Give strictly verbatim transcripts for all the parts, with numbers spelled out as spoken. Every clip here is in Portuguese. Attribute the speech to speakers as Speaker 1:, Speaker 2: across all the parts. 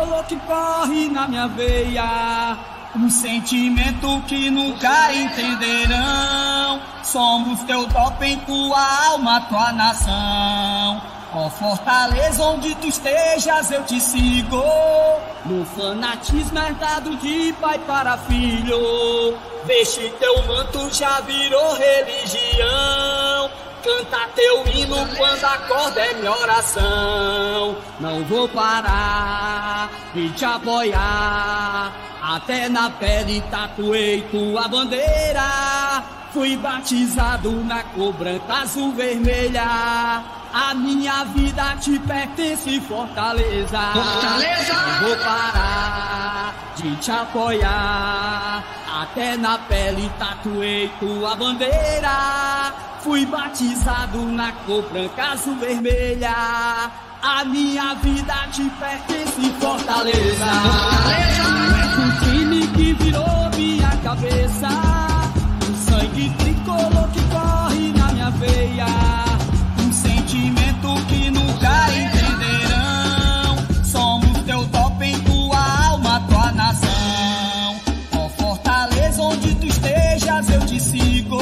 Speaker 1: tricolor que corre na minha veia, um sentimento que nunca entenderão. Somos teu doping, tua alma, tua nação. Ó Fortaleza, onde tu estejas eu te sigo. No fanatismo herdado de pai para filho, veste teu manto, já virou religião. Canta teu hino quando acorda é minha oração. Não vou parar de te apoiar, até na pele tatuei tua bandeira. Fui batizado na cor branca, azul, vermelha. A minha vida te pertence, Fortaleza.
Speaker 2: Fortaleza!
Speaker 1: Não vou parar de te apoiar, até na pele tatuei tua bandeira. Fui batizado na cor branca, azul, vermelha. A minha vida te pertence, Fortaleza.
Speaker 2: Fortaleza!
Speaker 1: É um time que virou minha cabeça, um sangue tricolor que corre na minha veia, um sentimento que nunca entenderão. Somos teu doping, tua alma, tua nação. Ó Fortaleza, onde tu estejas eu te sigo.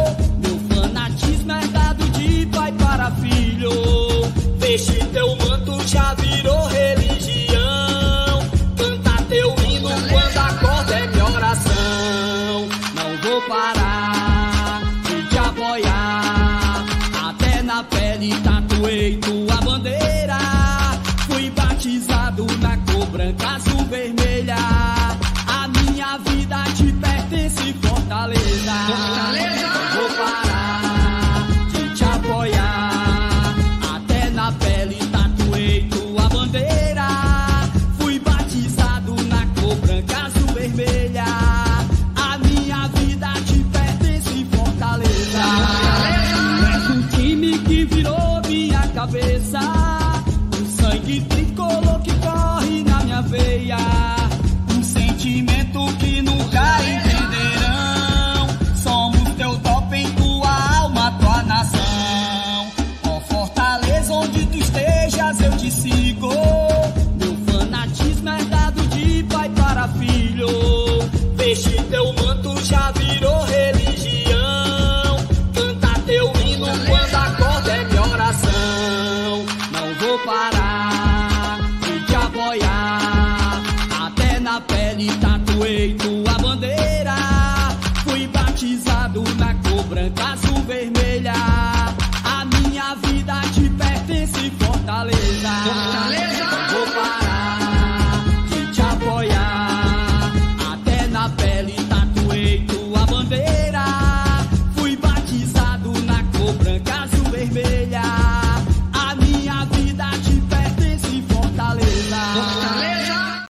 Speaker 1: Para filho, veste teu manto, já virou religião. Canta teu hino quando acorda é minha oração. Não vou parar de te apoiar, até na pele tatuei tua bandeira. Fui batizado na cor branca, azul, vermelha. A minha vida te pertence, Fortaleza.
Speaker 2: Fortaleza!
Speaker 1: Não vou parar de te apoiar, até na pele tatuei tua bandeira. Fui batizado na cor branca, azul, vermelha. A minha vida te pertence, Fortaleza. És um time que virou minha cabeça, um sangue tricolor que corre na minha veia, um sentimento que nunca entenderão. Somos teu doping, tua alma, tua nação. Ó Fortaleza, onde tu estejas eu te sigo. Meu fanatismo herdado de pai para filho, veste teu manto, já virou religião. Canta teu hino quando acorda é minha oração. Não vou parar de te apoiar, até na pele tatuei tua bandeira. Fui batizado na cor branca, azul, vermelha. A minha vida te pertence, Fortaleza.
Speaker 2: Fortaleza!
Speaker 1: Não vou parar de te apoiar, até na pele tatuei tua bandeira. Fui batizado na cor branca, azul, vermelha. A minha vida te pertence, Fortaleza.
Speaker 2: Fortaleza!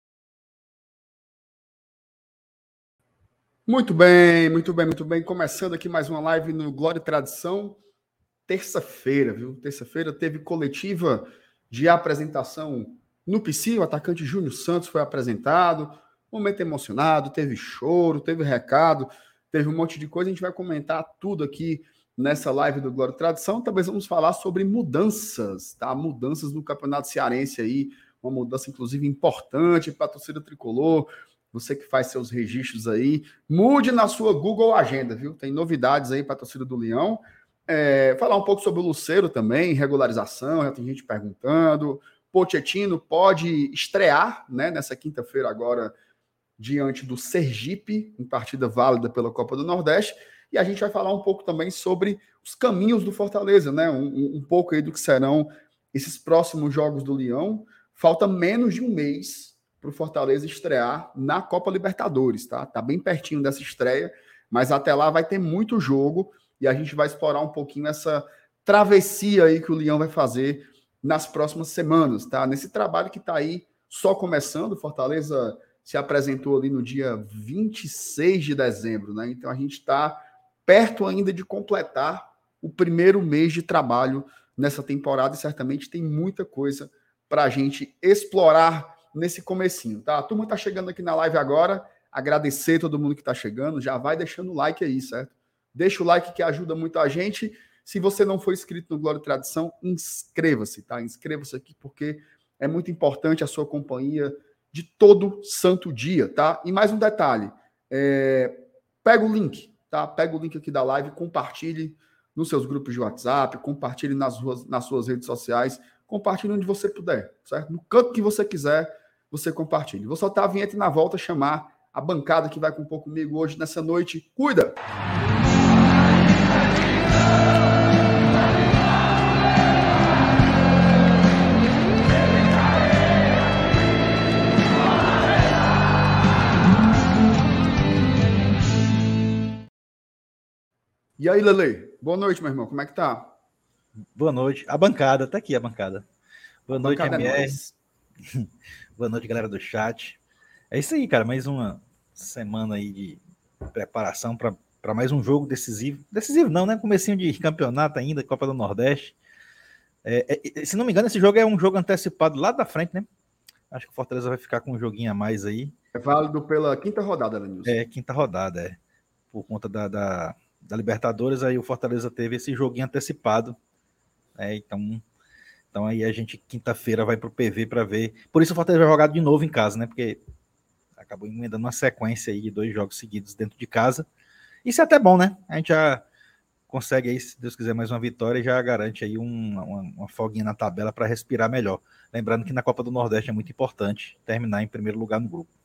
Speaker 3: Muito bem, muito bem, muito bem. Começando aqui mais uma live no Glória e Tradição. Terça-feira, viu? Terça-feira teve coletiva de apresentação no P C. O atacante Júnior Santos foi apresentado. Momento emocionado, teve choro, teve recado, teve um monte de coisa. A gente vai comentar tudo aqui nessa live do Glória e Tradição. Talvez vamos falar sobre mudanças, tá? Mudanças no Campeonato Cearense aí. Uma mudança, inclusive, importante para a torcida tricolor. Você que faz seus registros aí, mude na sua Google Agenda, viu? Tem novidades aí para a torcida do Leão. É, falar um pouco sobre o Lucero também, regularização, já tem gente perguntando. Pochettino pode estrear, né, nessa quinta-feira agora, diante do Sergipe, em partida válida pela Copa do Nordeste. E a gente vai falar um pouco também sobre os caminhos do Fortaleza, né? Um, um pouco aí do que serão esses próximos jogos do Leão. Falta menos de um mês para o Fortaleza estrear na Copa Libertadores, tá? Tá bem pertinho dessa estreia, mas até lá vai ter muito jogo e a gente vai explorar um pouquinho essa travessia aí que o Leão vai fazer nas próximas semanas, tá? Nesse trabalho que tá aí só começando, o Fortaleza se apresentou ali no dia vinte e seis de dezembro, né? Então a gente está perto ainda de completar o primeiro mês de trabalho nessa temporada e certamente tem muita coisa para a gente explorar nesse comecinho, tá? A turma tá chegando aqui na live agora, agradecer todo mundo que tá chegando, já vai deixando o like aí, certo? Deixa o like que ajuda muito a gente. Se você não for inscrito no Glória e Tradição, inscreva-se, tá? Inscreva-se aqui porque é muito importante a sua companhia de todo santo dia, tá? E mais um detalhe, é, pega o link, tá? Pega o link aqui da live, compartilhe nos seus grupos de WhatsApp, compartilhe nas, ruas, nas suas redes sociais, compartilhe onde você puder, certo? No canto que você quiser, você compartilhe. Vou soltar a vinheta e na volta chamar a bancada que vai compor comigo hoje nessa noite. Cuida! E aí, Lele? Boa noite, meu irmão. Como é que tá?
Speaker 4: Boa noite. A bancada, tá aqui a bancada. Boa a noite, bancada M R. É Boa noite, galera do chat. É isso aí, cara. Mais uma semana aí de preparação para mais um jogo decisivo. Decisivo não, né? Comecinho de campeonato ainda, Copa do Nordeste. É, é, se não me engano, esse jogo é um jogo antecipado lá da frente, né? Acho que o Fortaleza vai ficar com um joguinho a mais aí.
Speaker 3: É válido pela quinta rodada, Lenilson.
Speaker 4: É, quinta rodada, é. Por conta da... da... da Libertadores, aí o Fortaleza teve esse joguinho antecipado, né? então, então aí a gente quinta-feira vai pro P V para ver, por isso o Fortaleza vai jogar de novo em casa, né, porque acabou emendando uma sequência aí de dois jogos seguidos dentro de casa, isso é até bom, né, a gente já consegue aí, se Deus quiser, mais uma vitória e já garante aí um, uma, uma folguinha na tabela para respirar melhor, lembrando que na Copa do Nordeste é muito importante terminar em primeiro lugar no grupo.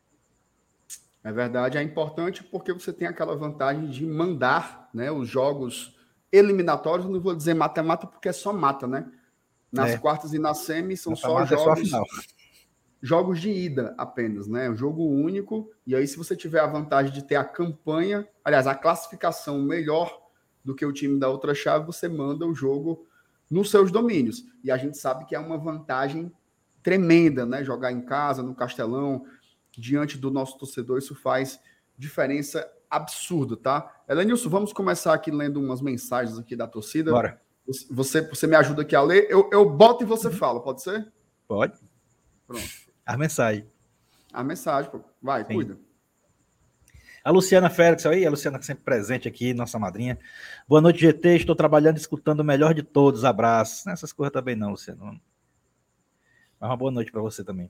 Speaker 3: É verdade, é importante porque você tem aquela vantagem de mandar, né, os jogos eliminatórios, não vou dizer mata-mata porque é só mata, né? Nas é. quartas e nas semis são só jogos, é só jogos de ida apenas, né? Um jogo único, e aí se você tiver a vantagem de ter a campanha, aliás, a classificação melhor do que o time da outra chave, você manda o jogo nos seus domínios. E a gente sabe que é uma vantagem tremenda, né? Jogar em casa, no Castelão, diante do nosso torcedor, isso faz diferença absurda, tá? Elenilson, vamos começar aqui lendo umas mensagens aqui da torcida.
Speaker 4: Bora.
Speaker 3: Você, você me ajuda aqui a ler, eu, eu boto e você fala, pode ser?
Speaker 4: Pode.
Speaker 3: Pronto.
Speaker 4: A mensagem.
Speaker 3: A mensagem, pô. Vai, Sim. Cuida.
Speaker 4: A Luciana Félix, aí, a Luciana sempre presente aqui, nossa madrinha. Boa noite, G T, estou trabalhando, escutando o melhor de todos, abraços. Nessas coisas também não, Luciana. Mas uma boa noite para você também.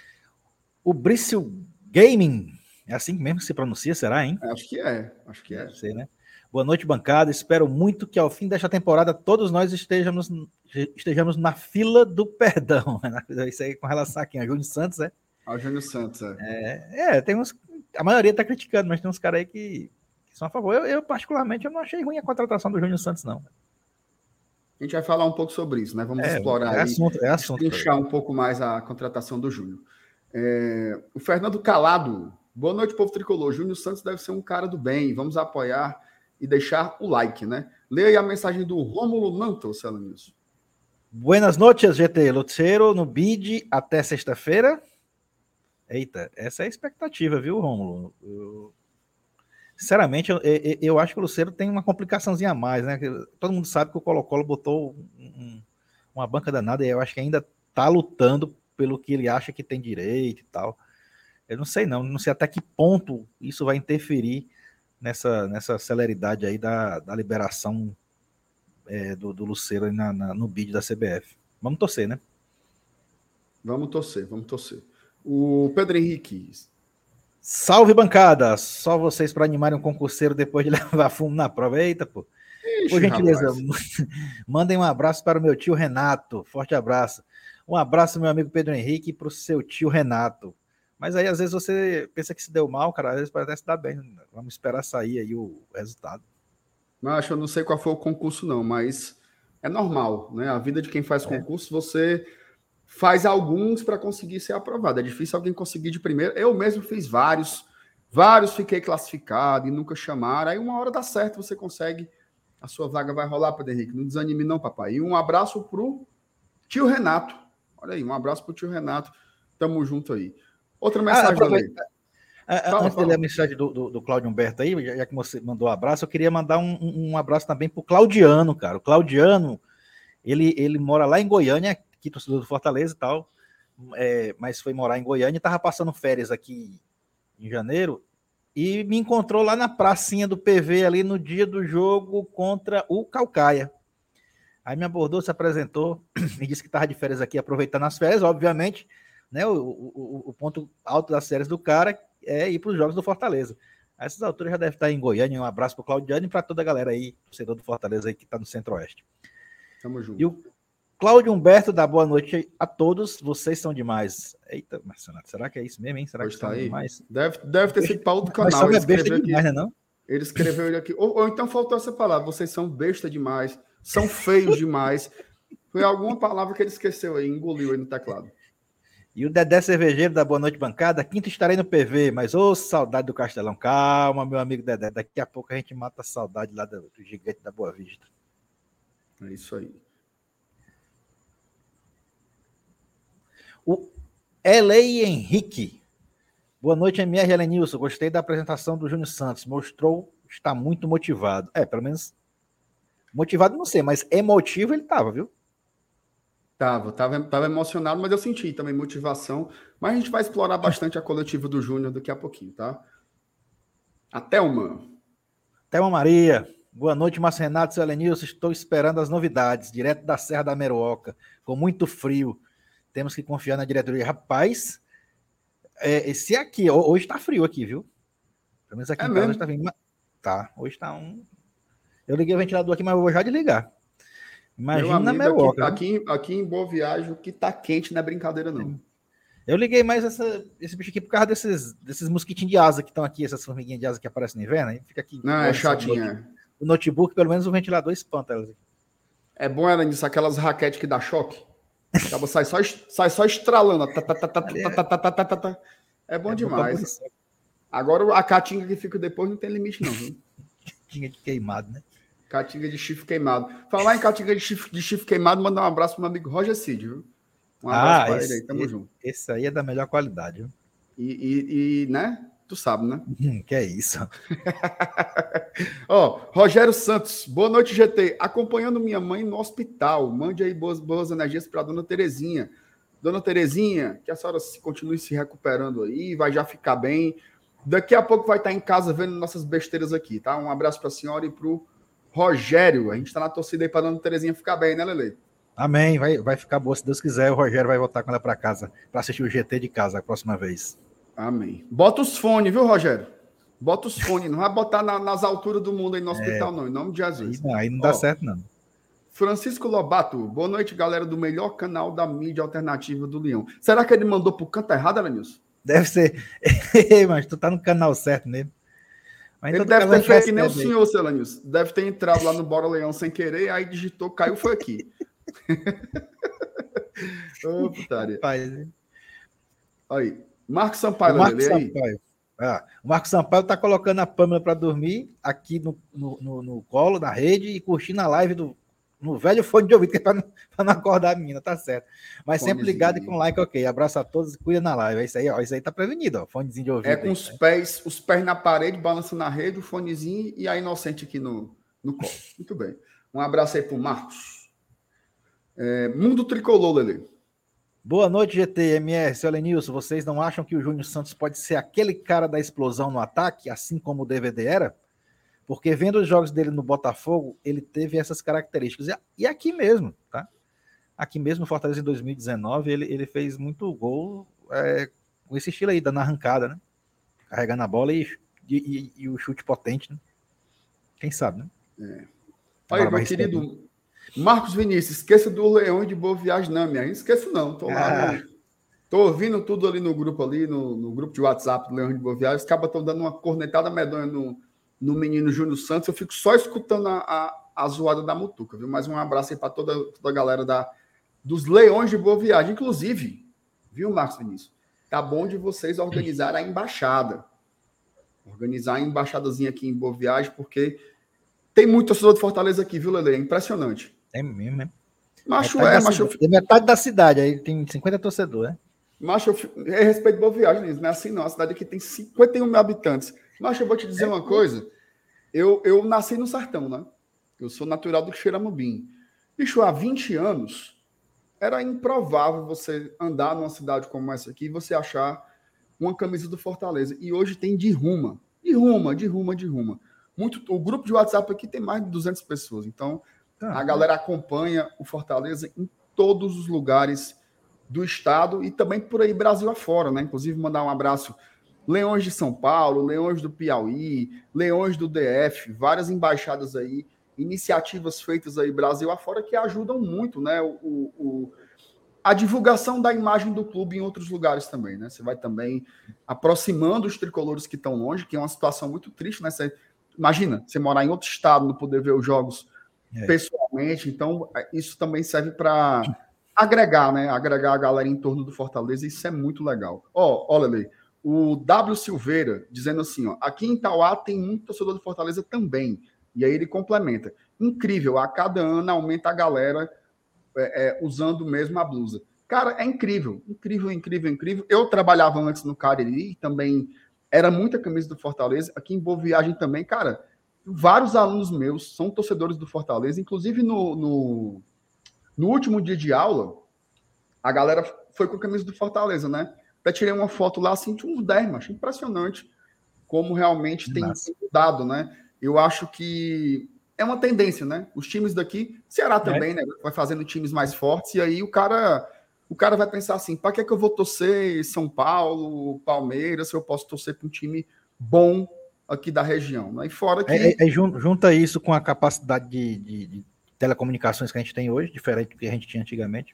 Speaker 4: O Brício Gaming, é assim mesmo que se pronuncia, será, hein?
Speaker 3: Acho que é, acho que é.
Speaker 4: Deve ser, né? Boa noite, bancada. Espero muito que ao fim desta temporada todos nós estejamos, estejamos na fila do perdão. Isso aí com relação a quem? A Júnior Santos, é?
Speaker 3: Ao Júnior Santos, é.
Speaker 4: É, é tem uns... A maioria tá criticando, mas tem uns caras aí que, que são a favor. Eu, eu, particularmente, eu não achei ruim a contratação do Júnior Santos, não.
Speaker 3: A gente vai falar um pouco sobre isso, né? Vamos é, explorar
Speaker 4: é assunto,
Speaker 3: aí,
Speaker 4: é assunto,
Speaker 3: inchar um pouco mais a contratação do Júnior. É, o Fernando Calado, boa noite, povo tricolor. Júnior Santos deve ser um cara do bem. Vamos apoiar e deixar o like, né? Leia aí a mensagem do Rômulo Nanto, Celanilson.
Speaker 4: Buenas noches, G T. Luceiro no bid até sexta-feira. Eita, essa é a expectativa, viu, Rômulo? Eu... Sinceramente, eu, eu, eu acho que o Luceiro tem uma complicaçãozinha a mais, né? Todo mundo sabe que o Colo-Colo botou um, uma banca danada e eu acho que ainda tá lutando pelo que ele acha que tem direito e tal. Eu não sei não, não sei até que ponto isso vai interferir nessa, nessa celeridade aí da, da liberação é, do, do Luceiro na, na, no bid da C B F. Vamos torcer, né?
Speaker 3: Vamos torcer, vamos torcer. O Pedro Henrique.
Speaker 4: Salve, bancada! Só vocês para animarem um concurseiro depois de levar fumo na prova. Eita, pô. Ixi, por gentileza, mandem um abraço para o meu tio Renato. Forte abraço. Um abraço, meu amigo Pedro Henrique, para o seu tio Renato. Mas aí, às vezes, você pensa que se deu mal, cara, às vezes parece que dá bem. Vamos esperar sair aí o resultado.
Speaker 3: Mas eu não sei qual foi o concurso, não, mas é normal, né? A vida de quem faz é. concurso, você faz alguns para conseguir ser aprovado. É difícil alguém conseguir de primeiro. Eu mesmo fiz vários, vários fiquei classificado e nunca chamaram. Aí uma hora dá certo, você consegue, a sua vaga vai rolar, Pedro Henrique. Não desanime não, papai. E um abraço pro tio Renato. Olha aí, um abraço pro tio Renato. Tamo junto aí. Outra mensagem, ah,
Speaker 4: ah, fala, Antes fala. de ler a mensagem do, do, do Cláudio Humberto aí, já que você mandou um abraço, eu queria mandar um, um abraço também pro Claudiano, cara. O Claudiano, ele, ele mora lá em Goiânia, aqui, torcedor do Fortaleza e tal, é, mas foi morar em Goiânia e tava passando férias aqui em janeiro e me encontrou lá na pracinha do P V ali no dia do jogo contra o Caucaia. Aí me abordou, se apresentou e disse que estava de férias aqui, aproveitando as férias, obviamente, né? O, o, o ponto alto das séries do cara é ir para os jogos do Fortaleza. A essas alturas já deve estar em Goiânia. Um abraço para o Claudiano e para toda a galera aí, torcedor do Fortaleza aí que está no Centro-Oeste.
Speaker 3: Tamo junto.
Speaker 4: E o Cláudio Humberto dá boa noite a todos. Vocês são demais. Eita, Marcionato, será que é isso mesmo, hein? Será
Speaker 3: Pois
Speaker 4: que
Speaker 3: tá
Speaker 4: são
Speaker 3: aí.
Speaker 4: demais?
Speaker 3: Deve, deve ter sido para outro
Speaker 4: Mas
Speaker 3: canal.
Speaker 4: só
Speaker 3: Ele
Speaker 4: é besta
Speaker 3: escreveu,
Speaker 4: demais,
Speaker 3: aqui,
Speaker 4: né, não?
Speaker 3: ele escreveu ele aqui. Ou, ou então faltou essa palavra. Vocês são besta demais. São feios demais. Foi alguma palavra que ele esqueceu aí, engoliu aí no teclado.
Speaker 4: E o Dedé Cervejeiro da Boa Noite Bancada. Quinta estarei no P V, mas ô saudade do Castelão. Calma, meu amigo Dedé. Daqui a pouco a gente mata a saudade lá do, do gigante da Boa Vista.
Speaker 3: É isso aí.
Speaker 4: O Elei Henrique. Boa noite, M R Helenilson. Gostei da apresentação do Júnior Santos. Mostrou estar muito motivado. É, pelo menos motivado não sei, mas emotivo ele estava, viu?
Speaker 3: Tava, tava, tava emocionado, mas eu senti também motivação. Mas a gente vai explorar bastante a coletiva do Júnior daqui a pouquinho, tá? Até uma.
Speaker 4: Thelma Maria. Boa noite, Márcio Renato e seu Helenilson. Estou esperando as novidades, direto da Serra da Meruoca, com muito frio. Temos que confiar na diretoria. Rapaz, é, esse aqui, hoje tá frio aqui, viu? Pelo menos aqui
Speaker 3: É
Speaker 4: em casa
Speaker 3: mesmo?
Speaker 4: hoje tá vindo. Tá, hoje tá um. Eu liguei o ventilador aqui, mas eu vou já desligar. Imagina na
Speaker 3: Meu amigo,
Speaker 4: Meruoca.
Speaker 3: aqui, aqui, aqui em Boa Viagem, o que tá quente não é brincadeira, não.
Speaker 4: Eu liguei mais essa, esse bicho aqui por causa desses, desses mosquitinhos de asa que estão aqui, essas formiguinhas de asa que aparecem no inverno. Aí fica aqui.
Speaker 3: Não, é chatinha.
Speaker 4: O notebook, pelo menos o ventilador espanta elas.
Speaker 3: É bom, ela nisso, aquelas raquetes que dá choque. Acaba, sai, só, sai só estralando. Tá, tá, tá, tá, tá, tá, tá, tá, tá, tá. É bom
Speaker 4: É
Speaker 3: demais. Agora a caatinga que fica depois não tem limite, não. Viu?
Speaker 4: Tinha de queimado, né?
Speaker 3: Caatinga de chifre queimado. Falar em caatinga de chifre, de chifre queimado, mandar um abraço pro meu amigo Roger Cid, viu? Um abraço
Speaker 4: Ah,
Speaker 3: pra
Speaker 4: esse,
Speaker 3: ele aí, tamo
Speaker 4: esse,
Speaker 3: junto.
Speaker 4: esse aí é da melhor qualidade, viu?
Speaker 3: E, e, e, né? Tu sabe, né?
Speaker 4: Hum, que é isso.
Speaker 3: Ó, Rogério Santos, boa noite, G T. Acompanhando minha mãe no hospital. Mande aí boas, boas energias para dona Terezinha. Dona Terezinha, que a senhora se, continue se recuperando aí, vai já ficar bem. Daqui a pouco vai estar em casa vendo nossas besteiras aqui, tá? Um abraço para a senhora e pro Rogério. A gente tá na torcida aí para dona Terezinha ficar bem, né, Lele?
Speaker 4: Amém. Vai, vai ficar boa, se Deus quiser. O Rogério vai voltar com ela para casa, para assistir o G T de casa a próxima vez.
Speaker 3: Amém. Bota os fones, viu, Rogério? Bota os fones. Não vai botar na, nas alturas do mundo aí no hospital, é, não. Em nome de Jesus.
Speaker 4: Aí não, aí não dá Ó, certo, não.
Speaker 3: Francisco Lobato. Boa noite, galera do melhor canal da mídia alternativa do Leão. Será que ele mandou pro canto errado, Alanilson?
Speaker 4: Deve ser. Mas tu tá no canal certo mesmo. Mas
Speaker 3: ele deve ter feito que nem o senhor, seu Alanilson. Deve ter entrado lá no Bora Leão sem querer, aí digitou, caiu, foi aqui. Ô, putaria. Aí. Marcos Sampaio,
Speaker 4: o Marcos
Speaker 3: aí.
Speaker 4: Sampaio. Ah, o Marcos Sampaio tá colocando a Pâmela para dormir aqui no, no, no, no colo, na rede, e curtindo a live do, no velho fone de ouvido, que é para não, não acordar a menina, tá certo. Mas Fonezinho. Sempre ligado e com like, ok. Abraço a todos e cuida na live. É isso aí, ó. Isso aí tá prevenido, ó. Fonezinho de ouvido.
Speaker 3: É com
Speaker 4: aí,
Speaker 3: os
Speaker 4: né?
Speaker 3: pés, os pés na parede, balançando na rede, o fonezinho e a inocente aqui no, no colo. Muito bem. Um abraço aí pro Marcos. É, Mundo Tricolor, Lele.
Speaker 4: Boa noite, G T, M R, seu Lenilson. Vocês não acham que o Júnior Santos pode ser aquele cara da explosão no ataque, assim como o D V D era? Porque vendo os jogos dele no Botafogo, ele teve essas características. E aqui mesmo, tá? Aqui mesmo no Fortaleza em dois mil e dezenove, ele, ele fez muito gol é, com esse estilo aí, dando arrancada, né? Carregando a bola e, e, e, e o chute potente, né? Quem sabe, né?
Speaker 3: É. Olha, meu querido Marcos Vinícius, esqueça do Leão de Boa Viagem, não, minha. Não esqueço, não. Tô lá. Ah. No, tô ouvindo tudo ali no grupo ali, no, no grupo de WhatsApp do Leão de Boa Viagem. Os cabas estão dando uma cornetada medonha no, no menino Júnior Santos. Eu fico só escutando a, a, a zoada da mutuca, viu? Mais um abraço aí para toda, toda a galera da, dos Leões de Boa Viagem. Inclusive, viu, Marcos Vinícius? Tá bom de vocês organizar a embaixada. Organizar a embaixadazinha aqui em Boa Viagem, porque tem muito torcedor de Fortaleza aqui, viu, Lele? É impressionante.
Speaker 4: É mesmo, né?
Speaker 3: Macho metade é, macho.
Speaker 4: Tem metade da cidade, aí tem cinquenta torcedores, né?
Speaker 3: Macho, eu respeito Boa Viagem, não é assim não. A cidade aqui tem cinquenta e um mil habitantes. Macho, eu vou te dizer é, uma coisa. Eu, eu nasci no sertão, né? Eu sou natural do Xeramobim. Bicho, há vinte anos, era improvável você andar numa cidade como essa aqui e você achar uma camisa do Fortaleza. E hoje tem de ruma. De ruma, de ruma, de ruma. Muito, o grupo de WhatsApp aqui tem mais de duzentas pessoas. Então, ah, a galera acompanha o Fortaleza em todos os lugares do estado e também por aí Brasil afora, né? Inclusive mandar um abraço Leões de São Paulo, Leões do Piauí, Leões do D F, várias embaixadas aí, iniciativas feitas aí Brasil afora que ajudam muito, né? O, o, a divulgação da imagem do clube em outros lugares também, né? Você vai também aproximando os tricolores que estão longe, que é uma situação muito triste, né? Você, imagina, você morar em outro estado, não poder ver os jogos é. pessoalmente, então isso também serve para agregar, né? Agregar a galera em torno do Fortaleza, isso é muito legal. Ó, olha ali, o W Silveira dizendo assim, ó, aqui em Tauá tem muito torcedor do Fortaleza também, e aí ele complementa, incrível, a cada ano aumenta a galera é, é, usando mesmo a blusa. Cara, é incrível, incrível, incrível, incrível. Eu trabalhava antes no Cariri, também era muita camisa do Fortaleza, aqui em Boa Viagem também, cara, vários alunos meus são torcedores do Fortaleza, inclusive no, no, no último dia de aula, a galera foi com a camisa do Fortaleza, né? Até tirei uma foto lá, assim, de uns dez, mas impressionante como realmente tem mudado, né? Eu acho que é uma tendência, né? Os times daqui, Ceará também, é. né? Vai fazendo times mais fortes, e aí o cara, o cara vai pensar assim, para que é que eu vou torcer São Paulo, Palmeiras, se eu posso torcer para um time bom aqui da região, né? E fora que...
Speaker 4: É, é, é, junta isso com a capacidade de, de, de telecomunicações que a gente tem hoje, diferente do que a gente tinha antigamente.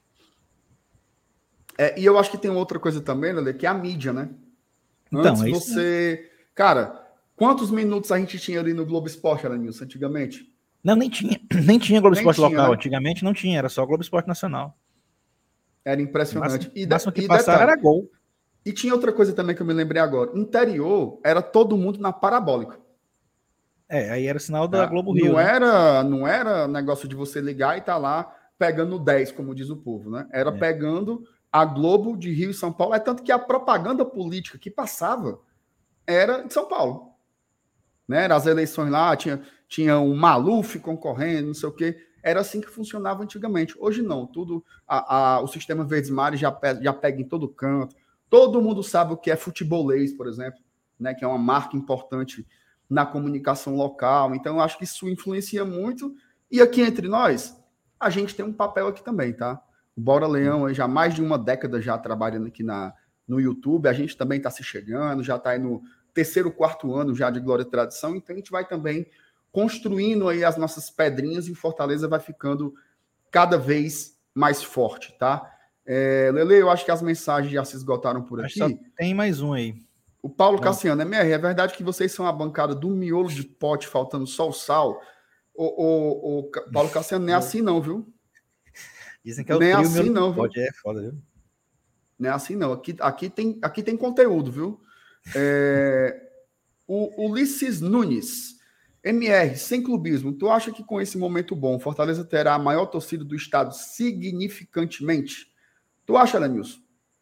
Speaker 3: É, e eu acho que tem outra coisa também, Lelê, que é a mídia, né?
Speaker 4: Então,
Speaker 3: Antes
Speaker 4: é
Speaker 3: você... Isso, né? Cara, quantos minutos a gente tinha ali no Globo Esporte, Alanilson, antigamente?
Speaker 4: Não, nem tinha. Nem tinha Globo
Speaker 3: nem
Speaker 4: Esporte
Speaker 3: tinha,
Speaker 4: local.
Speaker 3: Né?
Speaker 4: Antigamente não tinha, era só Globo Esporte Nacional.
Speaker 3: Era impressionante.
Speaker 4: O máximo, e, máximo que e passava era gol.
Speaker 3: E tinha outra coisa também que eu me lembrei agora. Interior, era todo mundo na parabólica.
Speaker 4: É, aí era sinal da
Speaker 3: é,
Speaker 4: Globo Rio.
Speaker 3: Não,
Speaker 4: né?
Speaker 3: era, não era negócio de você ligar e tá lá pegando dez, como diz o povo, né? Era é. pegando a Globo de Rio e São Paulo. É tanto que a propaganda política que passava era de São Paulo. Né? Era as eleições lá, tinha, tinha um Maluf concorrendo, não sei o quê. Era assim que funcionava antigamente. Hoje não. Tudo, a, a, o sistema Verdes Mares já, pe, já pega em todo canto. Todo mundo sabe o que é futebolês, por exemplo, né? Que é uma marca importante na comunicação local. Então, eu acho que isso influencia muito. E aqui entre nós, a gente tem um papel aqui também, tá? O Bora Leão, já há mais de uma década já trabalhando aqui na, no YouTube. A gente também está se chegando, já está aí no terceiro, quarto ano já de Glória e Tradição. Então, a gente vai também construindo aí as nossas pedrinhas e Fortaleza vai ficando cada vez mais forte, tá? É, Lele, eu acho que as mensagens já se esgotaram por aqui.
Speaker 4: Só tem mais um aí.
Speaker 3: O Paulo Cassiano, M R, é verdade que vocês são a bancada do miolo de pote, faltando só o sal? O, o, o Paulo Cassiano, nem é assim não, viu?
Speaker 4: Dizem que é o
Speaker 3: nem
Speaker 4: trio
Speaker 3: assim
Speaker 4: miolo
Speaker 3: não,
Speaker 4: de pote, é foda, viu?
Speaker 3: Nem é assim não, aqui, aqui, tem, aqui tem conteúdo, viu? É, o Ulisses Nunes, M R, sem clubismo, tu acha que com esse momento bom, Fortaleza terá a maior torcida do estado significantemente? Tu acha, Lenilson?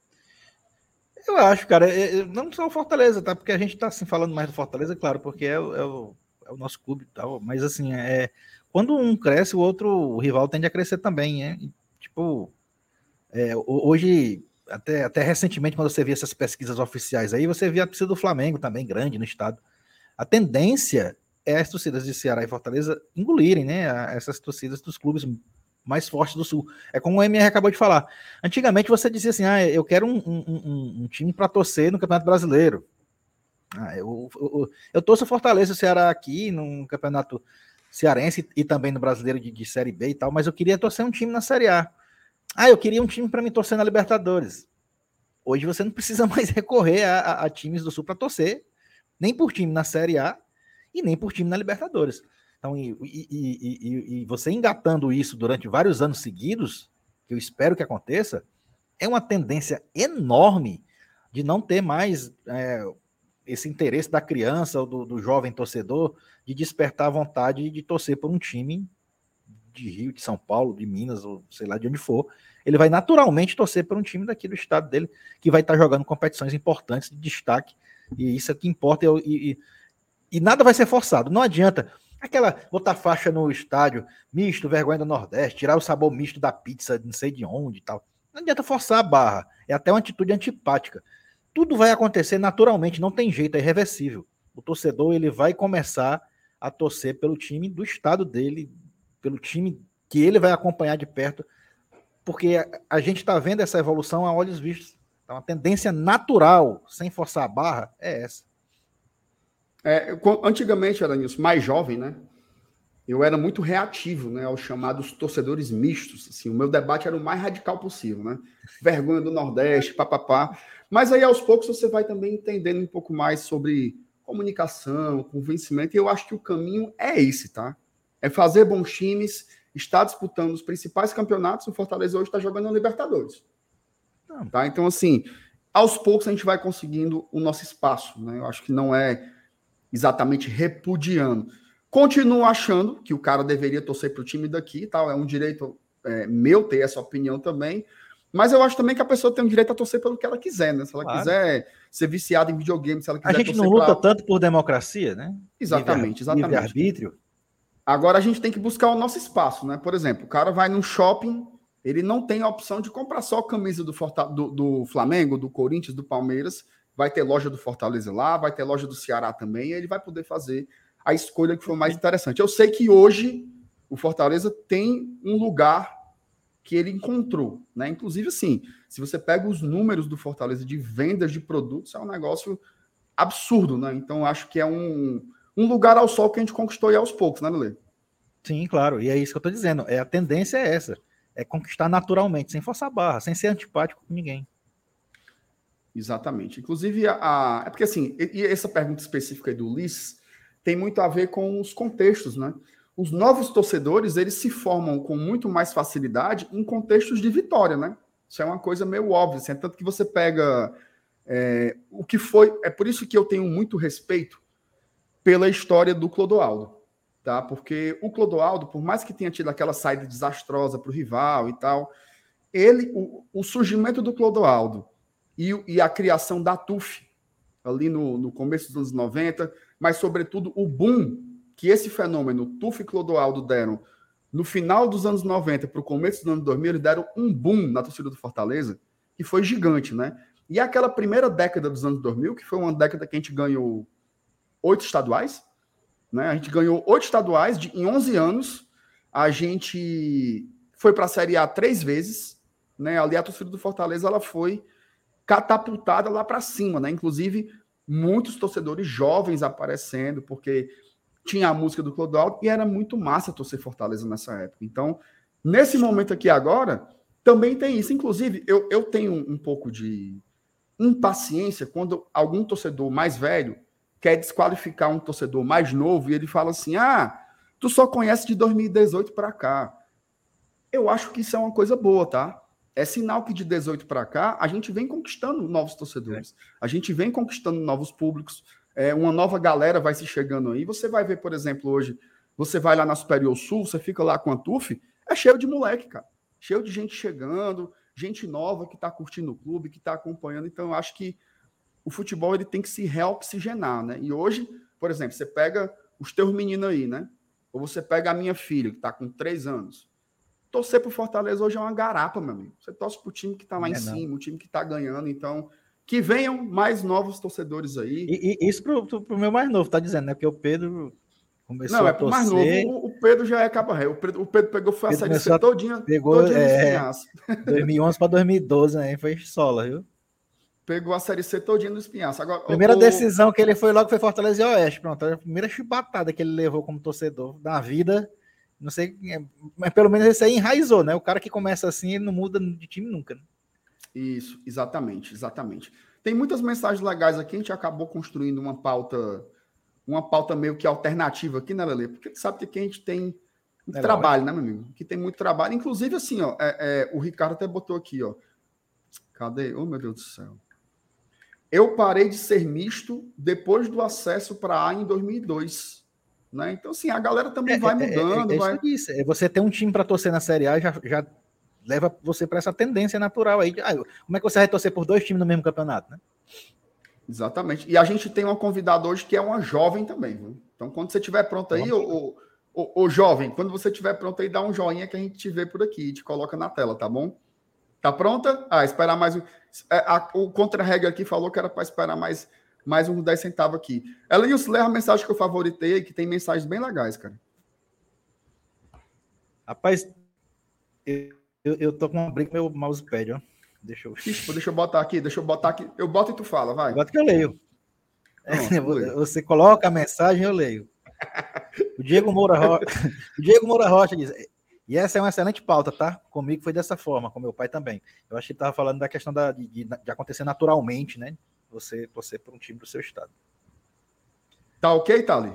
Speaker 4: Eu acho, cara, não só o Fortaleza, tá? Porque a gente tá assim, falando mais do Fortaleza, claro, porque é, é, o, é o nosso clube e tal, mas assim, é, quando um cresce, o outro, o rival tende a crescer também, né? E, tipo, é, hoje, até, até recentemente, quando você via essas pesquisas oficiais aí, você via a torcida do Flamengo também, grande no estado. A tendência é as torcidas de Ceará e Fortaleza engolirem, né? Essas torcidas dos clubes mais fortes do Sul. É como o M R acabou de falar. Antigamente você dizia assim, ah, eu quero um, um, um, um time para torcer no Campeonato Brasileiro. Ah, eu, eu, eu torço Fortaleza e Ceará aqui no Campeonato Cearense e também no Brasileiro de, de Série B e tal, mas eu queria torcer um time na Série A. Ah, eu queria um time para me torcer na Libertadores. Hoje você não precisa mais recorrer a, a, a times do Sul para torcer, nem por time na Série A e nem por time na Libertadores. Então, e, e, e, e você engatando isso durante vários anos seguidos, que eu espero que aconteça, é uma tendência enorme de não ter mais é, esse interesse da criança ou do, do jovem torcedor de despertar a vontade de torcer por um time de Rio, de São Paulo, de Minas, ou sei lá de onde for. Ele vai naturalmente torcer por um time daqui do estado dele, que vai estar jogando competições importantes de destaque, e isso é que importa, e, e, e nada vai ser forçado. Não adianta aquela botar faixa no estádio, misto, vergonha do Nordeste, tirar o sabor misto da pizza, não sei de onde e tal. Não adianta forçar a barra. É até uma atitude antipática. Tudo vai acontecer naturalmente, não tem jeito, é irreversível. O torcedor ele vai começar a torcer pelo time do estado dele, pelo time que ele vai acompanhar de perto porque a, a gente está vendo essa evolução a olhos vistos. Então, a tendência natural, sem forçar a barra, é essa.
Speaker 3: É, antigamente, Aranilson, mais jovem, né? Eu era muito reativo, né, aos chamados torcedores mistos. Assim, o meu debate era o mais radical possível, né? Vergonha do Nordeste, papapá. Mas aí, aos poucos, você vai também entendendo um pouco mais sobre comunicação, convencimento. E eu acho que o caminho é esse, tá? É fazer bons times, estar disputando os principais campeonatos. O Fortaleza hoje está jogando na Libertadores. Tá? Então, assim, aos poucos a gente vai conseguindo o nosso espaço, né? Eu acho que não é exatamente repudiando. Continuo achando que o cara deveria torcer para o time daqui, tal. É um direito é, meu ter essa opinião também. Mas eu acho também que a pessoa tem o direito a torcer pelo que ela quiser, né? Se ela claro. quiser ser viciada em videogame, se ela quiser
Speaker 4: A gente não luta pra... tanto por democracia, né?
Speaker 3: Exatamente, exatamente.
Speaker 4: Livre-arbítrio.
Speaker 3: Agora a gente tem que buscar o nosso espaço, né? Por exemplo, o cara vai num shopping, ele não tem a opção de comprar só a camisa do, Forta... do, do Flamengo, do Corinthians, do Palmeiras. Vai ter loja do Fortaleza lá, vai ter loja do Ceará também, e ele vai poder fazer a escolha que for mais interessante. Eu sei que hoje o Fortaleza tem um lugar que ele encontrou, né? Inclusive, assim, se você pega os números do Fortaleza de vendas de produtos, é um negócio absurdo, né? Então, acho que é um, um lugar ao sol que a gente conquistou e aos poucos, né, Lelê?
Speaker 4: Sim, claro. E é isso que eu tô dizendo. É, a tendência é essa. É conquistar naturalmente, sem forçar a barra, sem ser antipático com ninguém.
Speaker 3: Exatamente. Inclusive, a, a, é porque, assim, e, e essa pergunta específica aí do Ulisses tem muito a ver com os contextos, né? Os novos torcedores, eles se formam com muito mais facilidade em contextos de vitória, né? Isso é uma coisa meio óbvia, assim, é tanto que você pega é, o que foi... É por isso que eu tenho muito respeito pela história do Clodoaldo, tá? Porque o Clodoaldo, por mais que tenha tido aquela saída desastrosa para o rival e tal, ele, o, o surgimento do Clodoaldo e, e a criação da T U F, ali no, no começo dos anos noventa, mas, sobretudo, o boom que esse fenômeno, T U F e Clodoaldo, deram no final dos anos noventa para o começo dos anos dois mil, eles deram um boom na torcida do Fortaleza, que foi gigante, né? E aquela primeira década dos anos dois mil, que foi uma década que a gente ganhou oito estaduais, né? A gente ganhou oito estaduais de, em onze anos, a gente foi para a Série A três vezes, né? Ali a torcida do Fortaleza ela foi catapultada lá para cima, né? Inclusive, muitos torcedores jovens aparecendo, porque tinha a música do Clodoaldo e era muito massa torcer Fortaleza nessa época. Então, nesse momento aqui agora, também tem isso. Inclusive, eu, eu tenho um pouco de impaciência quando algum torcedor mais velho quer desqualificar um torcedor mais novo e ele fala assim, ah, tu só conhece de dois mil e dezoito para cá. Eu acho que isso é uma coisa boa, tá? É sinal que de dezoito para cá a gente vem conquistando novos torcedores. A gente vem conquistando novos públicos. É, uma nova galera vai se chegando aí. Você vai ver, por exemplo, hoje, você vai lá na Superior Sul, você fica lá com a T U F, é cheio de moleque, cara. Cheio de gente chegando, gente nova que está curtindo o clube, que está acompanhando. Então, eu acho que o futebol ele tem que se reoxigenar, né? E hoje, por exemplo, você pega os teus meninos aí, né? Ou você pega a minha filha, que está com três anos. Torcer pro Fortaleza hoje é uma garapa, meu amigo. Você torce pro time que está lá é em não. cima, o time que está ganhando. Então, que venham mais novos torcedores aí.
Speaker 4: E, e isso pro, pro meu mais novo, tá dizendo, né? Porque o Pedro começou
Speaker 3: não,
Speaker 4: a
Speaker 3: é pro
Speaker 4: torcer...
Speaker 3: mais novo. O, o Pedro já é caba-ré. O Pedro, o Pedro pegou, foi Pedro a Série C todinha,
Speaker 4: pegou,
Speaker 3: todinha
Speaker 4: é,
Speaker 3: no espinhaço.
Speaker 4: dois mil e onze para dois mil e doze, né? Foi sola, viu?
Speaker 3: Pegou a Série C todinha no espinhaço. Agora,
Speaker 4: primeira
Speaker 3: o,
Speaker 4: decisão que ele foi logo foi Fortaleza e Oeste. Pronto, a primeira chibatada que ele levou como torcedor da vida. Não sei, mas pelo menos esse aí enraizou, né? O cara que começa assim, ele não muda de time nunca. Né?
Speaker 3: Isso, exatamente, exatamente. Tem muitas mensagens legais aqui, a gente acabou construindo uma pauta, uma pauta meio que alternativa aqui, né, Lelê? Porque sabe que aqui a gente tem muito é trabalho, lógico. Né, meu amigo? Que tem muito trabalho. Inclusive, assim, ó, é, é, o Ricardo até botou aqui, ó. Cadê? Oh, meu Deus do céu. Eu parei de ser misto depois do acesso para A em dois mil e dois. Né? Então, assim, a galera também é, vai mudando.
Speaker 4: É, é, é
Speaker 3: vai...
Speaker 4: isso é você ter um time para torcer na Série A já, já leva você para essa tendência natural aí. Ah, como é que você vai torcer por dois times no mesmo campeonato, né?
Speaker 3: Exatamente. E a gente tem uma convidada hoje que é uma jovem também, viu? Então, quando você estiver pronto aí, ô, ô, ô jovem, quando você estiver pronto aí, dá um joinha que a gente te vê por aqui, te coloca na tela, tá bom? Tá pronta? Ah, esperar mais um. A, o contra-regra aqui falou que era para esperar mais, mais uns dez centavos aqui. Elenilson, lê a mensagem que eu favoritei, que tem mensagens bem legais, cara.
Speaker 4: Rapaz, eu Eu, eu tô com uma briga com meu mousepad, ó. Deixa eu...
Speaker 3: Ixi, deixa eu botar aqui, deixa eu botar aqui. Eu boto e tu fala, vai.
Speaker 4: Bota que eu leio.
Speaker 3: Pronto,
Speaker 4: Você coloca a mensagem, eu leio. O Diego Moura, Ro... o Diego Moura Rocha diz... E essa é uma excelente pauta, tá? Comigo foi dessa forma, com meu pai também. Eu acho que ele estava falando da questão da, de, de acontecer naturalmente, né? Você torcer por um time do seu estado.
Speaker 3: Tá ok, Thali?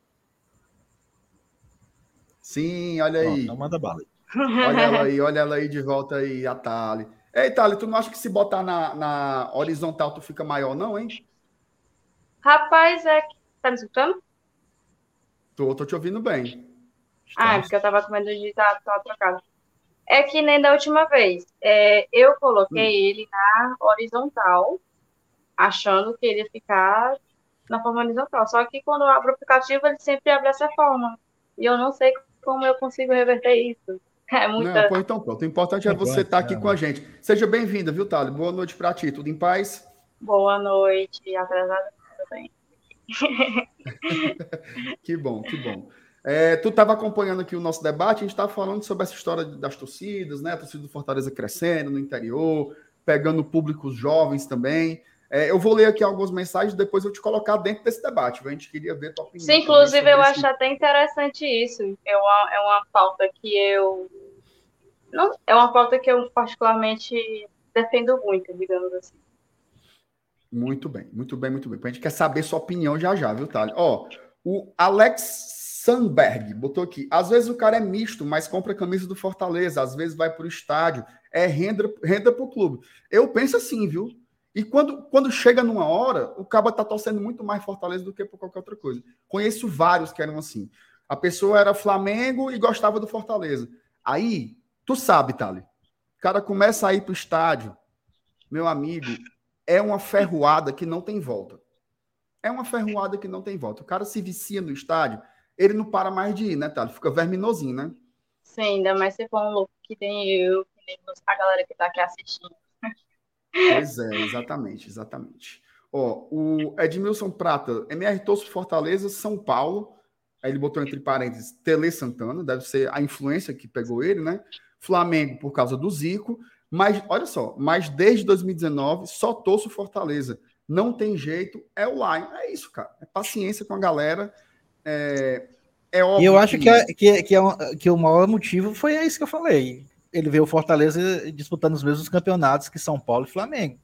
Speaker 3: Sim, olha aí.
Speaker 4: Pronto, então manda bala.
Speaker 3: Olha ela aí, olha ela aí de volta aí, a Thali. Ei, Thali, tu não acha que se botar na, na horizontal tu fica maior, não, hein?
Speaker 5: Rapaz, é que... Tá me escutando?
Speaker 3: Tô, tô te ouvindo bem.
Speaker 5: Estamos... Ah, é porque eu tava com medo de estar trocado. É que nem da última vez. É, eu coloquei hum. ele na horizontal, achando que ele ia ficar na forma horizontal. Só que quando eu abro o aplicativo, ele sempre abre dessa forma. E eu não sei como eu consigo reverter isso. É muita...
Speaker 3: Não, pô, então pronto. O importante é você estar aqui com a gente. Seja bem-vinda, viu, Thali? Boa noite pra ti. Tudo em paz?
Speaker 5: Boa noite. Atrasada também.
Speaker 3: Que bom, que bom. É, tu estava acompanhando aqui o nosso debate, a gente estava falando sobre essa história das torcidas, né? A torcida do Fortaleza crescendo no interior, pegando públicos jovens também. É, eu vou ler aqui algumas mensagens, depois eu te colocar dentro desse debate. A gente queria ver tua opinião.
Speaker 5: Sim, inclusive eu esse... acho até interessante isso. É uma, é uma pauta que eu... Não, é uma pauta que eu particularmente defendo muito, digamos assim.
Speaker 3: Muito bem, muito bem, muito bem. A gente quer saber sua opinião já já, viu, Thali? Ó, o Alex Sandberg botou aqui. Às vezes o cara é misto, mas compra a camisa do Fortaleza. Às vezes vai para o estádio. É renda, renda para o clube. Eu penso assim, viu? E quando, quando chega numa hora, o cara tá torcendo muito mais Fortaleza do que por qualquer outra coisa. Conheço vários que eram assim. A pessoa era Flamengo e gostava do Fortaleza. Aí, tu sabe, Thali, o cara começa a ir para o estádio, meu amigo, é uma ferroada que não tem volta. É uma ferroada que não tem volta. O cara se vicia no estádio, ele não para mais de ir, né, Thali? Fica verminosinho, né?
Speaker 5: Sim, ainda mais se for um louco que tem eu, que nem a galera que tá aqui assistindo.
Speaker 3: Pois é, exatamente, exatamente. Ó, o Edmilson Prata, M R Tosso Fortaleza, São Paulo. Aí ele botou entre parênteses Tele Santana, deve ser a influência que pegou ele, né? Flamengo por causa do Zico. Mas, olha só, mas desde dois mil e dezenove só torço Fortaleza. Não tem jeito, é o Lion. É isso, cara. É paciência com a galera. É, é óbvio.
Speaker 4: E eu acho que, é, que, que, é um, que o maior motivo foi isso que eu falei. Ele vê o Fortaleza disputando os mesmos campeonatos que São Paulo e Flamengo.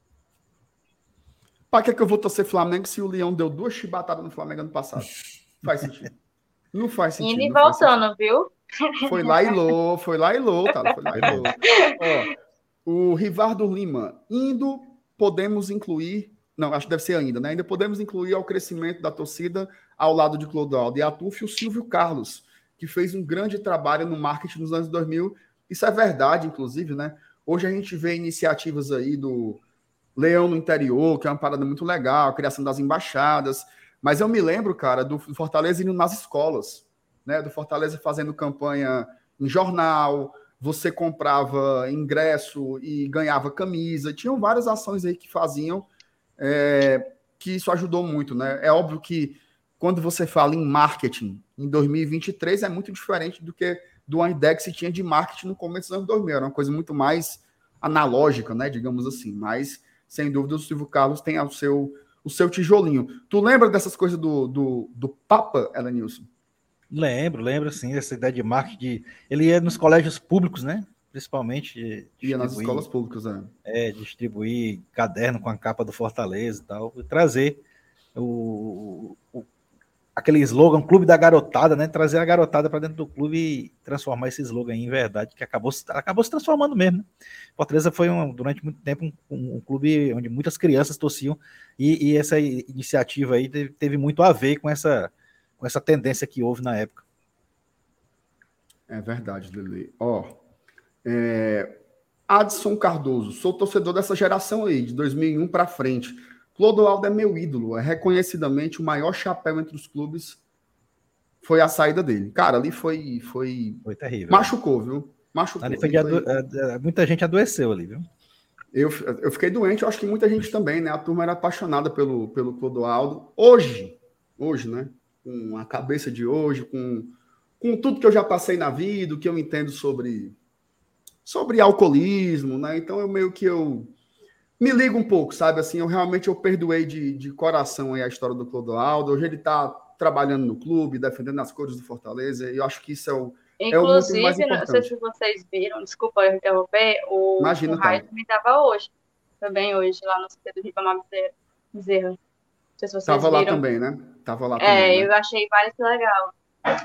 Speaker 3: Para que, é que eu vou torcer Flamengo se o Leão deu duas chibatadas no Flamengo ano passado? Faz sentido. Não faz sentido.
Speaker 5: Indo e voltando, viu?
Speaker 3: Foi lá e lô, foi lá e lô, tá? Foi lá e lô. Ó, o Rivardo Lima, indo, podemos incluir. Não, acho que deve ser ainda, né? Ainda podemos incluir ao crescimento da torcida ao lado de Clodoaldo e Atuf e o Silvio Carlos, que fez um grande trabalho no marketing nos anos dois mil. Isso é verdade, inclusive, né? Hoje a gente vê iniciativas aí do Leão no Interior, que é uma parada muito legal, a criação das embaixadas. Mas eu me lembro, cara, do Fortaleza indo nas escolas, né? Do Fortaleza fazendo campanha em jornal, você comprava ingresso e ganhava camisa. Tinham várias ações aí que faziam, é, que isso ajudou muito, né? É óbvio que quando você fala em marketing em dois mil e vinte e três é muito diferente do que do uma ideia que se tinha de marketing no começo dos anos dois mil. Era uma coisa muito mais analógica, né? Digamos assim. Mas, sem dúvida, o Silvio Carlos tem o seu, o seu tijolinho. Tu lembra dessas coisas do, do, do Papa, Elenilson?
Speaker 4: Lembro, lembro, sim, essa ideia de marketing. De... Ele ia nos colégios públicos, né? Principalmente.
Speaker 3: Ia nas escolas públicas, né?
Speaker 4: É, distribuir caderno com a capa do Fortaleza e tal, e trazer o, o, aquele slogan Clube da Garotada, né? Trazer a garotada para dentro do clube e transformar esse slogan em verdade, que acabou, acabou se transformando mesmo, né? Fortaleza foi, um, durante muito tempo, um, um, um clube onde muitas crianças torciam, e, e essa iniciativa aí teve, teve muito a ver com essa, com essa tendência que houve na época.
Speaker 3: É verdade, Lili. Ó, é... Adson Cardoso, sou torcedor dessa geração aí, de dois mil e um para frente. Clodoaldo é meu ídolo, é reconhecidamente o maior chapéu entre os clubes. Foi a saída dele. Cara, ali foi... Foi,
Speaker 4: foi terrível.
Speaker 3: Machucou, viu? Machucou.
Speaker 4: Ali foi de ado... foi... Muita gente adoeceu ali, viu?
Speaker 3: Eu, eu fiquei doente, eu acho que muita gente também, né? A turma era apaixonada pelo, pelo Clodoaldo. Hoje, hoje, né? Com a cabeça de hoje, com, com tudo que eu já passei na vida, o que eu entendo sobre... sobre alcoolismo, né? Então eu meio que eu me ligo um pouco, sabe? Assim, eu realmente eu perdoei de, de coração aí a história do Clodoaldo. Hoje ele está trabalhando no clube, defendendo as cores do Fortaleza, e eu acho que isso é o, é o motivo mais
Speaker 5: Inclusive, não sei se
Speaker 3: importante.
Speaker 5: vocês viram, desculpa eu interromper, o,
Speaker 3: Imagina,
Speaker 5: o Raio
Speaker 3: tá?
Speaker 5: também estava hoje, também hoje, lá no C T do Ribamar Bezerra. Bezerra. Não sei se vocês
Speaker 3: Tava lá
Speaker 5: viram.
Speaker 3: também, né? Tava lá também,
Speaker 5: É,
Speaker 3: né?
Speaker 5: eu achei vários legal.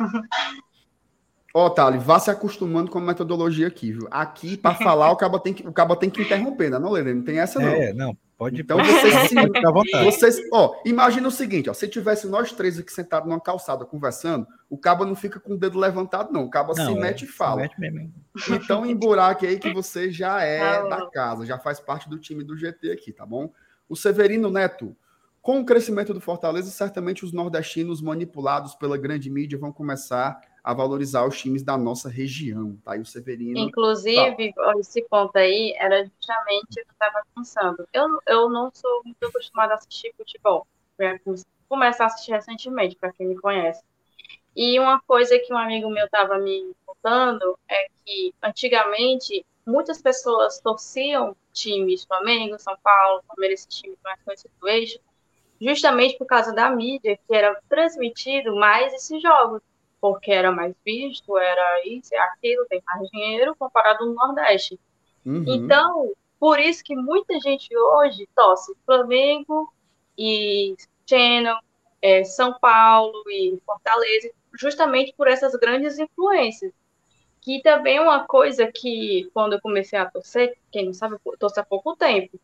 Speaker 3: Ó, Thali, vá se acostumando com a metodologia aqui, viu? Aqui, para falar, o cabo tem que, o cabo tem que interromper, né? Não, Lele? Não tem essa, não.
Speaker 4: É, não, pode,
Speaker 3: Então,
Speaker 4: pode,
Speaker 3: vocês
Speaker 4: pode,
Speaker 3: se.
Speaker 4: pode ficar à vontade.
Speaker 3: Vocês, ó, imagina o seguinte, ó. Se tivesse nós três aqui sentados numa calçada conversando, o cabo não fica com o dedo levantado, não. O cabo se
Speaker 4: Não, é,
Speaker 3: mete e fala.
Speaker 4: se mete mesmo.
Speaker 3: Então, emburaque aí que você já é
Speaker 5: Tá
Speaker 3: da
Speaker 5: bom.
Speaker 3: casa, já faz parte do time do G T aqui, tá bom? O Severino Neto, com o crescimento do Fortaleza, certamente os nordestinos manipulados pela grande mídia vão começar a valorizar os times da nossa região, tá? E o Severino...
Speaker 5: Inclusive, esse ponto aí era justamente o que eu estava pensando. Eu, eu não sou muito acostumada a assistir futebol. Eu comecei a assistir recentemente, para quem me conhece. E uma coisa que um amigo meu estava me contando é que, antigamente, muitas pessoas torciam times Flamengo, São Paulo, Palmeiras, esses times mais conhecidos do eixo, justamente por causa da mídia, que era transmitido mais esses jogos, porque era mais visto, era isso, é aquilo, tem mais dinheiro, comparado no Nordeste.
Speaker 3: Uhum.
Speaker 5: Então, por isso que muita gente hoje torce Flamengo e Channel, é, São Paulo e Fortaleza, justamente por essas grandes influências. Que também é uma coisa que, quando eu comecei a torcer, quem não sabe, eu torço há pouco tempo.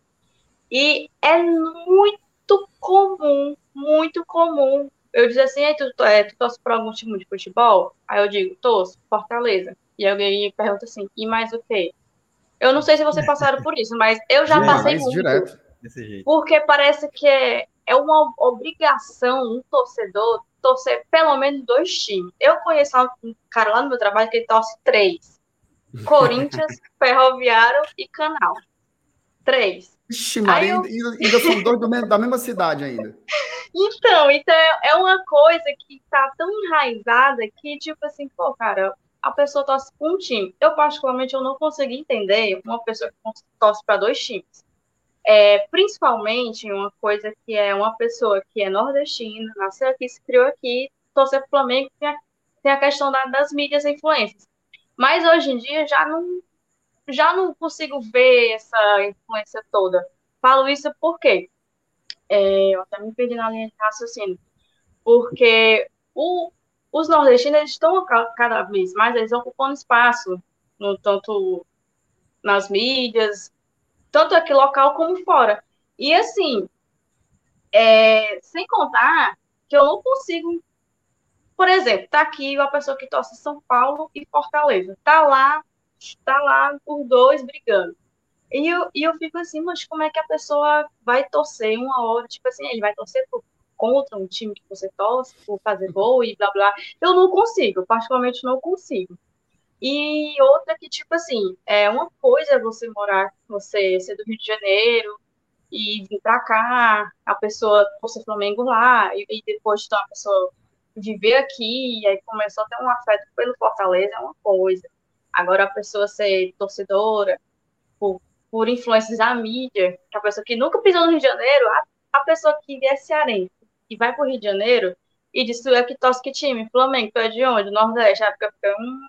Speaker 5: E é muito comum, muito comum. Eu dizer assim, tu, tu, é, tu torce para algum time de futebol? Aí eu digo, torço, Fortaleza. E alguém pergunta assim, e mais o quê? Eu não sei se vocês passaram por isso, mas eu já
Speaker 3: Demais,
Speaker 5: passei muito.
Speaker 3: direto.
Speaker 4: Desse jeito.
Speaker 5: Porque parece que é, é uma obrigação um torcedor torcer pelo menos dois times. Eu conheço um cara lá no meu trabalho que ele torce três. Corinthians, Ferroviário e Canal. Três.
Speaker 3: Ixi, Maria,
Speaker 5: eu...
Speaker 3: ainda, ainda são dois do mesmo, da mesma cidade ainda.
Speaker 5: Então, então, é uma coisa que tá tão enraizada que, tipo assim, pô, cara, a pessoa torce para um time. Eu, particularmente, eu não consegui entender uma pessoa que torce para dois times. É, principalmente uma coisa que é uma pessoa que é nordestina, nasceu aqui, se criou aqui, torcer para o Flamengo, tem a, tem a questão da, das mídias e influências. Mas hoje em dia já não, já não consigo ver essa influência toda. Falo isso porque é, eu até me perdi na linha de raciocínio. Porque o, os nordestinos eles estão cada vez mais, eles ocupando espaço, no, tanto nas mídias, tanto aqui local como fora. E assim, é, sem contar que eu não consigo, por exemplo, tá aqui uma pessoa que torce São Paulo e Fortaleza, tá lá, tá lá os dois brigando. E eu, e eu fico assim, mas como é que a pessoa vai torcer uma hora, tipo assim, ele vai torcer por, contra um time que você torce, por fazer gol e blá blá. Eu não consigo, particularmente não consigo. E outra que, tipo assim, é uma coisa é você morar, você ser do Rio de Janeiro e vir pra cá, a pessoa torcer Flamengo lá, e, e depois então, a pessoa viver aqui, e aí começou a ter um afeto pelo Fortaleza, é uma coisa. Agora a pessoa ser torcedora, por, por influências da mídia, que a pessoa que nunca pisou no Rio de Janeiro, a, a pessoa que é cearense, que vai pro Rio de Janeiro, e diz, tu é que torce que time? Flamengo, tu é de onde? Nordeste, a época fica, hum,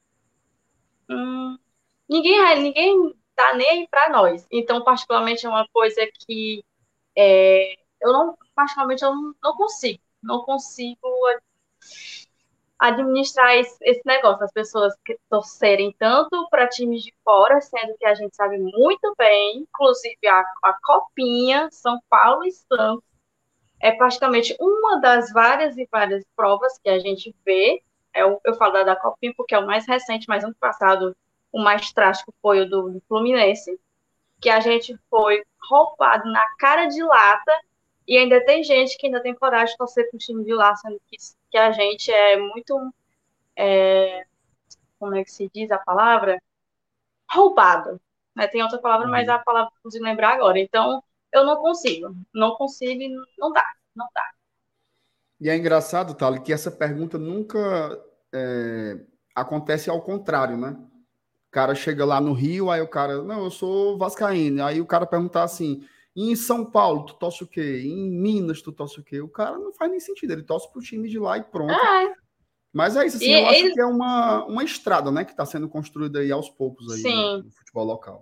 Speaker 5: Hum, ninguém, ninguém tá nem aí para nós. Então, particularmente, é uma coisa que é, eu não, particularmente, eu não, não consigo. Não consigo administrar esse, esse negócio, as pessoas que torcerem tanto para times de fora, sendo que a gente sabe muito bem, inclusive a, a Copinha, São Paulo e Santos, é praticamente uma das várias e várias provas que a gente vê. Eu, eu falo da, da Copinha porque é o mais recente, mas ano passado o mais trágico foi o do, do Fluminense, que a gente foi roubado na cara de lata e ainda tem gente que ainda tem coragem de torcer para o time de lá, sendo que, que a gente é muito, é, como é que se diz a palavra? Roubado. Né? Tem outra palavra, mas a palavra não consigo lembrar agora. Então, eu não consigo. Não consigo e não dá. Não dá.
Speaker 3: E é engraçado, Thali, que essa pergunta nunca é, acontece ao contrário, né? cara chega lá no Rio, aí o cara, não, eu sou vascaíno. Aí o cara perguntar assim, em São Paulo, tu torce o quê? Em Minas, tu torce o quê? O cara não faz nem sentido, ele torce pro time de lá e pronto.
Speaker 5: É,
Speaker 3: Mas é isso, assim,
Speaker 5: E
Speaker 3: eu acho
Speaker 5: eles-
Speaker 3: que é uma, uma estrada, né, que está sendo construída aí aos poucos aí no,
Speaker 5: sim,
Speaker 3: no futebol local.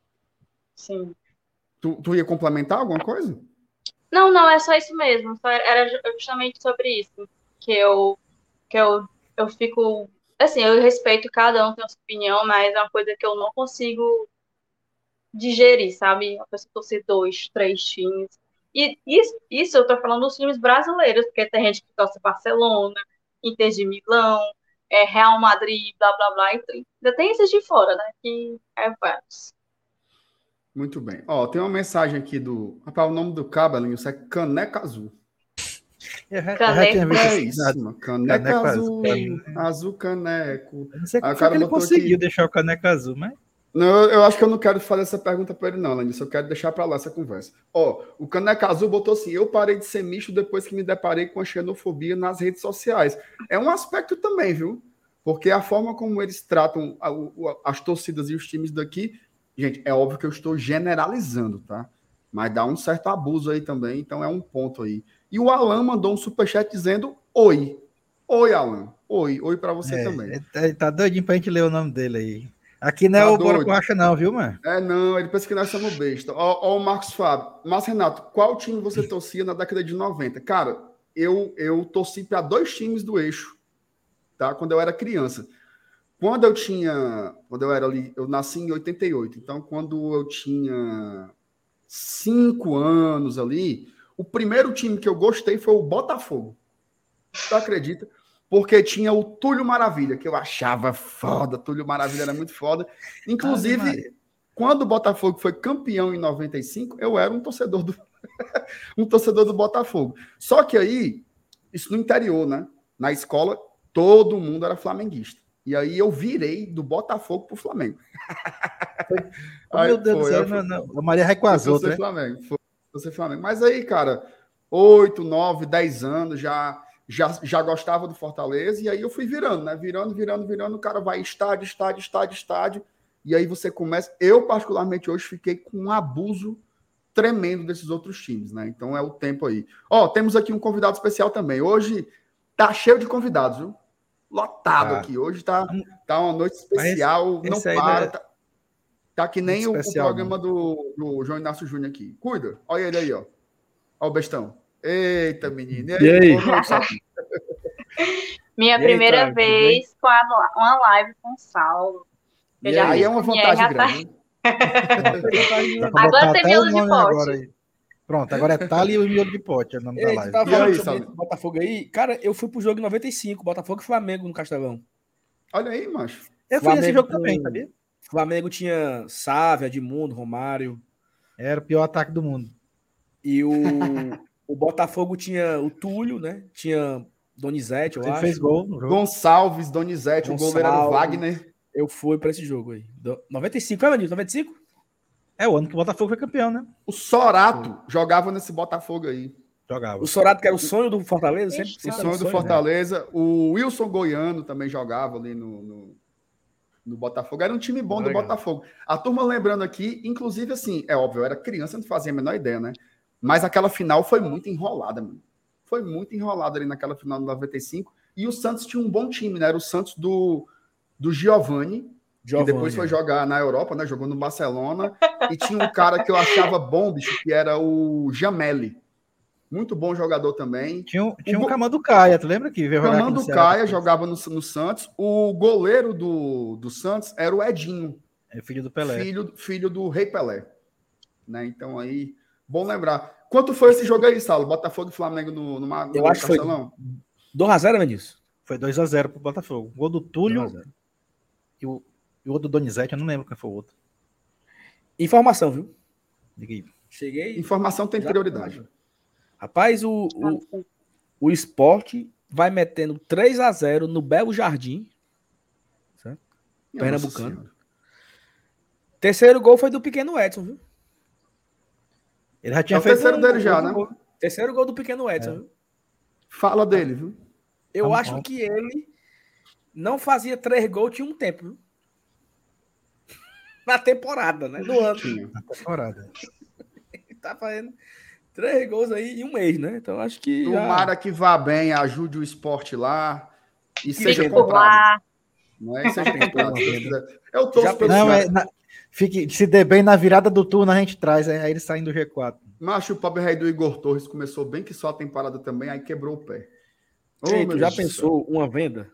Speaker 5: sim.
Speaker 3: Tu, tu ia complementar alguma coisa?
Speaker 5: Não, não, é só isso mesmo. Só era ju- justamente sobre isso que eu que eu, eu fico. Assim, eu respeito cada um tem a sua opinião, mas é uma coisa que eu não consigo digerir, sabe? A pessoa torcer dois, três times. E isso, isso eu tô falando dos times brasileiros, porque tem gente que torce Barcelona, Inter de Milão, é, Real Madrid, blá blá blá. E tem- ainda tem esses de fora, né? Que é vários.
Speaker 3: Muito bem. Ó, tem uma mensagem aqui do... Rapaz, o nome do cabo, Alinho, isso é Caneca Azul.
Speaker 4: Eu já, eu já
Speaker 5: Caneco.
Speaker 4: tinha visto
Speaker 3: É
Speaker 4: esse
Speaker 3: isso,
Speaker 4: dado.
Speaker 3: mano. Caneca
Speaker 4: Caneco
Speaker 3: Azul,
Speaker 4: azul.
Speaker 3: azul caneco.
Speaker 4: Eu não sei
Speaker 3: Aí
Speaker 4: como
Speaker 3: o
Speaker 4: foi
Speaker 3: cara
Speaker 4: que ele
Speaker 3: botou
Speaker 4: conseguiu
Speaker 3: aqui...
Speaker 4: deixar o caneco azul, mas.
Speaker 3: Não, eu, eu acho que eu não quero fazer essa pergunta para ele, não, Lenilson. Eu quero deixar para lá essa conversa. Ó, o Caneca Azul botou assim: eu parei de ser misto depois que me deparei com a xenofobia nas redes sociais. É um aspecto também, viu? Porque a forma como eles tratam a- o- as torcidas e os times daqui, gente, é óbvio que eu estou generalizando, tá? Mas dá um certo abuso aí também, então é um ponto aí. E o Alan mandou um superchat dizendo: oi. Oi, Alan. Oi, oi para você
Speaker 4: É,
Speaker 3: também.
Speaker 4: ele tá, ele tá doidinho pra gente ler o nome dele aí. Aqui não é
Speaker 3: Tá
Speaker 4: o Bora
Speaker 3: doido.
Speaker 4: Borracha, não, viu, mano?
Speaker 3: É, não, ele pensa que nós somos besta. Ó, ó o Marcos Fábio. Mas, Renato, qual time você torcia na década de noventa? Cara, eu, eu torci para dois times do eixo, tá? Quando eu era criança. Quando eu tinha. Quando eu era ali. Eu nasci em oitenta e oito. Então, quando eu tinha cinco anos ali, o primeiro time que eu gostei foi o Botafogo. Tu acredita? Porque tinha o Túlio Maravilha, que eu achava foda. Túlio Maravilha era muito foda.
Speaker 4: Ave
Speaker 3: Inclusive.
Speaker 4: Maria.
Speaker 3: Quando o Botafogo foi campeão em noventa e cinco, eu era um torcedor do um torcedor do Botafogo. Só que aí, isso no interior, né? Na escola, todo mundo era flamenguista. E aí eu virei do Botafogo pro Flamengo.
Speaker 4: Oh,
Speaker 3: Aí
Speaker 4: meu Deus do
Speaker 3: foi,
Speaker 4: céu,
Speaker 3: eu fui-
Speaker 4: não, não. A Maria vai com as
Speaker 3: eu
Speaker 4: outras,
Speaker 3: torci
Speaker 4: né?
Speaker 3: Flamengo. Foi, torci Flamengo. Mas aí, cara, oito, nove, dez anos, já, já, já gostava do Fortaleza, e aí eu fui virando, né? Virando, virando, virando, o cara vai estádio, estádio, estádio, estádio, e aí você começa... Eu, particularmente, hoje fiquei com um abuso tremendo desses outros times, né? Então é o tempo aí. Ó, temos aqui um convidado especial também. Hoje tá cheio de convidados, viu? Lotado
Speaker 4: Tá.
Speaker 3: aqui. Hoje tá, tá uma noite especial,
Speaker 4: esse-
Speaker 3: não
Speaker 4: esse aí
Speaker 3: para.
Speaker 4: não é
Speaker 3: Tá, tá que nem
Speaker 4: muito
Speaker 3: o, o
Speaker 4: especial,
Speaker 3: programa do, do João Inácio Júnior aqui. Cuida. Olha ele aí, ó. Ó o bestão. Eita, menino.
Speaker 6: E aí?
Speaker 3: Boa noite, Saulo.
Speaker 5: Minha
Speaker 6: E aí,
Speaker 5: primeira
Speaker 6: Thiago, tudo bem?
Speaker 5: vez com a- uma live com o Saulo. Eu
Speaker 6: E
Speaker 5: já
Speaker 6: aí?
Speaker 3: Aí
Speaker 5: fiz
Speaker 3: é uma
Speaker 5: com o Nier,
Speaker 3: vantagem
Speaker 5: já tá-
Speaker 3: grande. hein?
Speaker 4: Dá pra
Speaker 5: Agora
Speaker 4: botar
Speaker 5: tem
Speaker 4: até
Speaker 5: miolo
Speaker 4: o
Speaker 5: de
Speaker 4: nome
Speaker 5: pote.
Speaker 4: agora aí. Pronto, agora é Tali e o miolo de pote, é o nome da
Speaker 6: Ei, tu
Speaker 4: live.
Speaker 6: tava
Speaker 3: E
Speaker 6: falando
Speaker 3: aí,
Speaker 6: sobre
Speaker 3: Saulo?
Speaker 6: esse Botafogo aí? Cara, eu fui pro jogo em noventa e cinco, Botafogo e Flamengo no Castelão.
Speaker 3: Olha aí, macho.
Speaker 4: Eu fui nesse
Speaker 6: Flamengo
Speaker 4: jogo
Speaker 6: com-
Speaker 4: também, sabia?
Speaker 6: Flamengo tinha Sávia, Edmundo, Romário.
Speaker 4: Era o pior ataque do mundo.
Speaker 6: E o, o Botafogo tinha o Túlio, né? Tinha Donizete, eu
Speaker 4: Ele
Speaker 6: acho.
Speaker 4: fez gol no jogo.
Speaker 3: Gonçalves, Donizete, o goleiro era o
Speaker 6: Gonçalves.
Speaker 3: Wagner.
Speaker 6: Eu fui pra esse jogo aí. Do- noventa e cinco, foi, Manilson? noventa e cinco?
Speaker 4: É o ano que o Botafogo foi campeão, né?
Speaker 3: O Sorato jogava nesse Botafogo aí.
Speaker 4: Jogava.
Speaker 6: O Sorato, que era o sonho do Fortaleza, sempre,
Speaker 5: Ixi,
Speaker 3: O
Speaker 6: sempre
Speaker 3: sonho
Speaker 6: foi
Speaker 3: do
Speaker 6: né?
Speaker 3: Fortaleza. O Wilson Goiano também jogava ali no, no, no Botafogo. Era um time bom do
Speaker 6: Legal.
Speaker 3: Botafogo. A turma lembrando aqui, inclusive assim, é óbvio, eu era criança, não fazia a menor ideia, né? Mas aquela final foi muito enrolada, mano. Foi muito enrolada ali naquela final de noventa e cinco. E o Santos tinha um bom time, né? Era o Santos do, do Giovani, que
Speaker 6: Giovani,
Speaker 3: depois foi
Speaker 6: é.
Speaker 3: jogar na Europa, né? Jogou no Barcelona. E tinha um cara que eu achava bom, bicho, que era o Jameli. Muito bom jogador também.
Speaker 4: Tinha, um- tinha
Speaker 3: O
Speaker 4: um
Speaker 3: go-
Speaker 4: Camando Caia, tu lembra que veio jogar aqui no
Speaker 3: Camando
Speaker 4: Ceará
Speaker 3: Caia
Speaker 4: depois?
Speaker 3: jogava no, no Santos. O goleiro do, do Santos era o Edinho,
Speaker 4: É filho do Pelé.
Speaker 3: filho, filho do Rei Pelé. Né? Então aí, bom lembrar. Quanto foi esse jogo aí, Saulo? Botafogo e Flamengo no, no, no
Speaker 6: Eu acho que foi
Speaker 3: Castelão?
Speaker 6: dois a zero, Manilson?
Speaker 4: Foi dois a zero pro Botafogo. Gol do Túlio e o, e o outro do Donizete, eu não lembro quem foi o outro.
Speaker 6: Informação, viu?
Speaker 4: Diga aí.
Speaker 6: Cheguei.
Speaker 3: Informação tem
Speaker 6: Já-
Speaker 3: prioridade.
Speaker 6: Rapaz, o, o, o esporte vai metendo três a zero no Belo Jardim. Certo?
Speaker 3: Minha
Speaker 6: Pernambucano.
Speaker 3: Nossa Senhora.
Speaker 6: Terceiro gol foi do pequeno Edson, viu?
Speaker 4: Ele já
Speaker 3: É
Speaker 4: tinha
Speaker 3: o
Speaker 4: feito
Speaker 3: terceiro
Speaker 4: um-
Speaker 3: dele já,
Speaker 4: outro
Speaker 3: né?
Speaker 4: gol.
Speaker 6: Terceiro gol do pequeno Edson, viu?
Speaker 3: Fala dele, viu?
Speaker 6: Eu
Speaker 4: Tá
Speaker 6: acho
Speaker 4: bom.
Speaker 6: que ele não fazia três gols tinha um tempo, viu? na temporada, né? No ano.
Speaker 3: Tinha.
Speaker 4: Na temporada.
Speaker 6: Tá fazendo três gols aí em um mês, né? Então acho que. já-
Speaker 3: Tomara que vá bem, ajude o esporte lá e
Speaker 6: Que
Speaker 3: seja
Speaker 6: fique
Speaker 5: por
Speaker 3: comprado.
Speaker 5: lá.
Speaker 3: Não é? E seja comprado. se Deus quiser. Eu torço
Speaker 6: Já
Speaker 3: pelo
Speaker 4: Não,
Speaker 3: Ceará.
Speaker 4: é, na- fique, se der bem na virada do turno, a gente traz, aí eles saem do G quatro.
Speaker 3: Macho, o pobre rei do Igor Torres começou bem que só a temporada também, aí quebrou o pé. Ô,
Speaker 6: Ei,
Speaker 3: meu
Speaker 6: tu já
Speaker 3: Deus do céu.
Speaker 6: pensou uma venda?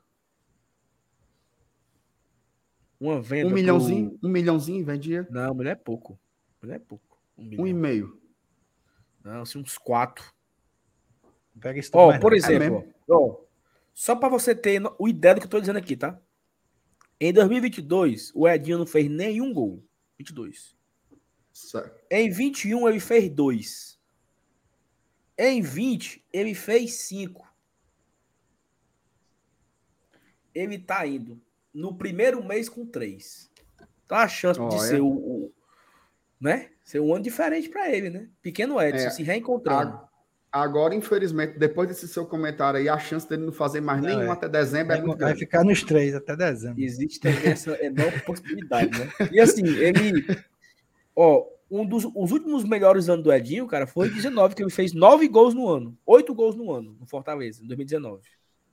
Speaker 6: Uma venda.
Speaker 3: Um
Speaker 6: pro-
Speaker 3: milhãozinho, um milhãozinho vendia
Speaker 6: Não, mulher é pouco. Mulher é pouco. Um
Speaker 3: um
Speaker 6: milhão.
Speaker 3: e meio.
Speaker 6: Não, assim, uns quatro.
Speaker 4: Pega isso tudo
Speaker 6: Ó,
Speaker 4: mais
Speaker 6: por
Speaker 4: não.
Speaker 6: exemplo, ó, ó, só pra você ter no- o ideia do que eu tô dizendo aqui, tá? Em dois mil e vinte e dois, o Edinho não fez nenhum gol. vinte e dois.
Speaker 3: Certo.
Speaker 6: Em vinte e um, ele fez dois. Em vinte, ele fez cinco. Ele tá indo no primeiro mês com três. Então a chance de
Speaker 3: Olha.
Speaker 6: ser o, o- né? Ser um ano diferente pra ele, né? Pequeno Edson
Speaker 3: É,
Speaker 6: se reencontrando.
Speaker 3: A- Agora, infelizmente, depois desse seu comentário aí, a chance dele não fazer mais
Speaker 4: Não,
Speaker 3: nenhum
Speaker 4: é.
Speaker 3: até dezembro é
Speaker 4: Vai,
Speaker 3: muito
Speaker 4: vai
Speaker 3: grande.
Speaker 4: ficar nos três até dezembro.
Speaker 6: Existe também essa enorme possibilidade, né? E assim, ele. Ó, um dos os últimos melhores anos do Edinho, cara, foi em dezenove, que ele fez nove gols no ano. Oito gols no ano, no Fortaleza, em dois mil e dezenove.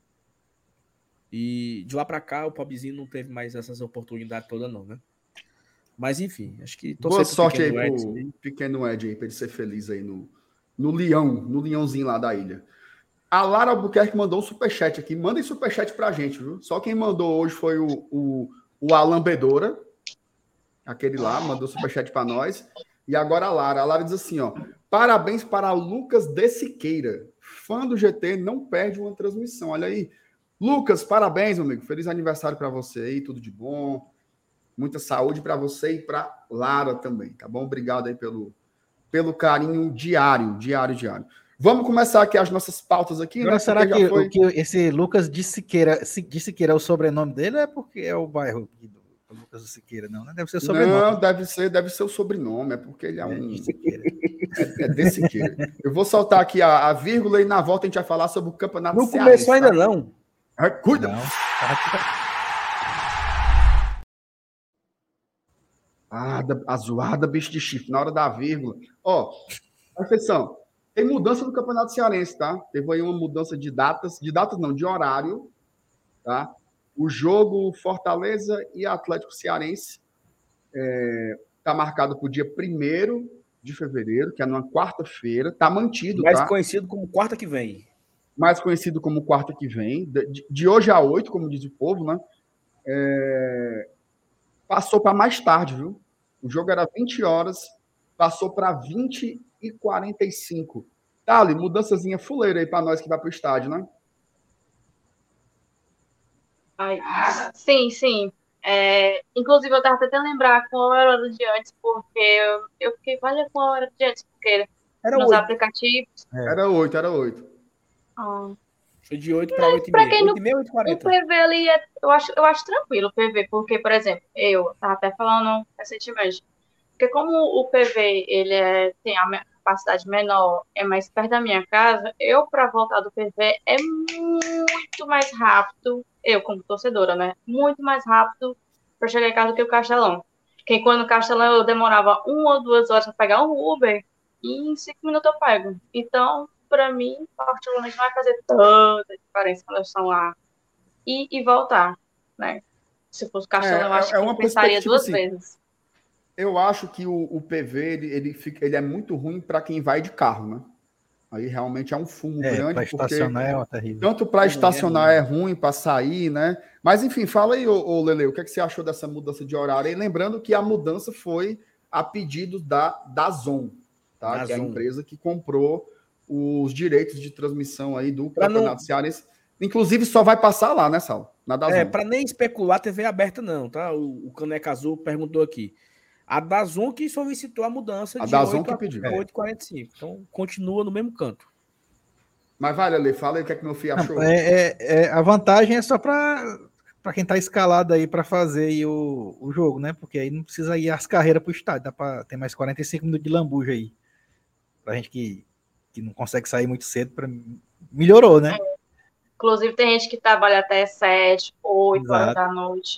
Speaker 6: E de lá pra cá, o pobrezinho não teve mais essas oportunidades todas, não, né? Mas enfim, acho que
Speaker 3: Boa
Speaker 6: pro
Speaker 3: sorte aí
Speaker 6: pequeno Edson
Speaker 3: pro
Speaker 6: aí.
Speaker 3: pequeno Ed aí, pra ele ser feliz aí no, no Leão, no Leãozinho lá da ilha. A Lara Albuquerque mandou um superchat aqui. Mandem superchat pra gente, viu? Só quem mandou hoje foi o, o, o Alan Bedora, aquele lá, mandou superchat pra nós. E agora a Lara. A Lara diz assim, ó. Parabéns para Lucas de Siqueira. Fã do G T, não perde uma transmissão. Olha aí. Lucas, parabéns, meu amigo. Feliz aniversário para você aí, tudo de bom. Muita saúde para você e para Lara também, tá bom? Obrigado aí pelo, pelo carinho diário, diário, diário. Vamos começar aqui as nossas pautas aqui,
Speaker 4: Agora,
Speaker 3: né?
Speaker 4: será
Speaker 3: Porque
Speaker 4: que,
Speaker 3: já foi...
Speaker 4: o que esse Lucas de Siqueira, Si- de Siqueira é o sobrenome dele ou é porque é o bairro aqui do do Lucas de Siqueira? Não, né? Deve ser o sobrenome.
Speaker 3: Não, deve ser, deve ser o sobrenome, é porque ele é
Speaker 4: É,
Speaker 3: um...
Speaker 4: de Siqueira.
Speaker 3: É, é de Siqueira. Eu vou soltar aqui a, a vírgula e na volta a gente vai falar sobre o campeonato
Speaker 6: Não
Speaker 3: cearense,
Speaker 6: começou ainda,
Speaker 3: tá?
Speaker 6: não.
Speaker 3: Ah, cuida!
Speaker 4: Não.
Speaker 3: Ah, da- a zoada, bicho de chifre, na hora da vírgula. Ó, presta atenção. Tem mudança no Campeonato Cearense, tá? Teve aí uma mudança de datas, de datas não, de horário, tá? O jogo Fortaleza e Atlético Cearense está marcado para o dia primeiro de fevereiro, que é numa quarta-feira. Tá mantido,
Speaker 6: Mais
Speaker 3: tá?
Speaker 6: conhecido como quarta que vem.
Speaker 3: Mais conhecido como quarta que vem. De, de hoje a oito, como diz o povo, né? É, passou para mais tarde, viu? O jogo era vinte horas, passou para vinte e quarenta e cinco. Tá ali, mudançazinha fuleira aí para nós que vai para o estádio, né?
Speaker 5: Ai, sim, sim. É, inclusive, eu tava tentando lembrar qual era a hora de antes, porque eu, eu fiquei, olha qual era de antes, porque
Speaker 6: Era
Speaker 5: nos
Speaker 6: oito.
Speaker 5: aplicativos.
Speaker 3: Era oito, era oito.
Speaker 5: ah,
Speaker 6: Foi de oito para oito e
Speaker 5: pra
Speaker 6: meia.
Speaker 5: quem não-
Speaker 6: oito e meia, oito e
Speaker 5: O
Speaker 6: quarenta.
Speaker 5: P V ali, é, eu, acho, eu acho tranquilo o P V, porque, por exemplo, eu tava até falando recentemente, porque como o P V ele é, tem a me- capacidade menor, é mais perto da minha casa, eu, para voltar do P V, é muito mais rápido, eu como torcedora, né? Muito mais rápido para chegar em casa do que o Castelão. Porque quando no Castelão eu demorava uma ou duas horas para pegar um Uber, e em cinco minutos eu pego. Então, para mim, particularmente, não vai fazer tanta diferença quando eu estou lá e, e voltar, né? Se fosse Castelão,
Speaker 3: É,
Speaker 5: eu acho
Speaker 3: é
Speaker 5: que
Speaker 3: uma
Speaker 5: eu pensaria
Speaker 3: perspectiva
Speaker 5: duas
Speaker 3: assim.
Speaker 5: vezes.
Speaker 3: Eu acho que o, o P V ele, ele, fica, ele é muito ruim para quem vai de carro, né? Aí realmente é um fumo
Speaker 4: É,
Speaker 3: grande,
Speaker 4: para
Speaker 3: porque
Speaker 4: estacionar é uma terrível.
Speaker 3: tanto para
Speaker 6: É
Speaker 3: estacionar
Speaker 6: ruim,
Speaker 3: é ruim, para sair, né? Mas enfim, fala aí, ô, ô Lele, o que, é que você achou dessa mudança de horário? E lembrando que a mudança foi a pedido da DAZN, tá? Que é a
Speaker 6: DAZN.
Speaker 3: empresa que comprou os direitos de transmissão aí do
Speaker 6: Pra
Speaker 3: Campeonato
Speaker 6: não-
Speaker 3: Cearense. Inclusive, só vai passar lá, né, Sal? Na DAZN.
Speaker 6: É, para nem especular T V aberta, não, tá? O, o Caneca Azul perguntou aqui. A DAZN que solicitou a mudança
Speaker 3: A
Speaker 6: de
Speaker 3: DAZN
Speaker 6: oito
Speaker 3: que
Speaker 6: a
Speaker 3: pediu.
Speaker 6: oito e quarenta e cinco. Então, continua no mesmo canto.
Speaker 3: Mas vai, Lele, fala aí o que é que meu filho achou.
Speaker 4: Não, é, é- é- a vantagem é só para para quem tá escalado aí para fazer aí o, o jogo, né? Porque aí não precisa ir as carreiras pro estádio, dá para ter mais quarenta e cinco minutos de lambuja aí. Pra gente que, que não consegue sair muito cedo, pra, melhorou, né?
Speaker 5: Inclusive, tem gente que trabalha até sete, oito horas
Speaker 4: Exato.
Speaker 5: da noite.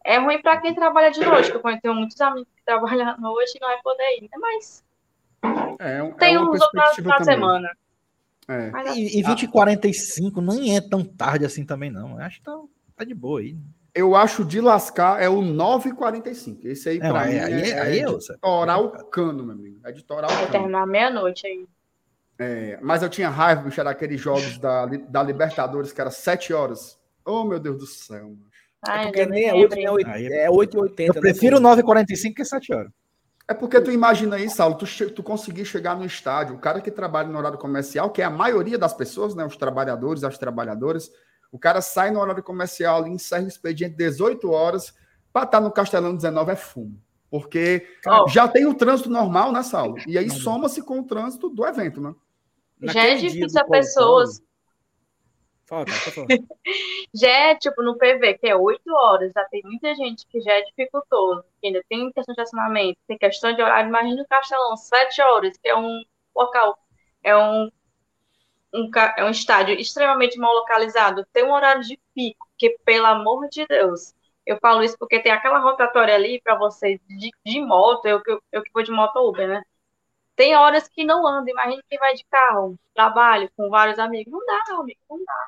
Speaker 5: É ruim pra quem trabalha de noite, porque eu tenho muitos amigos que trabalham à noite e não vai poder ir, né? Mas
Speaker 3: É, é um- é
Speaker 5: tem
Speaker 3: uma
Speaker 5: uns outros
Speaker 3: perspectiva
Speaker 5: na
Speaker 3: também.
Speaker 5: semana.
Speaker 3: É.
Speaker 5: Mas assim,
Speaker 4: E, e vinte e quarenta e cinco nem é tão tarde assim também, não. Eu acho que tá, tá de boa aí.
Speaker 3: Eu acho de lascar é o nove e quarenta e cinco. Esse aí,
Speaker 4: Não,
Speaker 3: pra
Speaker 4: aí-
Speaker 3: mim,
Speaker 4: aí
Speaker 3: é,
Speaker 4: é- aí
Speaker 3: é
Speaker 4: é
Speaker 3: de
Speaker 4: outra.
Speaker 3: torar o cano, meu amigo. É de torar o
Speaker 5: vai
Speaker 3: cano.
Speaker 5: terminar meia-noite aí.
Speaker 3: É, mas eu tinha raiva, bicho, daqueles jogos da, da Libertadores, que era sete horas. Oh, meu Deus do céu, mano.
Speaker 5: Ai,
Speaker 6: É porque
Speaker 5: ainda
Speaker 6: nem é
Speaker 5: nem
Speaker 6: oito, nem é
Speaker 5: lembrei.
Speaker 6: oito,
Speaker 4: Aí
Speaker 6: é oito e oitenta,
Speaker 4: Eu prefiro
Speaker 6: né, pô?
Speaker 4: nove e quarenta e cinco que sete horas.
Speaker 3: É porque tu imagina aí, Saulo, tu, che- tu conseguir chegar no estádio, o cara que trabalha no horário comercial, que é a maioria das pessoas, né, os trabalhadores, as trabalhadoras, o cara sai no horário comercial e encerra o expediente dezoito horas, para estar no Castelão dezenove é fumo. Porque
Speaker 5: Ó,
Speaker 3: já tem o trânsito normal, né, Saulo? E aí
Speaker 6: Não,
Speaker 3: soma-se com o trânsito do evento, né?
Speaker 5: já é
Speaker 6: Naquele dia
Speaker 5: difícil
Speaker 6: do
Speaker 5: a pessoas.
Speaker 6: Colo-Colo... Fala, tá, pode falar.
Speaker 5: Já é tipo no P V, que é oito horas, já tem muita gente que já é dificultoso, que ainda tem questão de estacionamento, tem questão de horário. Imagina o Castelão, sete horas, que é um local, é um, um, ca- é um estádio extremamente mal localizado, tem um horário de pico, que pelo amor de Deus. Eu falo isso porque tem aquela rotatória ali para você de, de moto, eu, que- eu que vou de moto Uber, né? Tem horas que não anda, imagina quem vai de carro, trabalho com vários amigos. Não dá, meu amigo, não dá.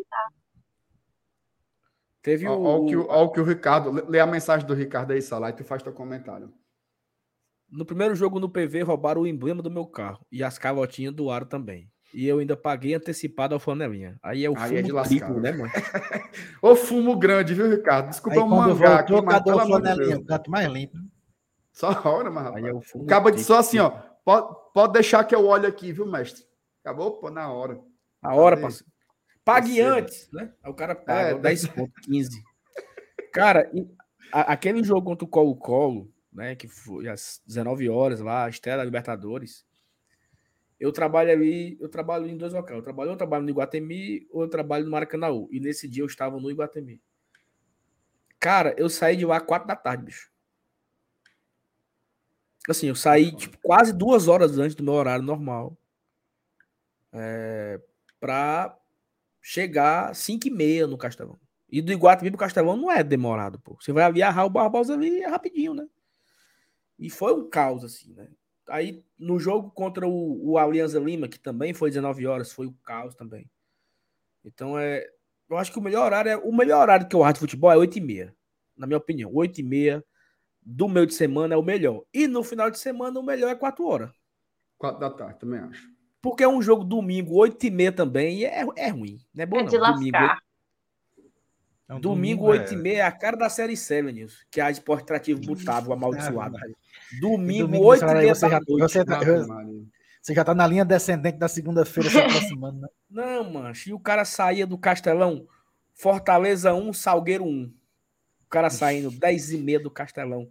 Speaker 6: Teve
Speaker 3: Ó,
Speaker 6: o,
Speaker 3: ó o, que, o-
Speaker 6: o-
Speaker 3: ó o que o Ricardo... Lê lê a mensagem do Ricardo aí, Saulo, aí tu faz teu comentário.
Speaker 6: No primeiro jogo no P V, roubaram o emblema do meu carro e as cavotinhas do aro também. E eu ainda paguei antecipado a flanelinha. Aí é o
Speaker 3: Aí é de
Speaker 6: fumo
Speaker 3: lascar,
Speaker 6: triplo,
Speaker 3: viu?
Speaker 6: né, mano?
Speaker 3: Ô fumo grande, viu, Ricardo? Desculpa
Speaker 4: Aí
Speaker 3: o
Speaker 4: quando
Speaker 3: mangá aqui,
Speaker 4: voltou,
Speaker 3: mas
Speaker 4: cadê
Speaker 3: pelo
Speaker 4: o
Speaker 3: amor de
Speaker 4: flanelinha?
Speaker 3: Deus.
Speaker 4: O canto mais limpo.
Speaker 3: Só a hora, mas,
Speaker 6: Aí é
Speaker 3: rapaz.
Speaker 6: o fumo
Speaker 3: Acaba de
Speaker 6: triplo.
Speaker 3: só assim, ó. Pode, pode deixar que eu olho aqui, viu, mestre? Acabou, pô, na hora.
Speaker 6: A hora,
Speaker 3: Cadê?
Speaker 6: parceiro. Pague
Speaker 3: Você,
Speaker 6: antes, né? Aí o cara paga,
Speaker 3: É,
Speaker 6: ó, dez pontos, quinze. Cara, e a- aquele jogo contra o Colo-Colo, né, que foi às dezenove horas lá, a estreia da Libertadores, eu trabalho ali, eu trabalho em dois locais. Eu trabalho, ou eu trabalho no Iguatemi, ou eu trabalho no Maracanãú. E nesse dia eu estava no Iguatemi. Cara, eu saí de lá quatro da tarde, bicho. Assim, eu saí tipo, quase duas horas antes do meu horário normal. É, pra chegar cinco e meia no Castelão. E do Iguatemi pro Castelão não é demorado, pô. Você vai ali, a Raul Barbosa ali é rapidinho, né? E foi um caos, assim, né? Aí, no jogo contra o, o Alianza Lima, que também foi dezenove horas, foi um caos também. Então, é... Eu acho que o melhor horário é... O melhor horário que eu acho de futebol é oito e meia. Na minha opinião. oito e meia do meio de semana é o melhor. E no final de semana, o melhor é quatro horas.
Speaker 3: Quatro da tarde, também acho.
Speaker 6: Porque é um jogo domingo, oito e meia também, e é, é ruim. Não é bom,
Speaker 5: É
Speaker 6: não.
Speaker 5: de
Speaker 6: Domingo,
Speaker 5: lascar.
Speaker 4: É um
Speaker 6: Domingo, oito e meia, é a cara da série série, Nilson. Que é a Esporte Atrativo Butavo, amaldiçoado.
Speaker 4: E
Speaker 6: Domingo,
Speaker 4: domingo,
Speaker 6: oito
Speaker 4: nessa
Speaker 6: e
Speaker 4: hora aí,
Speaker 6: meia
Speaker 4: você
Speaker 6: da
Speaker 4: já,
Speaker 6: noite.
Speaker 4: você, tá,
Speaker 3: Ave Maria.
Speaker 4: você já tá na linha descendente da segunda-feira se aproximando, né?
Speaker 6: Não, mancho. E o cara saía do Castelão, Fortaleza um, Salgueiro um. O cara saindo dez e meia do Castelão.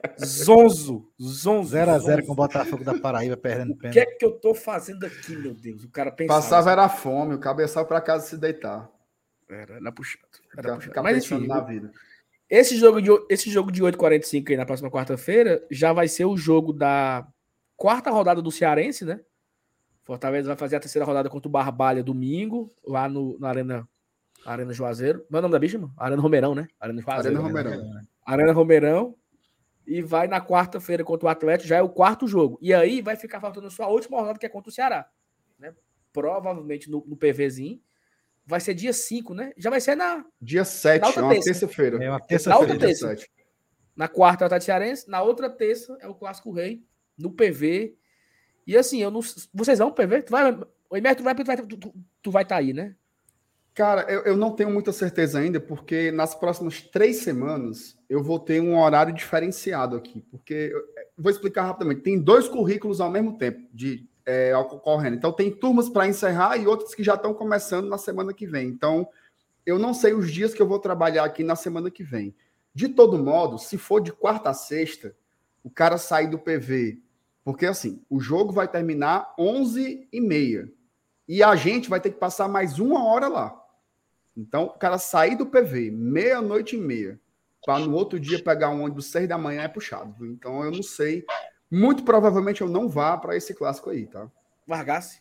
Speaker 6: Zonzo, zonzo.
Speaker 4: zero a zero
Speaker 6: zonzo.
Speaker 4: com o Botafogo da Paraíba, perdendo
Speaker 6: O que é
Speaker 4: pênalti.
Speaker 6: que eu tô fazendo aqui, meu Deus? O cara pensava.
Speaker 3: Passava
Speaker 6: assim,
Speaker 3: era fome, o cabeçal para casa se deitar.
Speaker 6: Era, era puxado. Era
Speaker 3: Ficar,
Speaker 6: puxado.
Speaker 3: ficar
Speaker 6: Mas
Speaker 3: pensando
Speaker 6: enfim,
Speaker 3: na vida.
Speaker 6: esse jogo de, esse jogo de oito e quarenta e cinco aí na próxima quarta-feira já vai ser o jogo da quarta rodada do Cearense, né? Fortaleza vai fazer a terceira rodada contra o Barbalha domingo, lá no, na Arena, Arena Juazeiro. Não é o nome da bicha, mano? Arena Romeirão, né? Arena Juazeiro.
Speaker 3: Arena
Speaker 6: Arena,
Speaker 3: Romeirão.
Speaker 6: Arena Romeirão. E vai na quarta-feira contra o Atlético, já é o quarto jogo. E aí vai ficar faltando só a última rodada, que é contra o Ceará. Né? Provavelmente no, no PVzinho. Vai ser dia cinco, né? Já vai ser na,
Speaker 3: Dia sete,
Speaker 6: Na outra
Speaker 3: é uma
Speaker 6: terça.
Speaker 3: terça-feira.
Speaker 4: É uma
Speaker 6: na
Speaker 4: terça-feira.
Speaker 6: outra
Speaker 3: dia
Speaker 6: terça.
Speaker 3: sete.
Speaker 6: Na quarta é o Atlético Cearense, na outra terça é o Clássico Rei, no P V. E assim, eu não. Vocês vão pro P V? Tu vai. O Emer, tu vai tu vai tu, tu, tu vai estar tá aí, né?
Speaker 3: Cara, eu, eu não tenho muita certeza ainda, porque nas próximas três semanas eu vou ter um horário diferenciado aqui. Porque, eu, vou explicar rapidamente, tem dois currículos ao mesmo tempo de é, ocorrendo. Então, tem turmas para encerrar e outras que já estão começando na semana que vem. Então, eu não sei os dias que eu vou trabalhar aqui na semana que vem. De todo modo, se for de quarta a sexta, o cara sai do P V. Porque, assim, o jogo vai terminar onze e meia. E a gente vai ter que passar mais uma hora lá. Então, o cara sair do P V meia-noite e meia, para no outro dia pegar um ônibus seis da manhã é puxado. Viu? Então, eu não sei. Muito provavelmente eu não vá para esse clássico aí, tá?
Speaker 6: Vargasse.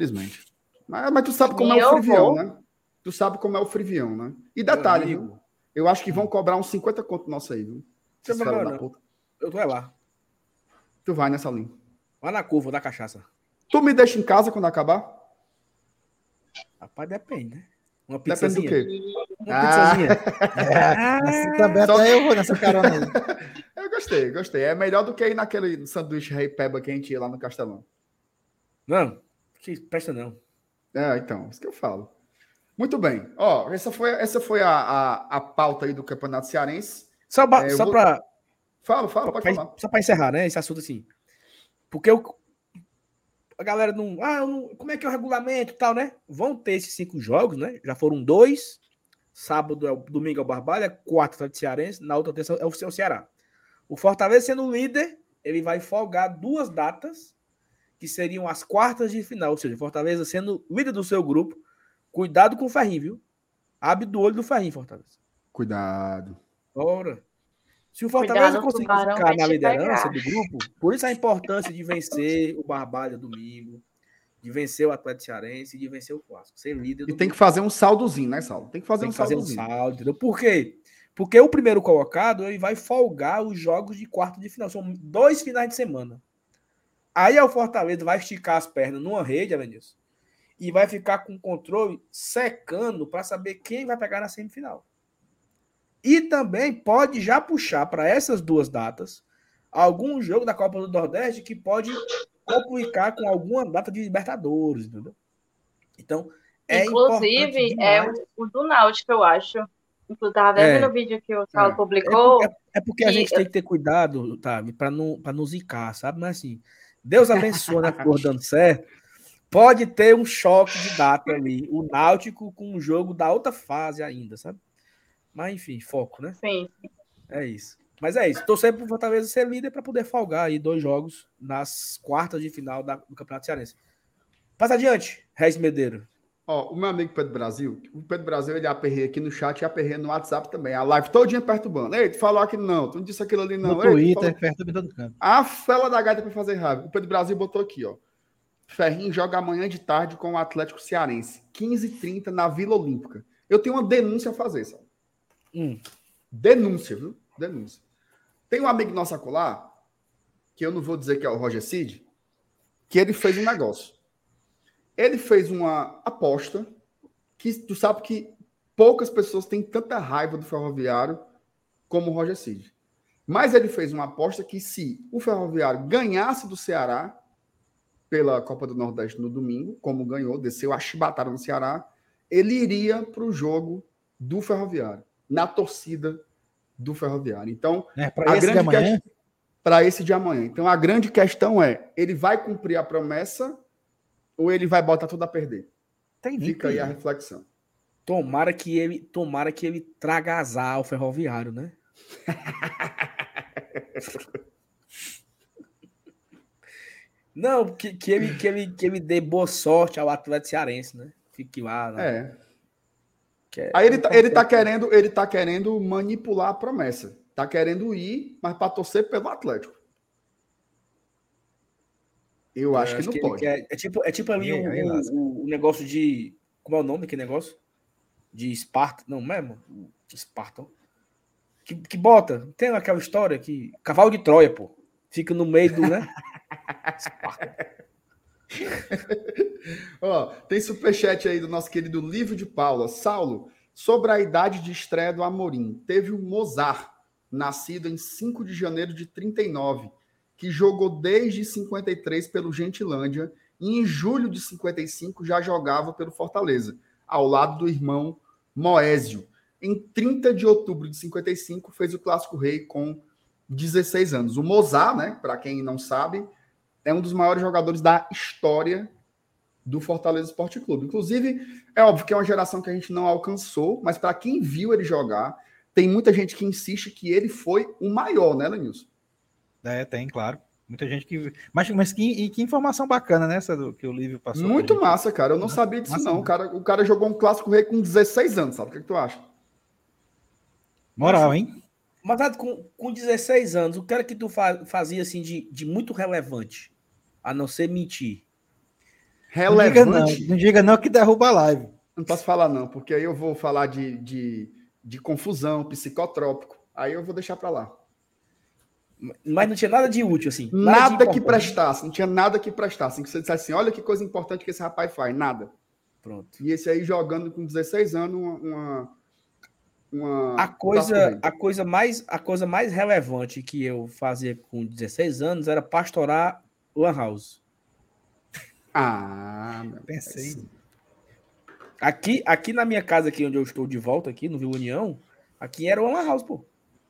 Speaker 3: Infelizmente. Mas, mas tu sabe como
Speaker 5: E
Speaker 3: é o
Speaker 5: eu
Speaker 3: frivião,
Speaker 5: vou.
Speaker 3: né? Tu sabe como é o frivião, né? E
Speaker 6: Meu
Speaker 3: detalhe,
Speaker 6: amigo.
Speaker 3: viu? Eu acho que vão cobrar uns cinquenta conto nosso aí, viu?
Speaker 6: Não,
Speaker 3: Esses
Speaker 6: não,
Speaker 3: filhos
Speaker 6: não,
Speaker 3: da
Speaker 6: não.
Speaker 3: puta.
Speaker 6: Eu tô é lá.
Speaker 3: Tu vai nessa linha.
Speaker 6: Lá na curva da cachaça.
Speaker 3: Tu me deixa em casa quando acabar?
Speaker 6: Rapaz, depende, né? Uma
Speaker 3: Depende do
Speaker 6: pizzazinha.
Speaker 3: quê?
Speaker 6: Uma
Speaker 3: Ah.
Speaker 6: pizzazinha.
Speaker 4: É, assim também
Speaker 3: Só-
Speaker 4: até eu vou nessa carona aí.
Speaker 3: Eu gostei, gostei. É melhor do que ir naquele sanduíche Rei Peba que a gente ia lá no Castelão.
Speaker 6: Não, que presta não.
Speaker 3: É, então, isso que eu falo. Muito bem. Ó, essa foi, essa foi a, a, a pauta aí do Campeonato Cearense.
Speaker 6: Só, ba-
Speaker 3: É, eu
Speaker 6: só
Speaker 3: vou-
Speaker 6: pra,
Speaker 3: Fala, fala, pode
Speaker 6: pra-
Speaker 3: falar.
Speaker 6: só pra encerrar, né? Esse assunto assim. Porque eu, a galera não. Ah, eu não- como é que é o regulamento e tal, né? Vão ter esses cinco jogos, né? Já foram dois. Sábado é o domingo é o Barbalha, quarta é o Cearense, na outra terça é o seu Ceará. O Fortaleza sendo líder, ele vai folgar duas datas, que seriam as quartas de final. Ou seja, Fortaleza sendo líder do seu grupo. Cuidado com o Ferrinho, viu? Abre do olho do Ferrinho, Fortaleza.
Speaker 3: Cuidado.
Speaker 6: Ora. Se o Fortaleza
Speaker 5: Cuidado,
Speaker 6: conseguir
Speaker 5: Tubarão
Speaker 6: ficar
Speaker 5: vai
Speaker 6: na
Speaker 5: te
Speaker 6: liderança
Speaker 5: pegar.
Speaker 6: do grupo, por isso a importância de vencer o Barbalha domingo, de vencer o Atlético Cearense e de vencer o Clássico. Ser líder do
Speaker 3: E tem que
Speaker 6: grupo.
Speaker 3: fazer um saldozinho, né, Saulo? Tem que fazer
Speaker 6: Tem
Speaker 3: um
Speaker 6: que fazer um
Speaker 3: saldozinho.
Speaker 6: saldo, entendeu? Por quê? Porque o primeiro colocado ele vai folgar os jogos de quarto de final. São dois finais de semana. Aí o Fortaleza vai esticar as pernas numa rede, Alenilson, e vai ficar com o controle secando para saber quem vai pegar na semifinal. E também pode já puxar para essas duas datas algum jogo da Copa do Nordeste que pode complicar com alguma data de Libertadores, entendeu? Então, é
Speaker 5: Inclusive,
Speaker 6: importante
Speaker 5: é
Speaker 6: demais.
Speaker 5: o, o do Náutico, eu acho. Inclusive, tava vendo
Speaker 6: É.
Speaker 5: no vídeo que o Saulo
Speaker 3: É.
Speaker 5: publicou.
Speaker 6: É porque, é porque a
Speaker 5: que-
Speaker 6: gente tem que ter cuidado, tá? Para não, para não zicar, sabe? Mas assim, Deus abençoe a cor dando certo. Pode ter um choque de data ali. O Náutico com um jogo da outra fase ainda, sabe? Mas enfim, foco, né?
Speaker 5: Sim.
Speaker 6: É isso. Mas é isso. Torcer pro Fortaleza ser líder para poder folgar aí dois jogos nas quartas de final da- do Campeonato Cearense. Passa adiante, Reis Medeiro.
Speaker 3: Ó, o meu amigo Pedro Brasil, o Pedro Brasil, ele aperreia aqui no chat e aperreia no WhatsApp também. A live todinha perturbando. Ei, tu falou aquilo não, tu não disse aquilo ali não.
Speaker 4: No
Speaker 3: Ei, tu
Speaker 4: Twitter,
Speaker 3: falou-
Speaker 4: perto de todo canto.
Speaker 3: A fela da gaita para fazer raiva. O Pedro Brasil botou aqui, ó. Ferrinho joga amanhã de tarde com o Atlético Cearense. quinze e trinta na Vila Olímpica. Eu tenho uma denúncia a fazer, sabe?
Speaker 6: Hum.
Speaker 3: Denúncia, viu? Denúncia. Tem um amigo nosso acolá, que eu não vou dizer que é o Roger Cid, que ele fez um negócio. Ele fez uma aposta que tu sabe que poucas pessoas têm tanta raiva do Ferroviário como o Roger Cid. Mas ele fez uma aposta que se o Ferroviário ganhasse do Ceará pela Copa do Nordeste no domingo, como ganhou, desceu a chibatada no Ceará, ele iria para o jogo do Ferroviário, na torcida do Ferroviário. Então,
Speaker 4: É,
Speaker 3: a
Speaker 4: para esse de
Speaker 3: grande
Speaker 4: amanhã,
Speaker 3: para esse de amanhã. Então, a grande questão é, ele vai cumprir a promessa ou ele vai botar tudo a perder?
Speaker 4: tem
Speaker 3: Fica aí a
Speaker 4: Nick.
Speaker 3: reflexão.
Speaker 6: Tomara que ele, tomara que ele traga azar ao Ferroviário, né? Não, que, que, ele, que, ele, que ele dê boa sorte ao Atlético Cearense, né? Fique lá. Né?
Speaker 3: É.
Speaker 6: Que é
Speaker 3: Aí ele tá, ele tá
Speaker 6: importante.
Speaker 3: querendo, ele tá querendo manipular a promessa. Tá querendo ir, mas para torcer pelo Atlético. Eu acho, que não
Speaker 6: ele
Speaker 3: pode.
Speaker 6: quer- é, tipo, é tipo ali
Speaker 4: Aí-
Speaker 6: o,
Speaker 4: aí lasca.
Speaker 6: o, o negócio de. Como é o nome daquele negócio? De Esparta. Não, mesmo? Esparta. Que, que bota. Tem aquela história que. Cavalo de Troia, pô. Fica no meio do, né? Esparta.
Speaker 3: Ó, tem superchat aí do nosso querido Livro de Paula. Saulo, sobre a idade de estreia do Amorim, teve o Mozart, nascido em cinco de janeiro de trinta e nove, que jogou desde cinquenta e três pelo Gentilândia e em julho de cinquenta e cinco já jogava pelo Fortaleza, ao lado do irmão Moésio. Em trinta de outubro de cinquenta e cinco fez o Clássico Rei com dezesseis anos. O Mozart, né, para quem não sabe, é um dos maiores jogadores da história do Fortaleza Esporte Clube. Inclusive, é óbvio que é uma geração que a gente não alcançou, mas para quem viu ele jogar, tem muita gente que insiste que ele foi o maior, né, Lenilson?
Speaker 4: É, tem, claro. Muita gente que. Mas, mas que, e que informação bacana, né? Essa do, que o Lívio passou.
Speaker 3: Muito
Speaker 4: pra gente.
Speaker 3: massa, cara. Eu não sabia disso,
Speaker 4: Massa,
Speaker 3: não.
Speaker 4: né?
Speaker 3: O cara, o cara jogou um Clássico Rei com dezesseis anos, sabe? O que, que tu acha?
Speaker 4: Moral, hein?
Speaker 6: Mas Tato, com, com dezesseis anos, o que era que tu fa- fazia assim de, de muito relevante? A não ser mentir.
Speaker 4: Não diga não,
Speaker 3: Relevante.
Speaker 4: não diga não que derruba a live.
Speaker 3: Não posso falar, não, porque aí eu vou falar de, de de confusão, psicotrópico. Aí eu vou deixar para lá.
Speaker 6: Mas não tinha nada de útil, assim.
Speaker 3: Nada que prestasse, não tinha nada que prestasse. Que você dissesse assim, olha que coisa importante que esse rapaz faz. Nada.
Speaker 6: Pronto.
Speaker 3: E esse aí jogando com dezesseis anos uma... uma
Speaker 6: a, coisa, a, coisa mais, a coisa mais relevante que eu fazia com dezesseis anos era pastorar Lan House.
Speaker 3: Ah, meu,
Speaker 4: pensei.
Speaker 6: Aqui, aqui na minha casa, aqui onde eu estou de volta, aqui no Vila União, aqui era uma Lan House, pô.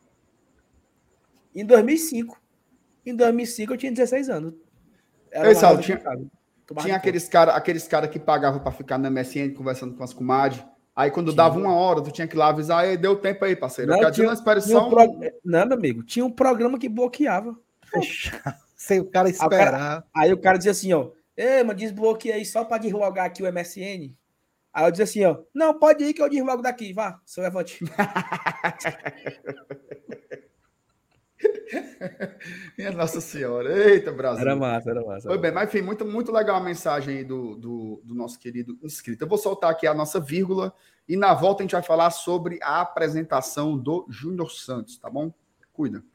Speaker 6: Em dois mil e cinco. Em dois mil e cinco eu tinha dezesseis anos. Era
Speaker 3: Ei, Saulo, tinha,
Speaker 6: Tomava
Speaker 3: tinha aqueles caras aqueles cara que pagavam para ficar no M S N conversando com as comadres. Aí quando tinha. Dava uma hora, tu tinha que ir lá avisar, aí deu tempo aí, parceiro.
Speaker 6: Não,
Speaker 3: eu
Speaker 6: tinha,
Speaker 3: não, espero
Speaker 6: tinha
Speaker 3: só
Speaker 6: um pro... não, meu amigo, tinha um programa que bloqueava.
Speaker 4: Sem o cara esperar.
Speaker 6: Aí o cara, aí o cara dizia assim, ó, ei, mas desbloqueia aí só para deslogar aqui o M S N. Aí eu dizia assim, ó, não, pode ir que eu deslogo daqui, vá, seu levante.
Speaker 3: Minha Nossa Senhora, eita, Brasil.
Speaker 6: Era massa, era massa.
Speaker 3: Foi bem, mas enfim, muito, muito legal a mensagem aí do, do, do nosso querido inscrito. Eu vou soltar aqui a nossa vírgula e na volta a gente vai falar sobre a apresentação do Júnior Santos, tá bom? Cuida.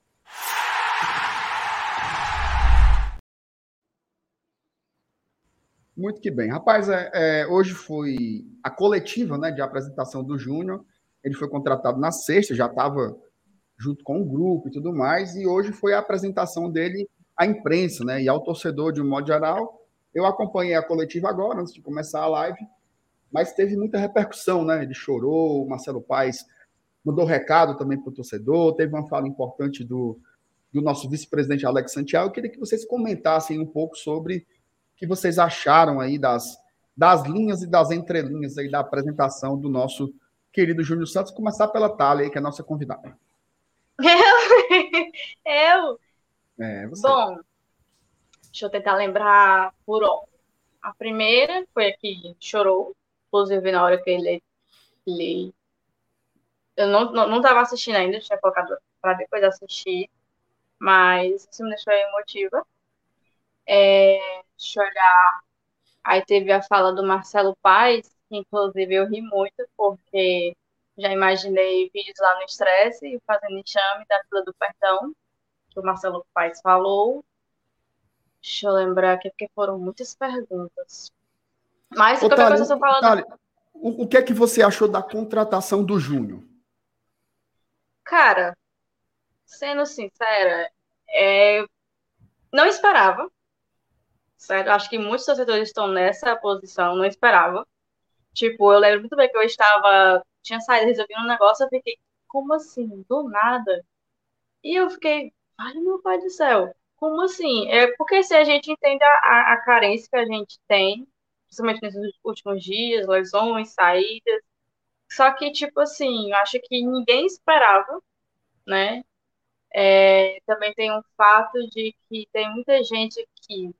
Speaker 3: Muito que bem. Rapaz, é, é, hoje foi a coletiva, né, de apresentação do Júnior. Ele foi contratado na sexta, já estava junto com o grupo e tudo mais, e hoje foi a apresentação dele à imprensa, né, e ao torcedor de um modo geral. Eu acompanhei a coletiva agora, antes de começar a live, mas teve muita repercussão, né, ele chorou, o Marcelo Paes mandou recado também para o torcedor, teve uma fala importante do, do nosso vice-presidente Alex Santiago. Eu queria que vocês comentassem um pouco sobre o que vocês acharam aí das, das linhas e das entrelinhas aí da apresentação do nosso querido Júnior Santos, começar pela Thalia aí, que é a nossa convidada.
Speaker 5: Eu? Eu?
Speaker 3: É, você.
Speaker 5: Bom, deixa eu tentar lembrar por onde. A primeira foi a que chorou, inclusive na hora que ele... ele... Eu não, não, não tava assistindo ainda, tinha colocado para depois assistir, mas isso me deixou emotiva. É, chorar. Aí teve a fala do Marcelo Paes, que inclusive eu ri muito, porque já imaginei vídeos lá no Estresse, fazendo enxame da fila do perdão, que o Marcelo Paes falou. Deixa eu lembrar aqui, porque foram muitas perguntas. Mas,
Speaker 3: Ô,
Speaker 5: qualquer
Speaker 3: Thalia,
Speaker 5: coisa, eu tô falando...
Speaker 3: Thalia, o, o que é que você achou da contratação do Júnior?
Speaker 5: Cara, sendo sincera, é... não esperava. Certo? Acho que muitos torcedores estão nessa posição, não esperava. Tipo, eu lembro muito bem que eu estava... Tinha saído resolvendo um negócio, eu fiquei, como assim? Do nada? E eu fiquei, ai meu pai do céu, como assim? É porque se a gente entende a, a, a carência que a gente tem, principalmente nesses últimos dias, lesões, saídas, só que, tipo assim, eu acho que ninguém esperava, né? É, também tem um fato de que tem muita gente que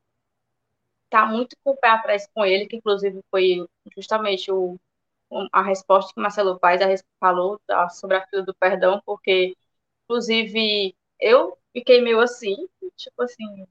Speaker 5: tá muito com o pé atrás com ele, que inclusive foi justamente o, a resposta que Marcelo Paes falou da, sobre a fila do perdão, porque inclusive, eu fiquei meio assim, tipo assim,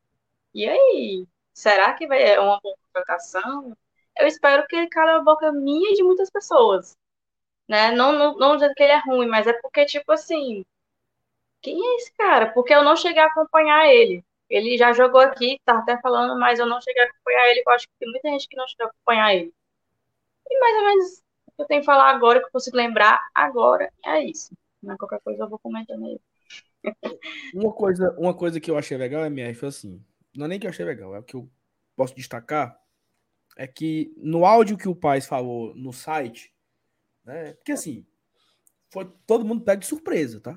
Speaker 5: e aí? Será que vai é uma boa contratação? Eu espero que ele cale a boca minha e de muitas pessoas, né? Não, não, não dizendo que ele é ruim, mas é porque, tipo assim, quem é esse cara? Porque eu não cheguei a acompanhar ele. Ele já jogou aqui, tá até falando, mas eu não cheguei a acompanhar ele, eu acho que tem muita gente que não chegou a acompanhar ele. E mais ou menos o que eu tenho que falar agora, que eu consigo lembrar agora, é isso. Não, qualquer coisa eu vou comentando aí.
Speaker 6: Uma coisa, uma coisa que eu achei legal, M R, foi assim, não é nem que eu achei legal, é o que eu posso destacar, é que no áudio que o Paes falou no site, né, porque assim, foi todo mundo pego de surpresa, tá?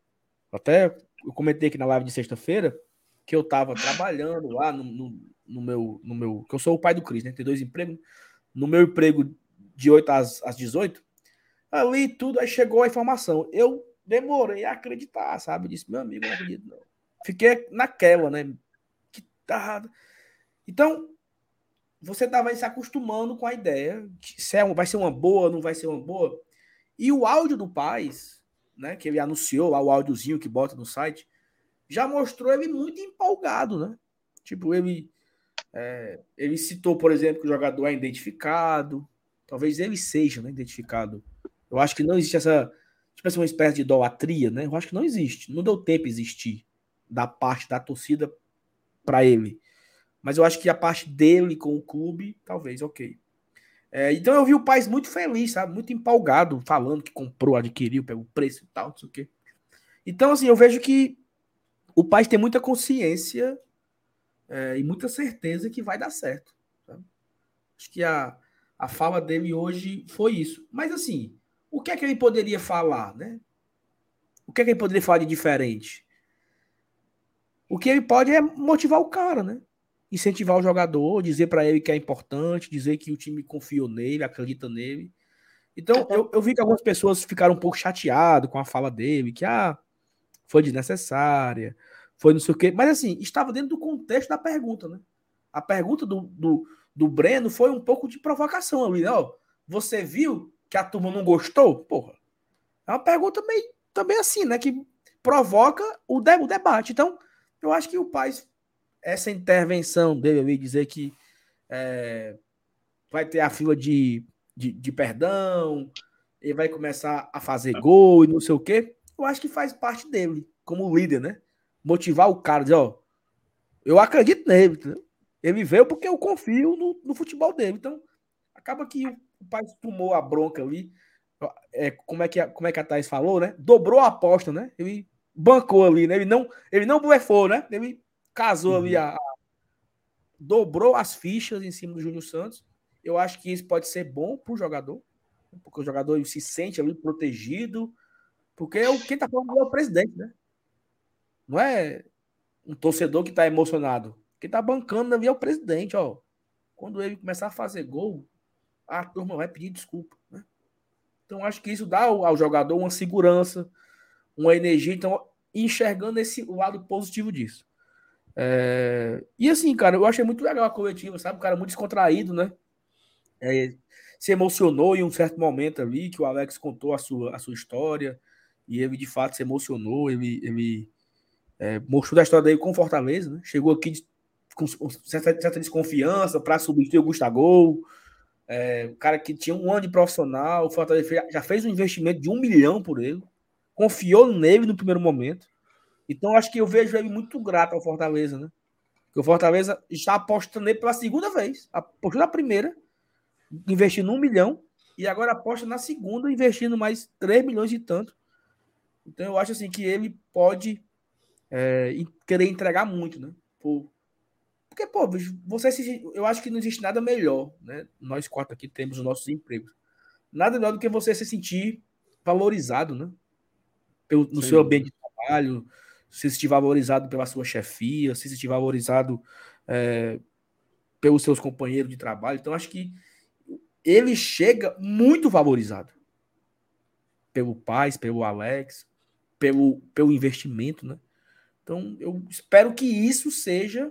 Speaker 6: Até eu comentei aqui na live de sexta-feira que eu tava trabalhando lá no, no, no meu, no meu, que eu sou o pai do Cris, né, tem dois empregos, no meu emprego de oito às, às dezoito, ali tudo, aí chegou a informação, eu demorei a acreditar, sabe? Disse, meu amigo, não acredito, não. Fiquei naquela, né? Que tá... Então, você tava se acostumando com a ideia de se é, vai ser uma boa, não vai ser uma boa. E o áudio do Paes, né? Que ele anunciou lá, o áudiozinho que bota no site, já mostrou ele muito empolgado, né? Tipo, ele, é, ele citou, por exemplo, que o jogador é identificado, talvez ele seja, né, identificado Eu acho que não existe essa, tipo assim, uma espécie de idolatria, né? Eu acho que não existe. Não deu tempo existir da parte da torcida para ele. Mas eu acho que a parte dele com o clube, talvez, ok. É, então eu vi o Paes muito feliz, sabe? Muito empolgado, falando que comprou, adquiriu, pelo preço e tal, não sei o quê. Então, assim, eu vejo que o Paes tem muita consciência é, e muita certeza que vai dar certo. Sabe? Acho que a, a fala dele hoje foi isso. Mas, assim, o que é que ele poderia falar, né? O que é que ele poderia falar de diferente? O que ele pode é motivar o cara, né? Incentivar o jogador, dizer para ele que é importante, dizer que o time confiou nele, acredita nele. Então, eu, eu vi que algumas pessoas ficaram um pouco chateadas com a fala dele, que ah, foi desnecessária, foi não sei o quê. Mas, assim, estava dentro do contexto da pergunta, né? A pergunta do, do, do Breno foi um pouco de provocação ali, né? Ó, você viu que a turma não gostou? Porra, é uma pergunta meio também assim, né? Que provoca o, de, o debate. Então, eu acho que o Paes, essa intervenção dele ali, dizer que é, vai ter a fila de, de, de perdão, ele vai começar a fazer gol e não sei o quê, eu acho que faz parte dele, como líder, né? Motivar o cara, dizer, ó, eu acredito nele, entendeu? Ele veio porque eu confio no, no futebol dele. Então, acaba que o, o pai tomou a bronca ali, é, como, é que a, como é que a Thaís falou, né? Dobrou a aposta, né? Ele bancou ali, né? Ele não, ele não blefou, né? Ele casou uhum. ali, a, a, dobrou as fichas em cima do Júnior Santos. Eu acho que isso pode ser bom para o jogador, porque o jogador se sente ali protegido, porque o, quem está falando é o presidente, né? Não é um torcedor que está emocionado. Quem está bancando ali é o presidente, ó. Quando ele começar a fazer gol, a turma vai pedir desculpa, né? Então, acho que isso dá ao, ao jogador uma segurança, uma energia. Então, enxergando esse lado positivo disso. É... E assim, cara, eu achei muito legal a coletiva, sabe? O cara muito descontraído, né? É, se emocionou em um certo momento ali, que o Alex contou a sua, a sua história, e ele de fato se emocionou, ele, ele é, mostrou a história dele com Fortaleza, né? Chegou aqui de, com certa, certa desconfiança para substituir o Gustavo, é, o cara que tinha um ano de profissional, o Fortaleza já fez um investimento de um milhão por ele, confiou nele no primeiro momento. Então acho que eu vejo ele muito grato ao Fortaleza, né? Porque o Fortaleza está apostando nele pela segunda vez, apostou na primeira, investindo um milhão, e agora aposta na segunda, investindo mais três milhões e tanto. Então eu acho assim que ele pode é, querer entregar muito, né? Por... Porque, pô, você se... eu acho que não existe nada melhor, né? Nós quatro aqui temos os nossos empregos. Nada melhor do que você se sentir valorizado, né? Pelo, no Sim. seu ambiente de trabalho, se sentir valorizado pela sua chefia, se sentir valorizado é, pelos seus companheiros de trabalho. Então, acho que ele chega muito valorizado pelo Paes, pelo Alex, pelo, pelo investimento, né? Então, eu espero que isso seja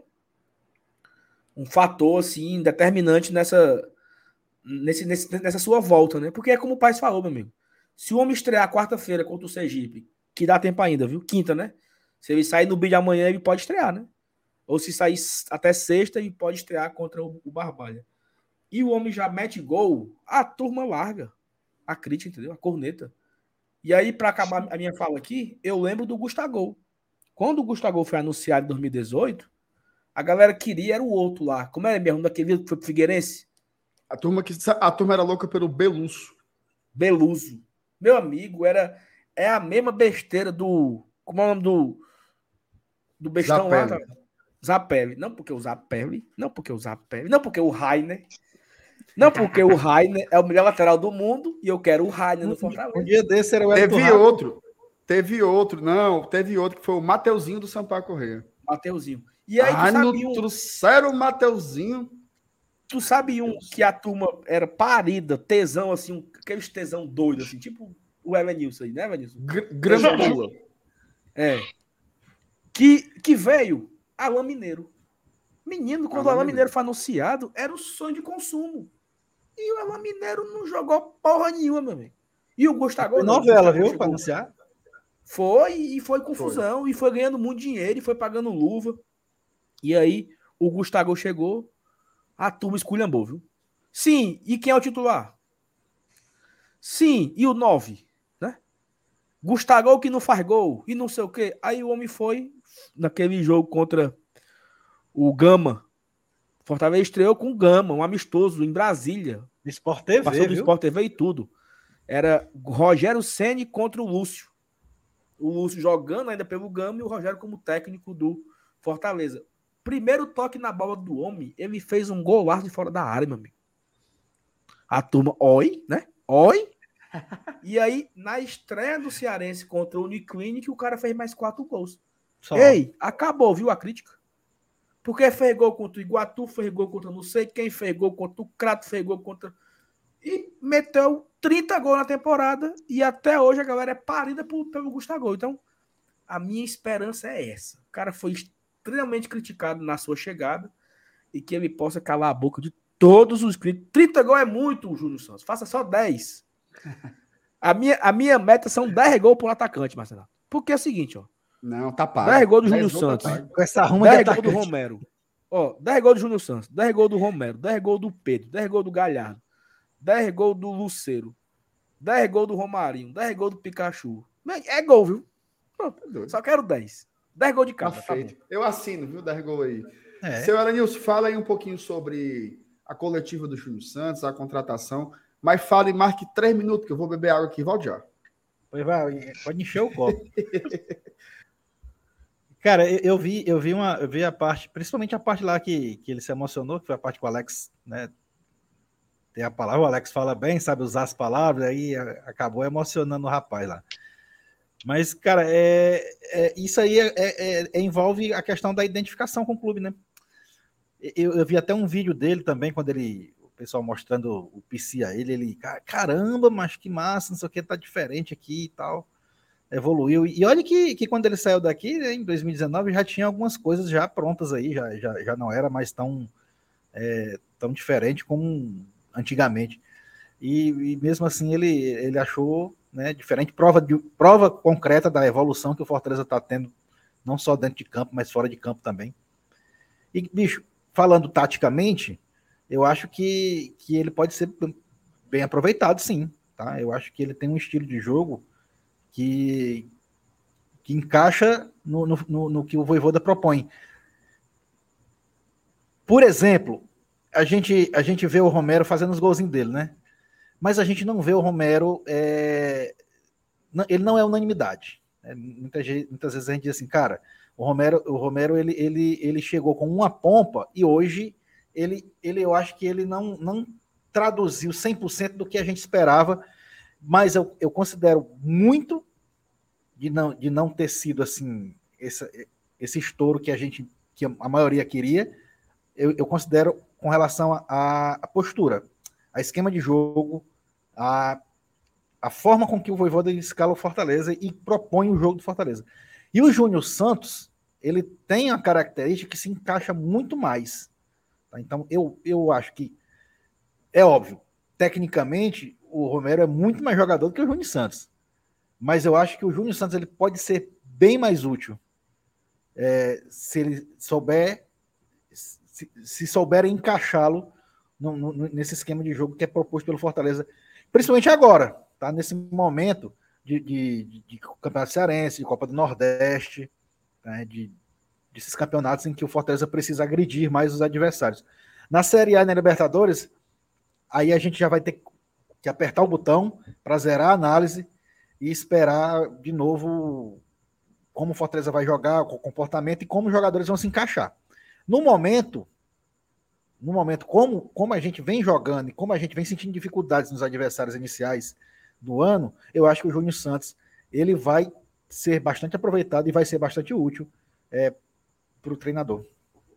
Speaker 6: um fator, assim, determinante nessa, nesse, nesse, nessa sua volta, né? Porque é como o Paes falou, meu amigo. Se o homem estrear quarta-feira contra o Sergipe, que dá tempo ainda, viu? Quinta, né? Se ele sair no bid amanhã, ele pode estrear, né? Ou se sair até sexta, ele pode estrear contra o, o Barbalha. E o homem já mete gol, a turma larga a crítica, entendeu? A corneta. E aí, para acabar a minha fala aqui, eu lembro do Gustavo. Quando o Gustavo foi anunciado em dois mil e dezoito, a galera queria era o outro lá. Como era mesmo daquele que foi pro Figueirense?
Speaker 3: A turma, que, a turma era louca pelo Beluso.
Speaker 6: Beluso. Meu amigo, era é a mesma besteira do... Como é o nome do... Do bestão
Speaker 3: Zapelli.
Speaker 6: lá? Tá? Zapelli. Não porque o Zapelli, não porque o Zapelli, não porque o Rainer... Não, porque o Rainer é o melhor lateral do mundo e eu quero o Rainer no Fortaleza.
Speaker 4: Um dia desse era o
Speaker 3: Teve Rato. outro. Teve outro. Não, teve outro que foi o Mateuzinho do Sampaio Corrêa.
Speaker 6: Mateuzinho. E aí,
Speaker 3: ah,
Speaker 6: tu sabe
Speaker 3: no,
Speaker 6: um...
Speaker 3: trouxeram o Mateuzinho.
Speaker 6: Tu sabe um que a turma era parida, tesão, assim, um, aqueles tesão doido, assim, tipo o Evanilson aí, né, Evanilson?
Speaker 3: Grande.
Speaker 6: É. Que, que veio Alain Mineiro. Menino, quando Alain o Alain Mineiro. Mineiro foi anunciado, era o sonho de consumo. E o Alain Mineiro não jogou porra nenhuma, meu amigo. E o Gustavo...
Speaker 4: Foi novela, viu, chegou, pra anunciar?
Speaker 6: Foi, e foi confusão, foi. E foi ganhando muito dinheiro, e foi pagando luva. E aí, o Gustavo chegou, a turma esculhambou, viu? Sim, e quem é o titular? Sim, e o nove, né? Gustavo que não faz gol e não sei o quê. Aí o homem foi naquele jogo contra o Gama. Fortaleza estreou com o Gama, um amistoso em Brasília.
Speaker 4: Sport T V,
Speaker 6: Passou do
Speaker 4: viu?
Speaker 6: Sport T V e tudo. Era Rogério Ceni contra o Lúcio. O Lúcio jogando ainda pelo Gama e o Rogério como técnico do Fortaleza. Primeiro toque na bola do homem, ele fez um golaço de fora da área, meu amigo. A turma, oi, né? Oi. E aí, na estreia do Cearense contra o Uniclinic, o cara fez mais quatro gols.
Speaker 4: Só.
Speaker 6: Ei, acabou, viu a crítica? Porque fez gol contra o Iguatu, fez gol contra não sei quem, fez gol contra o Crato, fez gol contra... E meteu trinta gols na temporada e até hoje a galera é parida por, pelo Gustavo. Então, a minha esperança é essa. O cara foi extremamente criticado na sua chegada e que ele possa calar a boca de todos os críticos. trinta gols é muito, Júnior Santos. Faça só dez. A minha, a minha meta são dez gols por atacante, Marcelo. Porque é o seguinte, ó.
Speaker 3: Não, tá pago.
Speaker 6: dez gols do Júnior
Speaker 3: dez gols tá
Speaker 6: Santos.
Speaker 3: pago.
Speaker 4: Com essa arruma de
Speaker 6: dez gols do
Speaker 4: atacante.
Speaker 6: Romero. Ó, dez gols do Júnior Santos, dez gols do Romero, dez gols do Pedro, dez gols do Galhardo, dez gols do Luceiro, dez gols do Romarinho, dez gols do Pikachu. É gol, viu? Pronto, só quero dez. dez gols de
Speaker 3: Tá
Speaker 6: cada. Tá
Speaker 3: feito.
Speaker 6: bom.
Speaker 3: Eu assino, viu, dez gols aí.
Speaker 4: É.
Speaker 3: Seu Elenilson, fala aí um pouquinho sobre a coletiva do Júnior Santos, a contratação, mas fale e marque três minutos, que eu vou beber água aqui, volte já.
Speaker 4: Pois vai, pode encher o copo. Cara, eu, eu vi, eu vi uma, eu vi a parte, principalmente a parte lá que, que ele se emocionou, que foi a parte que o Alex, né, tem a palavra, o Alex fala bem, sabe usar as palavras, aí a- acabou emocionando o rapaz lá. Mas, cara, é, é- isso aí é- é- é- envolve a questão da identificação com o clube, né? Eu, eu vi até um vídeo dele também, quando ele, o pessoal mostrando o P C a ele, ele, "Ca- caramba, mas que massa, não sei o que, tá diferente aqui e tal, evoluiu. E olha que, que quando ele saiu daqui, né, em dois mil e dezenove, já tinha algumas coisas já prontas aí, já, já, já não era mais tão, é, tão diferente como antigamente. E, e mesmo assim ele, ele achou, né, diferente, prova, de, prova concreta da evolução que o Fortaleza está tendo, não só dentro de campo, mas fora de campo também. E, bicho, falando taticamente, eu acho que, que ele pode ser bem aproveitado, sim. Tá? Eu acho que ele tem um estilo de jogo que, que encaixa no, no, no, no que o Vojvoda propõe. Por exemplo, a gente, a gente vê o Romero fazendo os golzinhos dele, né? Mas a gente não vê o Romero... É... Ele não é unanimidade. Né? Muitas, muitas vezes a gente diz assim, cara, o Romero, o Romero ele, ele, ele chegou com uma pompa e hoje ele, ele, eu acho que ele não, não traduziu cem por cento do que a gente esperava, mas eu, eu considero muito de não, de não ter sido assim esse, esse estouro que a gente, que a maioria queria, eu, eu considero com relação à postura, a esquema de jogo, a, a forma com que o Vojvoda escala o Fortaleza e propõe o jogo do Fortaleza. E o Júnior Santos, ele tem a característica que se encaixa muito mais. Tá? Então, eu, eu acho que, é óbvio, tecnicamente, o Romero é muito mais jogador do que o Júnior Santos. Mas eu acho que o Júnior Santos ele pode ser bem mais útil é, se ele souber, se, se souber encaixá-lo no, no, nesse esquema de jogo que é proposto pelo Fortaleza, principalmente agora, tá? Nesse momento de, de, de, de Campeonato Cearense, de Copa do Nordeste, né? de, desses campeonatos em que o Fortaleza precisa agredir mais os adversários. Na Série A e na Libertadores, aí a gente já vai ter que apertar o botão para zerar a análise e esperar de novo como o Fortaleza vai jogar, com o comportamento e como os jogadores vão se encaixar. No momento, no momento como, como a gente vem jogando e como a gente vem sentindo dificuldades nos adversários iniciais do ano, eu acho que o Júnior Santos ele vai ser bastante aproveitado e vai ser bastante útil é, para o treinador.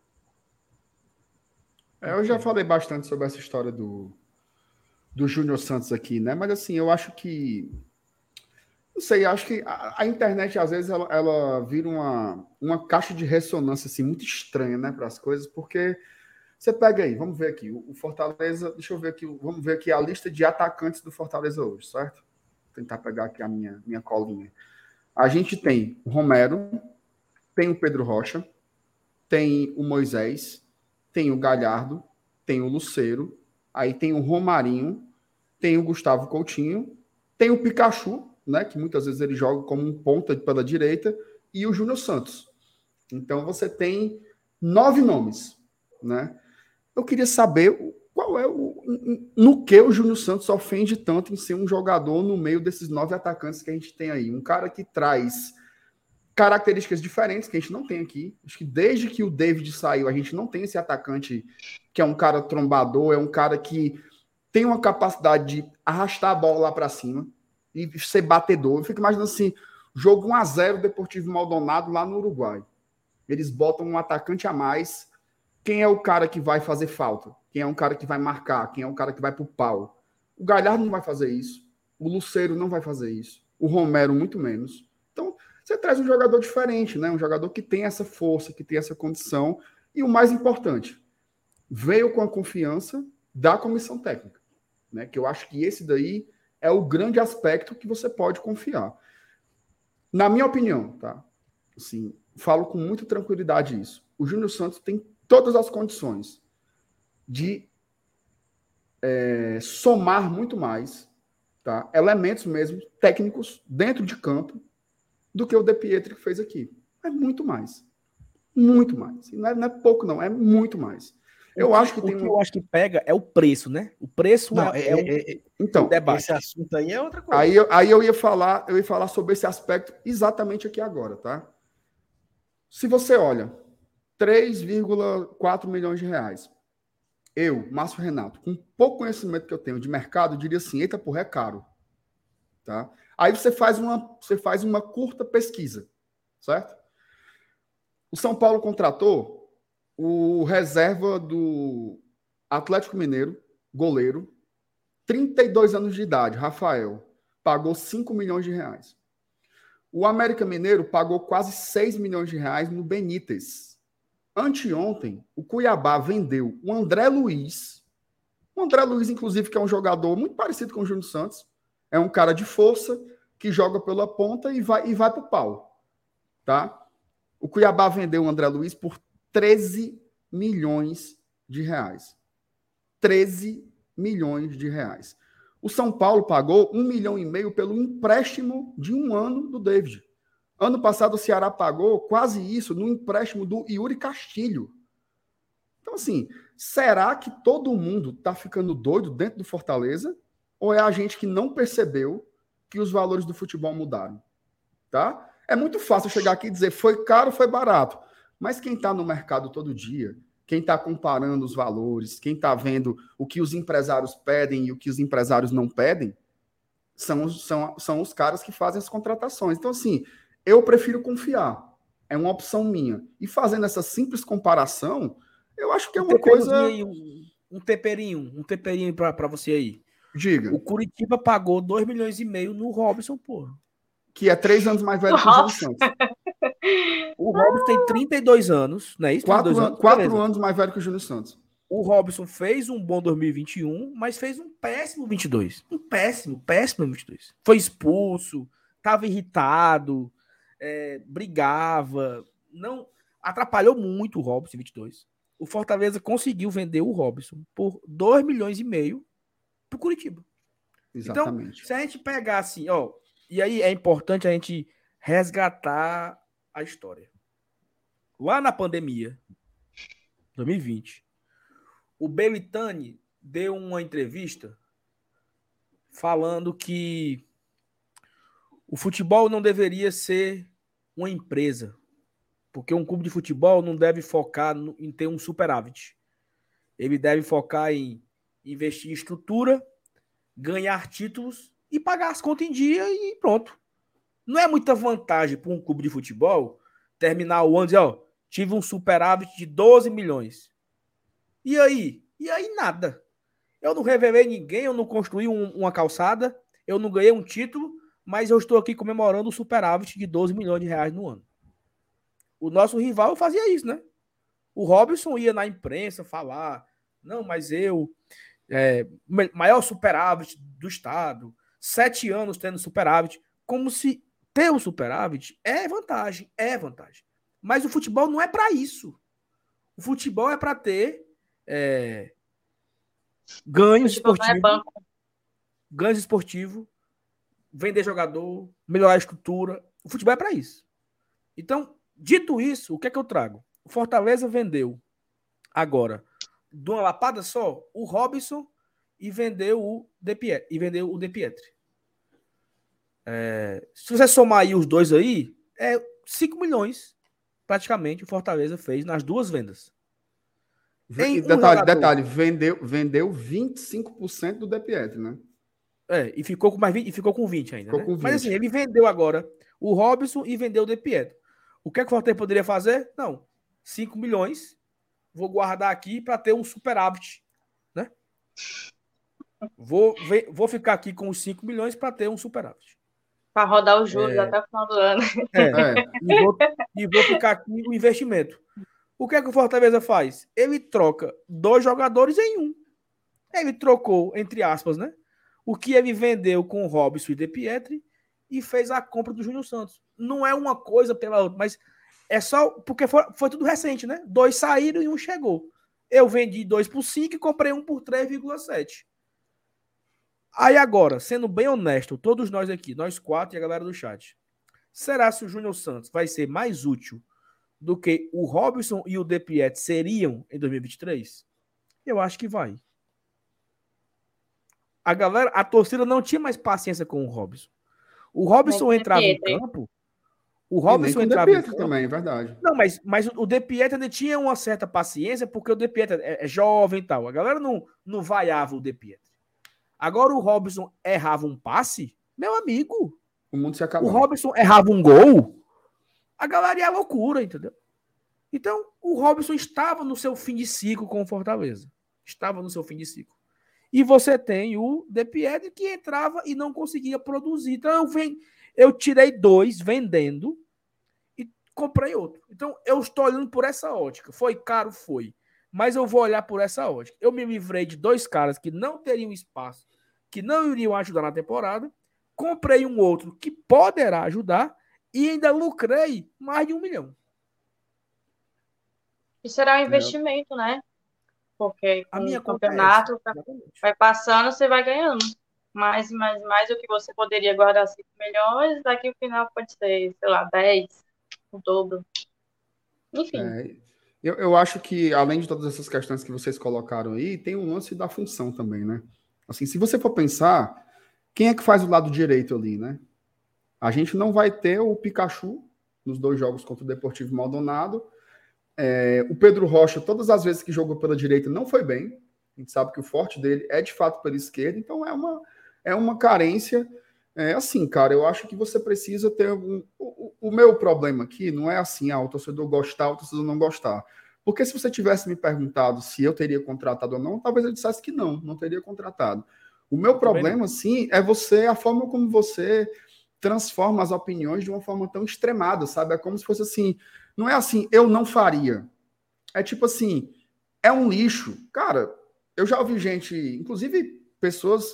Speaker 3: É, eu já falei bastante sobre essa história do, do Júnior Santos aqui, né? Mas assim, eu acho que não sei, acho que a, a internet às vezes ela, ela vira uma, uma caixa de ressonância assim, muito estranha, né, para as coisas, porque você pega aí, vamos ver aqui, o, o Fortaleza, deixa eu ver aqui, vamos ver aqui a lista de atacantes do Fortaleza hoje, certo? Vou tentar pegar aqui a minha, minha colinha. A gente tem o Romero, tem o Pedro Rocha, tem o Moisés, tem o Galhardo, tem o Luceiro, aí tem o Romarinho, tem o Gustavo Coutinho, tem o Pikachu, né, que muitas vezes ele joga como um ponta pela direita, e o Júnior Santos. Então você tem nove nomes, né? Eu queria saber qual é o no que o Júnior Santos ofende tanto em ser um jogador no meio desses nove atacantes que a gente tem aí. Um cara que traz características diferentes que a gente não tem aqui. Acho que desde que o David saiu, a gente não tem esse atacante que é um cara trombador, é um cara que tem uma capacidade de arrastar a bola lá para cima e ser batedor. Eu fico imaginando assim, jogo um a zero Deportivo Maldonado lá no Uruguai. Eles botam um atacante a mais. Quem é o cara que vai fazer falta? Quem é um cara que vai marcar? Quem é um cara que vai pro pau? O Galhardo não vai fazer isso. O Lucero não vai fazer isso. O Romero muito menos. Então, você traz um jogador diferente, né? Um jogador que tem essa força, que tem essa condição. E o mais importante, veio com a confiança da comissão técnica, né? Que eu acho que esse daí é o grande aspecto que você pode confiar. Na minha opinião, tá? Assim, falo com muita tranquilidade isso. O Júnior Santos tem todas as condições de é, somar muito mais, tá? Elementos mesmo técnicos dentro de campo do que o De Pietri que fez aqui. É muito mais. Muito mais. Não é, não é pouco, não. É muito mais. Eu
Speaker 6: o que,
Speaker 3: acho que
Speaker 6: o
Speaker 3: tem
Speaker 6: que
Speaker 3: um...
Speaker 6: eu acho que pega é o preço, né? O preço
Speaker 4: Não,
Speaker 6: é,
Speaker 4: é,
Speaker 6: é um,
Speaker 4: é, é,
Speaker 3: Então,
Speaker 6: um debate.
Speaker 4: esse assunto aí é outra coisa.
Speaker 3: Aí eu, aí eu ia falar, eu ia falar sobre esse aspecto exatamente aqui agora, tá? Se você olha, três vírgula quatro milhões de reais. Eu, Márcio Renato, com pouco conhecimento que eu tenho de mercado, eu diria assim, eita porra, é caro. Tá? Aí você faz, uma, você faz uma curta pesquisa, certo? O São Paulo contratou o reserva do Atlético Mineiro, goleiro, trinta e dois anos de idade, Rafael, pagou cinco milhões de reais. O América Mineiro pagou quase seis milhões de reais no Benítez. Anteontem, o Cuiabá vendeu o André Luiz. O André Luiz, inclusive, que é um jogador muito parecido com o Júnior Santos. É um cara de força, que joga pela ponta e vai, e vai pro pau. Tá? O Cuiabá vendeu o André Luiz por treze milhões de reais. treze milhões de reais. O São Paulo pagou um milhão e meio pelo empréstimo de um ano do David. Ano passado o Ceará pagou quase isso no empréstimo do Yuri Castilho. Então, assim, será que todo mundo está ficando doido dentro do Fortaleza? Ou é a gente que não percebeu que os valores do futebol mudaram? Tá? É muito fácil chegar aqui e dizer foi caro, foi barato. Mas quem está no mercado todo dia, quem está comparando os valores, quem está vendo o que os empresários pedem e o que os empresários não pedem, são, são, são os caras que fazem as contratações. Então, assim, eu prefiro confiar. É uma opção minha. E fazendo essa simples comparação, eu acho que é
Speaker 6: um
Speaker 3: uma coisa...
Speaker 6: Aí, um, um temperinho, um temperinho para você aí.
Speaker 3: Diga.
Speaker 6: O Curitiba pagou dois milhões e meio no Robson, porra.
Speaker 3: Que é três anos mais velho que o Júnior Santos.
Speaker 6: O Robson tem trinta e dois anos, não é isso?
Speaker 3: Quatro,
Speaker 6: an
Speaker 3: anos, quatro anos mais velho que o Júnior Santos.
Speaker 6: O Robson fez um bom dois mil e vinte e um, mas fez um péssimo vinte e dois. Um péssimo, péssimo vinte e dois. Foi expulso, estava irritado, é, brigava, não atrapalhou muito o Robson em vinte e dois. O Fortaleza conseguiu vender o Robson por dois milhões e meio pro Curitiba.
Speaker 3: Exatamente.
Speaker 6: Então, se a gente pegar assim, ó, e aí é importante a gente resgatar a história. Lá na pandemia, dois mil e vinte, o Belitani deu uma entrevista falando que o futebol não deveria ser uma empresa, porque um clube de futebol não deve focar no, em ter um superávit. Ele deve focar em investir em estrutura, ganhar títulos e pagar as contas em dia e pronto. Não é muita vantagem para um clube de futebol terminar o ano e dizer, ó, tive um superávit de doze milhões. E aí? E aí nada. Eu não revelei ninguém, eu não construí um, uma calçada, eu não ganhei um título, mas eu estou aqui comemorando o superávit de doze milhões de reais no ano. O nosso rival fazia isso, né? O Robson ia na imprensa falar, não, mas eu, é, maior superávit do estado, sete anos tendo superávit, como se ter o superávit é vantagem, é vantagem. Mas o futebol não é para isso. O futebol é para ter é, ganhos esportivos.
Speaker 5: É banco.
Speaker 6: ganho esportivo, vender jogador, melhorar a estrutura. O futebol é para isso. Então, dito isso, o que é que eu trago? O Fortaleza vendeu agora, de uma lapada só, o Robinson e vendeu o De Pietri. E vendeu o De Pietri. É, se você somar aí os dois aí, é cinco milhões praticamente o Fortaleza fez nas duas vendas.
Speaker 3: E
Speaker 6: Um
Speaker 3: detalhe,
Speaker 6: jogador,
Speaker 3: detalhe, vendeu, vendeu vinte e cinco por cento do De Pietri, né?
Speaker 6: É, e ficou com mais vinte, e ficou com vinte ainda,
Speaker 3: Ficou
Speaker 6: né?
Speaker 3: com vinte.
Speaker 6: Mas assim, ele vendeu agora o Robinson e vendeu o De Pietri. O que é que o Fortaleza poderia fazer? Não. cinco milhões, vou guardar aqui para ter um superávit, né? Vou, ve- vou ficar aqui com os cinco milhões para ter um superávit.
Speaker 5: Para rodar os juros
Speaker 6: É.
Speaker 5: até o final do ano.
Speaker 6: É,
Speaker 3: É,
Speaker 6: e vou, e vou ficar aqui o investimento. O que é que o Fortaleza faz? Ele troca dois jogadores em um. Ele trocou, entre aspas, né? O que ele vendeu com o Robinson e De Pietri e fez a compra do Júnior Santos. Não é uma coisa pela outra, mas é só porque foi, foi tudo recente, né? Dois saíram e um chegou. Eu vendi dois por cinco e comprei um por três vírgula sete. Aí agora, sendo bem honesto, todos nós aqui, nós quatro e a galera do chat, será se o Júnior Santos vai ser mais útil do que o Robinson e o De Pietri seriam em dois mil e vinte e três? Eu acho que vai. A galera, a torcida não tinha mais paciência com o Robinson. O Robinson
Speaker 5: Nem com o
Speaker 6: entrava
Speaker 5: De
Speaker 6: em
Speaker 5: Pietri.
Speaker 6: campo. O
Speaker 3: e nem
Speaker 6: Robinson
Speaker 3: com o De
Speaker 6: entrava em
Speaker 3: Pietri
Speaker 6: campo.
Speaker 3: também, é verdade.
Speaker 6: Não, mas, mas o De Pietri ainda tinha uma certa paciência, porque o De Pietri é, é jovem e tal. A galera não, não vaiava o De Pietri. Agora o Robinson errava um passe, meu amigo.
Speaker 3: O mundo se
Speaker 6: O
Speaker 3: acabou.
Speaker 6: Robinson errava um gol, a galera ia à loucura, entendeu? Então, o Robinson estava no seu fim de ciclo com o Fortaleza. Estava no seu fim de ciclo. E você tem o De Pietri que entrava e não conseguia produzir. Então, eu, vem, eu tirei dois vendendo e comprei outro. Então, eu estou olhando por essa ótica. Foi caro? Foi. Mas eu vou olhar por essa ótica. Eu me livrei de dois caras que não teriam espaço, que não iriam ajudar na temporada. Comprei um outro que poderá ajudar e ainda lucrei mais de um milhão.
Speaker 5: E será um investimento, né? Porque
Speaker 6: A
Speaker 5: com
Speaker 6: minha
Speaker 5: o
Speaker 6: conta é
Speaker 5: campeonato
Speaker 6: essa. Exatamente.
Speaker 5: vai passando, você vai ganhando. Mais, mais, mais do que você poderia guardar cinco milhões, daqui no final pode ser, sei lá, dez, o dobro. Enfim,
Speaker 3: É, eu, eu acho que, além de todas essas questões que vocês colocaram aí, tem um lance da função também, né? Assim, se você for pensar, quem é que faz o lado direito ali, né? A gente não vai ter o Pikachu nos dois jogos contra o Deportivo Maldonado. É, o Pedro Rocha, todas as vezes que jogou pela direita, não foi bem. A gente sabe que o forte dele é, de fato, pela esquerda. Então, é uma, é uma carência. É assim, cara, eu acho que você precisa ter... Um, o, o meu problema aqui não é assim, ah, o torcedor gostar, o torcedor não gostar. Porque se você tivesse me perguntado se eu teria contratado ou não, talvez eu dissesse que não, não teria contratado. O meu problema, sim, é você, a forma como você transforma as opiniões de uma forma tão extremada, sabe? É como se fosse assim, não é assim, eu não faria. É tipo assim, é um lixo. Cara, eu já ouvi gente, inclusive pessoas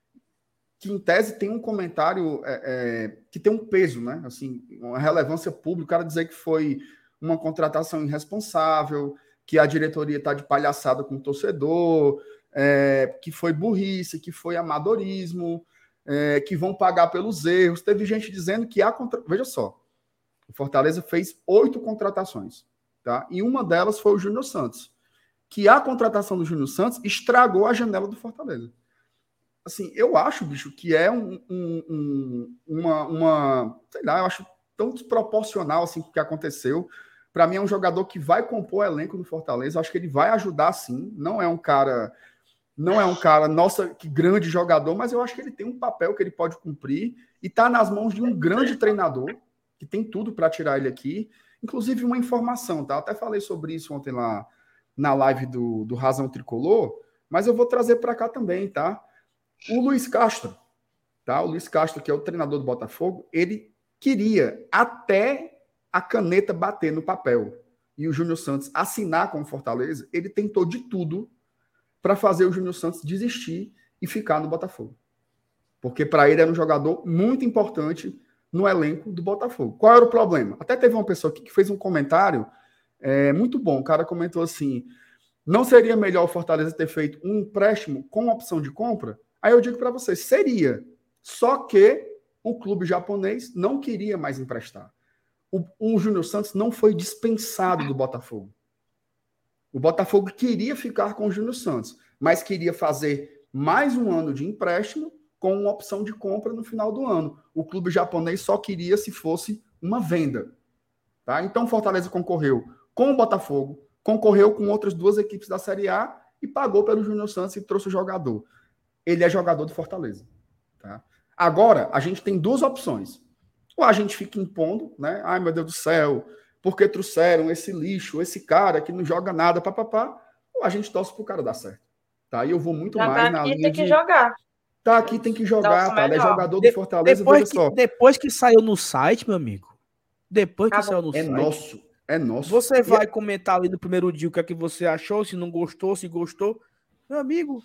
Speaker 3: que em tese tem um comentário é, é, que tem um peso, né? Assim, uma relevância pública, o cara dizer que foi uma contratação irresponsável, que a diretoria está de palhaçada com o torcedor, é, que foi burrice, que foi amadorismo, é, que vão pagar pelos erros. Teve gente dizendo que a contra... Veja só, o Fortaleza fez oito contratações, tá? E uma delas foi o Júnior Santos, que a contratação do Júnior Santos estragou a janela do Fortaleza. Assim, eu acho, bicho, que é um, um, um, uma, uma, sei lá, eu acho tão desproporcional assim, o que aconteceu. Para mim é um jogador que vai compor o elenco do Fortaleza, eu acho que ele vai ajudar sim, não é um cara, não é um cara, nossa, que grande jogador, mas eu acho que ele tem um papel que ele pode cumprir e tá nas mãos de um grande treinador, que tem tudo para tirar ele aqui, inclusive uma informação, tá? Eu até falei sobre isso ontem lá na live do, do Razão Tricolor, mas eu vou trazer para cá também, tá? O Luiz Castro, tá? O Luiz Castro, que é o treinador do Botafogo, ele queria até a caneta bater no papel e o Júnior Santos assinar com o Fortaleza, ele tentou de tudo para fazer o Júnior Santos desistir e ficar no Botafogo. Porque para ele era um jogador muito importante no elenco do Botafogo. Qual era o problema? Até teve uma pessoa aqui que fez um comentário é, muito bom. O cara comentou assim, não seria melhor o Fortaleza ter feito um empréstimo com opção de compra? Aí eu digo para você, seria. Só que o clube japonês não queria mais emprestar. O, o Júnior Santos não foi dispensado do Botafogo. O Botafogo queria ficar com o Júnior Santos, mas queria fazer mais um ano de empréstimo com uma opção de compra no final do ano. O clube japonês só queria se fosse uma venda. Tá? Então, Fortaleza concorreu com o Botafogo, concorreu com outras duas equipes da Série A e pagou pelo Júnior Santos e trouxe o jogador. Ele é jogador do Fortaleza. Tá? Agora, a gente tem duas opções. Ou a gente fica impondo, né? Ai, meu Deus do céu, por que trouxeram esse lixo, esse cara que não joga nada, papapá? Ou a gente torce pro cara dar certo. Tá? E eu vou muito
Speaker 5: Já
Speaker 3: mais
Speaker 5: tá
Speaker 3: na
Speaker 5: aqui,
Speaker 3: linha
Speaker 5: tem
Speaker 3: de...
Speaker 5: que jogar.
Speaker 3: Tá aqui, tem que jogar,
Speaker 5: Nossa,
Speaker 3: tá? Ele é
Speaker 5: melhor.
Speaker 3: jogador do
Speaker 6: De-
Speaker 3: Fortaleza,
Speaker 6: Depois
Speaker 3: veja
Speaker 6: que,
Speaker 3: só.
Speaker 6: depois que saiu no site, meu amigo, depois que
Speaker 5: Acabou.
Speaker 6: saiu no
Speaker 3: É
Speaker 6: site,
Speaker 3: nosso, é nosso.
Speaker 6: você
Speaker 3: E
Speaker 6: vai comentar ali no primeiro dia o que é que você achou, se não gostou, se gostou. Meu amigo,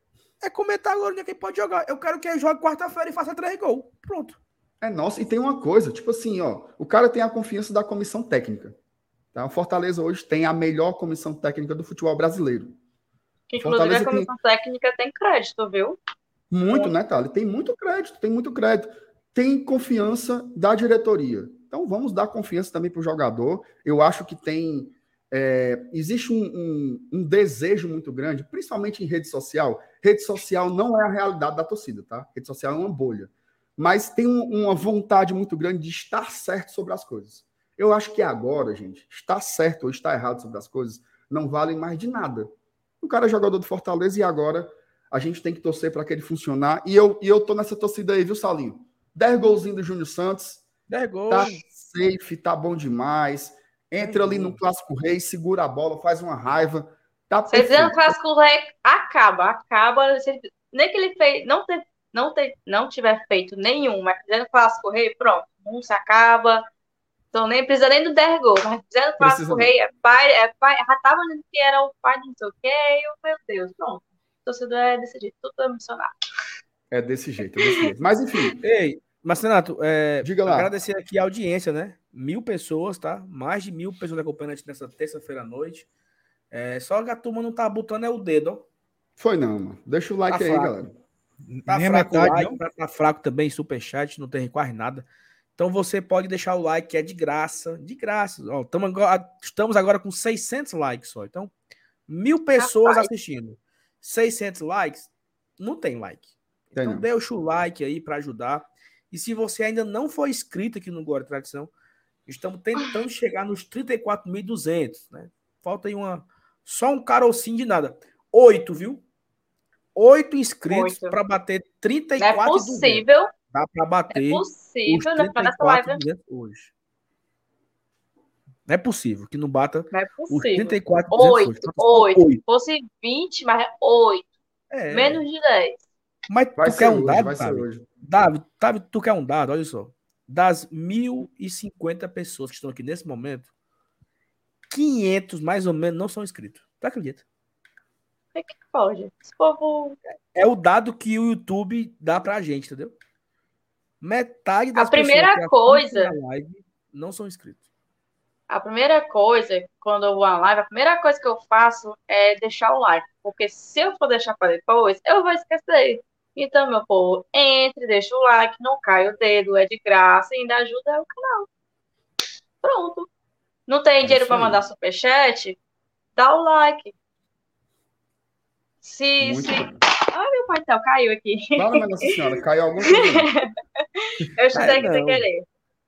Speaker 6: é comentar agora onde é que ele pode jogar. Eu quero que ele jogue quarta-feira e faça três gols. Pronto.
Speaker 3: É nosso. E tem uma coisa, tipo assim, ó, o cara tem a confiança da comissão técnica. Tá? O Fortaleza hoje tem a melhor comissão técnica do futebol brasileiro.
Speaker 5: Que, inclusive,
Speaker 3: Fortaleza
Speaker 5: a comissão técnica tem crédito, viu?
Speaker 3: Muito, né, Thali? Tem muito crédito, tem muito crédito. Tem confiança da diretoria. Então vamos dar confiança também para o jogador. Eu acho que tem. É, existe um, um, um desejo muito grande, principalmente em rede social. Rede social não é a realidade da torcida, tá? Rede social é uma bolha. Mas tem um, uma vontade muito grande de estar certo sobre as coisas. Eu acho que agora, gente, estar certo ou estar errado sobre as coisas não vale mais de nada. O cara é jogador do Fortaleza e agora a gente tem que torcer para que ele funcionar. E eu, e eu tô nessa torcida aí, viu, Salinho? dez golzinhos do Júnior Santos.
Speaker 6: dez gols.
Speaker 3: Tá safe, tá bom demais. Entra ali no Clássico Rei, segura a bola, faz uma raiva. Tá
Speaker 5: Você dizendo
Speaker 3: perfeito.
Speaker 5: que o Clássico Rei acaba, acaba. Se- Nem que ele fez, não, ter, não, ter, não tiver feito nenhum, mas fizendo o Clássico Rei, pronto, não se acaba. Então nem precisa nem do dez gols, mas fizendo o
Speaker 3: Precisa
Speaker 5: Clássico
Speaker 3: não.
Speaker 5: Rei, é pai, é pai, já tava dizendo que era o pai de não sei o quê, e eu, meu Deus, pronto. O torcedor é desse jeito, tudo emocionado.
Speaker 3: É desse jeito, é desse jeito. Mas enfim,
Speaker 6: Ei, mas Renato, é,
Speaker 3: diga lá.
Speaker 6: agradecer aqui a audiência, né? Mil pessoas, tá? Mais de mil pessoas acompanhando a gente nessa terça-feira à noite. É, só que a turma não tá botando é o dedo, ó.
Speaker 3: Foi não, mano. Deixa o like
Speaker 6: Tá
Speaker 3: aí,
Speaker 6: fraco.
Speaker 3: galera.
Speaker 6: Tá
Speaker 4: Nem a
Speaker 6: fraco
Speaker 4: metade,
Speaker 6: o like,
Speaker 4: não?
Speaker 6: tá, tá fraco também, superchat, não tem quase nada. Então você pode deixar o like, que é de graça, de graça. Ó, tamo agora, estamos agora com seiscentos likes só. Então, mil pessoas
Speaker 5: Rapaz.
Speaker 6: assistindo. seiscentos likes, não tem like.
Speaker 3: Tem
Speaker 6: Então
Speaker 3: não.
Speaker 6: deixa o like aí para ajudar. E se você ainda não for inscrito aqui no Glória e Tradição, estamos tentando chegar nos trinta e quatro mil e duzentos, né? Falta aí uma, só um carocinho de nada. Oito, viu? Oito inscritos
Speaker 5: Oito.
Speaker 6: para bater trinta e
Speaker 5: Não é
Speaker 6: quatro mil e duzentos.
Speaker 5: possível,
Speaker 6: Dá para
Speaker 5: é
Speaker 6: bater os
Speaker 5: possível, né?
Speaker 6: trinta
Speaker 5: Nessa
Speaker 6: e quatro
Speaker 5: live,
Speaker 6: mil e duzentos hoje. Não é possível que não bata
Speaker 5: não é
Speaker 6: os
Speaker 5: possível.
Speaker 6: trinta e quatro mil e duzentos hoje.
Speaker 5: Oito,
Speaker 6: Falta só
Speaker 5: oito.
Speaker 6: oito.
Speaker 5: Se fosse vinte, mas é oito.
Speaker 6: É.
Speaker 5: Menos de dez.
Speaker 6: Mas
Speaker 3: Vai
Speaker 6: tu
Speaker 3: ser
Speaker 6: quer um
Speaker 3: hoje,
Speaker 6: dado,
Speaker 3: vai ser
Speaker 6: Davi?
Speaker 3: hoje.
Speaker 6: Davi, Davi, tu quer um dado? Olha só. Das mil e cinquenta pessoas que estão aqui nesse momento, quinhentos mais ou menos não são inscritos. Tu acredita?
Speaker 5: O que que pode? Esse povo.
Speaker 6: É o dado que o YouTube dá pra gente, entendeu? Metade das
Speaker 5: A primeira
Speaker 6: pessoas que
Speaker 5: coisa-
Speaker 6: assistem a live não são inscritos.
Speaker 5: A primeira coisa, quando eu vou à live, a primeira coisa que eu faço é deixar o like. Porque se eu for deixar para depois, eu vou esquecer. Então, meu povo, entre, deixa o like, não cai o dedo, é de graça e ainda ajuda o canal. Pronto. Não tem
Speaker 3: É
Speaker 5: dinheiro
Speaker 3: isso
Speaker 5: para
Speaker 3: aí.
Speaker 5: mandar superchat? Dá o like. Se.
Speaker 3: Muito
Speaker 5: se...
Speaker 3: bem.
Speaker 5: Ai, meu pai do céu, caiu aqui.
Speaker 3: Fala, minha Nossa Senhora, caiu alguma coisa.
Speaker 5: Eu chutei aqui
Speaker 6: não.
Speaker 5: sem querer.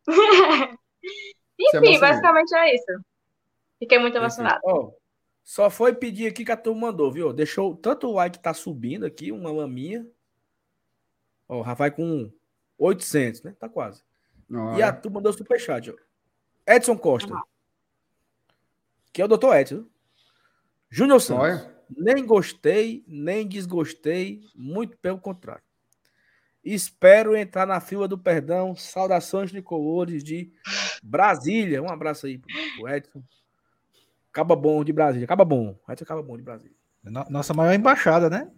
Speaker 3: Se
Speaker 5: Enfim,
Speaker 3: emocionou.
Speaker 5: basicamente é isso. Fiquei muito
Speaker 3: Perfeito.
Speaker 5: emocionada.
Speaker 6: Ó, só foi pedir aqui que a turma mandou, viu? Deixou tanto o like tá subindo aqui, uma laminha. Ó, já vai com oitocentos, né? Tá quase. E a
Speaker 3: Olha,
Speaker 6: turma mandou superchat, ó. Edson Costa. Que é o doutor Edson. Júnior Santos.
Speaker 3: olha.
Speaker 6: Nem gostei, nem desgostei, muito pelo contrário. Espero entrar na fila do perdão. Saudações tricolores de Brasília. Um abraço aí pro, pro Edson. Acaba bom de Brasília. Acaba bom. Edson acaba bom de Brasília.
Speaker 4: No- Nossa maior embaixada, né?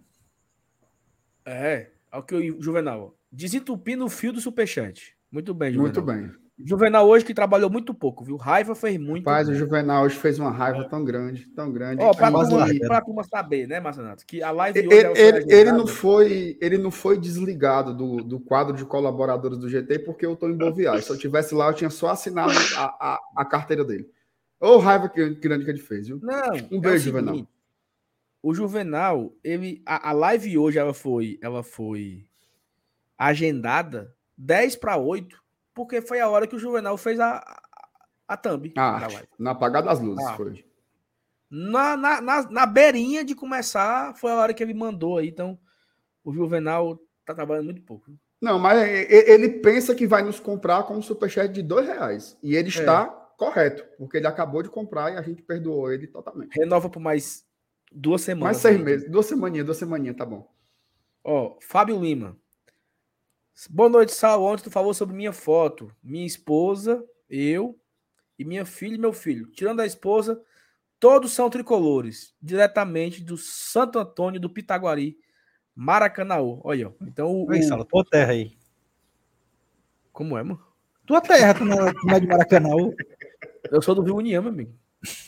Speaker 6: É, ao que o Juvenal. Ó. Desentupindo o fio do superchat. Muito bem, Juvenal.
Speaker 3: Muito bem.
Speaker 6: Juvenal hoje que trabalhou muito pouco, viu? Raiva fez muito.
Speaker 3: Rapaz, o Juvenal hoje fez uma raiva tão grande, tão grande.
Speaker 6: Ó, pra,
Speaker 3: que-
Speaker 6: turma,
Speaker 3: que-
Speaker 6: pra turma saber, né, Marcenato? Que a live
Speaker 3: Ele,
Speaker 6: hoje ela foi
Speaker 3: ele- ele não
Speaker 6: agendada.
Speaker 3: foi, ele não foi desligado do, do quadro de colaboradores do G T porque eu estou em Boa Viagem. Se eu tivesse lá, eu tinha só assinado a, a, a carteira dele. Ô, raiva que, grande que ele fez, viu?
Speaker 6: Não,
Speaker 3: Um
Speaker 6: é
Speaker 3: beijo,
Speaker 6: o
Speaker 3: Juvenal.
Speaker 6: seguinte, o Juvenal, ele, a, a live hoje ela foi, ela foi agendada dez para oito, porque foi a hora que o Juvenal fez a, a, a thumb
Speaker 3: Ah,
Speaker 6: da live.
Speaker 3: na apagada das luzes
Speaker 6: Ah.
Speaker 3: foi.
Speaker 6: Na, na, na, na beirinha de começar, foi a hora que ele mandou aí. Então, o Juvenal tá trabalhando muito pouco.
Speaker 3: Não, mas e- e- ele pensa que vai nos comprar com um superchat de dois reais. E ele está correto, porque ele acabou de comprar e a gente perdoou ele totalmente.
Speaker 6: Renova por mais duas semanas.
Speaker 3: Mais seis
Speaker 6: aí.
Speaker 3: meses, duas semaninhas, duas semaninhas, tá bom.
Speaker 6: Ó, Fábio Lima. Boa noite, Sal. Ontem tu falou sobre minha foto. Minha esposa, eu e minha filha e meu filho. Tirando a esposa, todos são tricolores. Diretamente do Santo Antônio do Pitaguari, Maracanaú. Olha, ó. Então o.
Speaker 4: Oi,
Speaker 6: o-
Speaker 4: Sala, tua terra aí.
Speaker 6: Como é, mano?
Speaker 4: Tua terra, tu não é, tu não é de Maracanã.
Speaker 6: Eu sou do Rio União, meu amigo.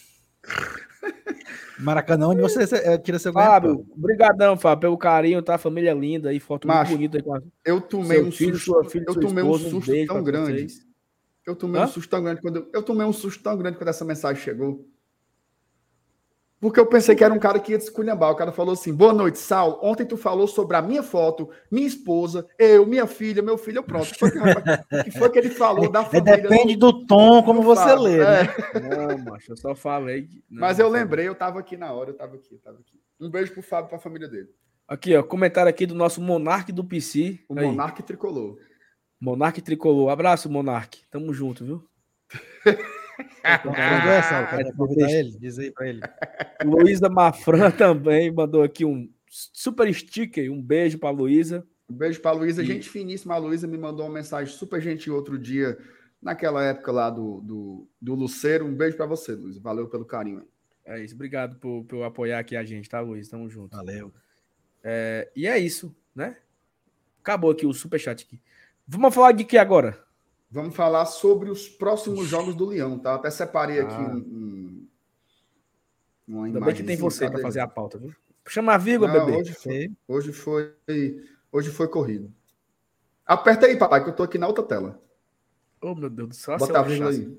Speaker 4: Maracanã, onde você é, tira seu
Speaker 6: Fábio,
Speaker 4: ganho-pão.
Speaker 6: brigadão, Fábio, pelo carinho, tá? Família linda aí, foto muito
Speaker 3: Macho,
Speaker 6: bonita aí com a...
Speaker 3: Eu tomei
Speaker 6: seu
Speaker 3: um
Speaker 6: filho,
Speaker 3: susto,
Speaker 6: sua filha,
Speaker 3: eu
Speaker 6: sua
Speaker 3: tomei um
Speaker 6: esposa, um
Speaker 3: susto
Speaker 6: beijo
Speaker 3: tão
Speaker 6: pra
Speaker 3: grande.
Speaker 6: vocês.
Speaker 3: Eu tomei
Speaker 6: Hã?
Speaker 3: um susto tão grande quando eu, eu tomei um susto tão grande quando essa mensagem chegou. Porque eu pensei que era um cara que ia desculhambar. O cara falou assim: boa noite, Sal. Ontem tu falou sobre a minha foto, minha esposa, eu, minha filha, meu filho. Eu, pronto. O que foi que, rapaz, o que foi que ele falou da
Speaker 4: É,
Speaker 3: família?
Speaker 4: depende
Speaker 3: do-
Speaker 4: do tom como
Speaker 3: do
Speaker 4: você
Speaker 3: Fábio?
Speaker 4: lê,
Speaker 3: É.
Speaker 4: né?
Speaker 6: Não, macho, eu só falei. que- não,
Speaker 3: Mas eu
Speaker 6: não,
Speaker 3: lembrei, eu tava aqui na hora, eu tava aqui, eu tava aqui. Um beijo pro Fábio e pra família dele.
Speaker 6: Aqui, ó, comentário aqui do nosso Monarque do P C.
Speaker 3: O
Speaker 6: Aí,
Speaker 3: Monarque Tricolor.
Speaker 6: Monarque Tricolor. Abraço, Monarque. Tamo junto, viu?
Speaker 4: Quando é, Sala? Quer convidar ele? Diz aí pra ele.
Speaker 6: Luísa Mafran também mandou aqui um super sticker. Um beijo pra Luísa.
Speaker 3: Um beijo pra Luísa,
Speaker 6: E-
Speaker 3: gente finíssima. A Luísa me mandou uma mensagem super gentil outro dia, naquela época lá do, do, do Luceiro. Um beijo pra você, Luísa. Valeu pelo carinho aí.
Speaker 6: É isso, obrigado por, por apoiar aqui a gente, tá, Luiz? Tamo junto.
Speaker 4: Valeu.
Speaker 6: É, e é isso, né? Acabou aqui o superchat aqui. Vamos falar de que agora?
Speaker 3: Vamos falar sobre os próximos jogos do Leão, tá? Até separei aqui
Speaker 6: Ah.
Speaker 3: um, um, uma
Speaker 6: Ainda bem que tem
Speaker 3: imagenzinha,
Speaker 6: você para
Speaker 3: cadê?
Speaker 6: fazer a pauta, viu? Chama a vírgula,
Speaker 3: Não,
Speaker 6: bebê.
Speaker 3: hoje foi, hoje foi hoje foi corrido. Aperta aí, papai, que eu tô aqui na outra tela.
Speaker 6: Oh, meu Deus do céu.
Speaker 3: Bota a vírgula aí.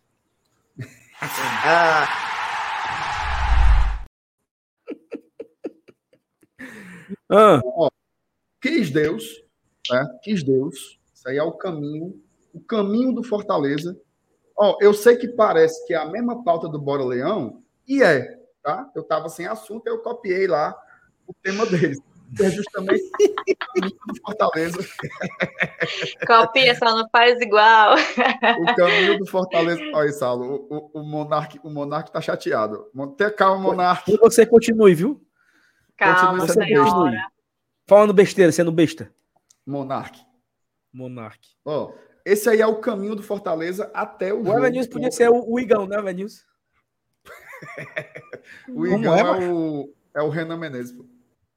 Speaker 6: Ah,
Speaker 3: Quis Deus, né? Quis Deus. Isso aí é o caminho, o caminho do Fortaleza. Ó, eu sei que parece que é a mesma pauta do Bora Leão, e é, tá? Eu tava sem assunto, eu copiei lá o tema deles. Que é justamente o caminho do Fortaleza.
Speaker 5: Copia, só não faz igual.
Speaker 3: O caminho do Fortaleza. Olha, Saulo, o, o, o Monark, o Monark tá chateado. Tenha calma, Monark.
Speaker 6: e você continue, viu?
Speaker 5: Calma,
Speaker 3: Continue sendo
Speaker 5: senhora.
Speaker 3: besta.
Speaker 6: Falando besteira, sendo besta.
Speaker 3: Monark.
Speaker 6: Monark.
Speaker 3: Ó, esse aí é o caminho do Fortaleza até o,
Speaker 6: O
Speaker 3: jogo.
Speaker 6: Evanilson podia ser o, o Igão, né, Evanilson?
Speaker 3: O
Speaker 4: Como
Speaker 3: Igão
Speaker 4: é,
Speaker 3: é, o, é o Renan Menezes. Pô.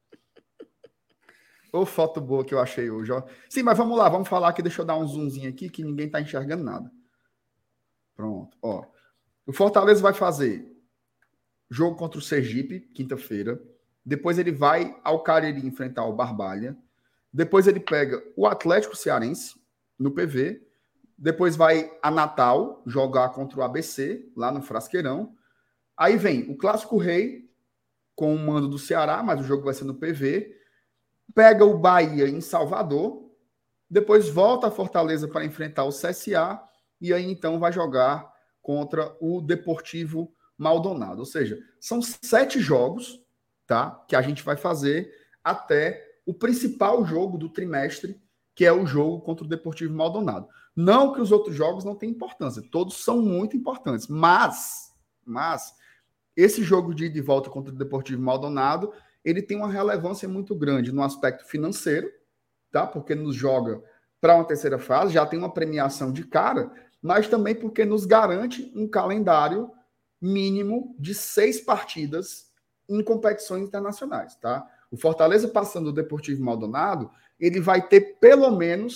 Speaker 3: Ô, foto boa que eu achei hoje, ó. Sim, mas vamos lá, vamos falar aqui. Deixa eu dar um zoomzinho aqui que ninguém tá enxergando nada. Pronto, ó. O Fortaleza vai fazer jogo contra o Sergipe, quinta-feira. Depois ele vai ao Cariri enfrentar o Barbalha. Depois ele pega o Atlético Cearense no P V. Depois vai a Natal jogar contra o A B C, lá no Frasqueirão. Aí vem o Clássico Rei com o mando do Ceará, mas o jogo vai ser no P V. Pega o Bahia em Salvador. Depois volta a Fortaleza para enfrentar o C S A. E aí então vai jogar contra o Deportivo Maldonado. Ou seja, são sete jogos, tá, que a gente vai fazer até o principal jogo do trimestre, que é o jogo contra o Deportivo Maldonado. Não que os outros jogos não tenham importância, todos são muito importantes, mas, mas esse jogo de ida e volta contra o Deportivo Maldonado, ele tem uma relevância muito grande no aspecto financeiro, tá? Porque nos joga para uma terceira fase, já tem uma premiação de cara, mas também porque nos garante um calendário mínimo de seis partidas em competições internacionais, tá? O Fortaleza passando o Deportivo Maldonado, ele vai ter pelo menos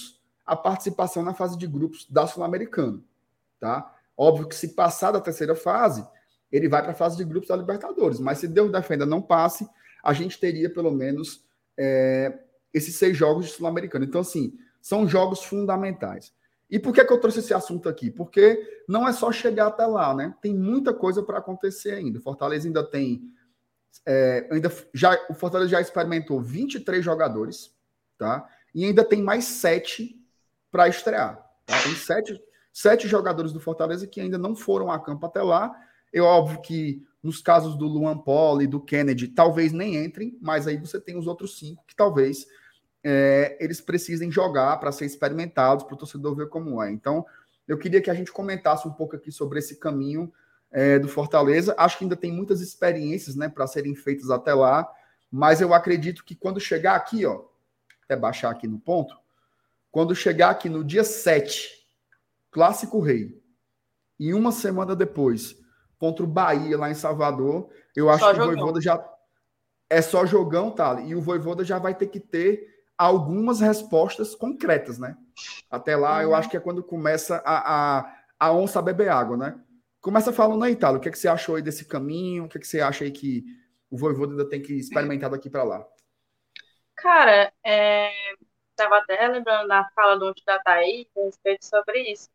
Speaker 3: a participação na fase de grupos da Sul-Americana, tá? Óbvio que se passar da terceira fase, ele vai para a fase de grupos da Libertadores, mas se Deus defenda não passe, a gente teria pelo menos é, esses seis jogos de Sul-Americana. Então, assim, são jogos fundamentais. E por que, que eu trouxe esse assunto aqui? Porque não é só chegar até lá, né? Tem muita coisa para acontecer ainda. O Fortaleza ainda tem... É, ainda já, o Fortaleza já experimentou vinte e três jogadores, tá? E ainda tem mais sete para estrear. Tá? Tem sete, sete jogadores do Fortaleza que ainda não foram a campo até lá. É óbvio que nos casos do Luan Poli e do Kennedy, talvez nem entrem, mas aí você tem os outros cinco que talvez é, eles precisem jogar para ser experimentados, para o torcedor ver como é. Então, eu queria que a gente comentasse um pouco aqui sobre esse caminho é, do Fortaleza. Acho que ainda tem muitas experiências, né, para serem feitas até lá, mas eu acredito que quando chegar aqui, ó, até baixar aqui no ponto, quando chegar aqui no dia sete, Clássico Rei, e uma semana depois, contra o Bahia, lá em Salvador, eu acho só que jogão. O Vojvoda já... É só jogão, tá? E o Vojvoda já vai ter que ter algumas respostas concretas, né? Até lá, uhum. eu acho que é quando começa a, a, a onça a beber água, né? Começa falando aí, Thales, o que, é que você achou aí desse caminho? O que, é que você acha aí que o Vojvoda ainda tem que experimentar daqui para lá?
Speaker 5: Cara, é... estava até lembrando da fala do da Thaís a respeito sobre isso.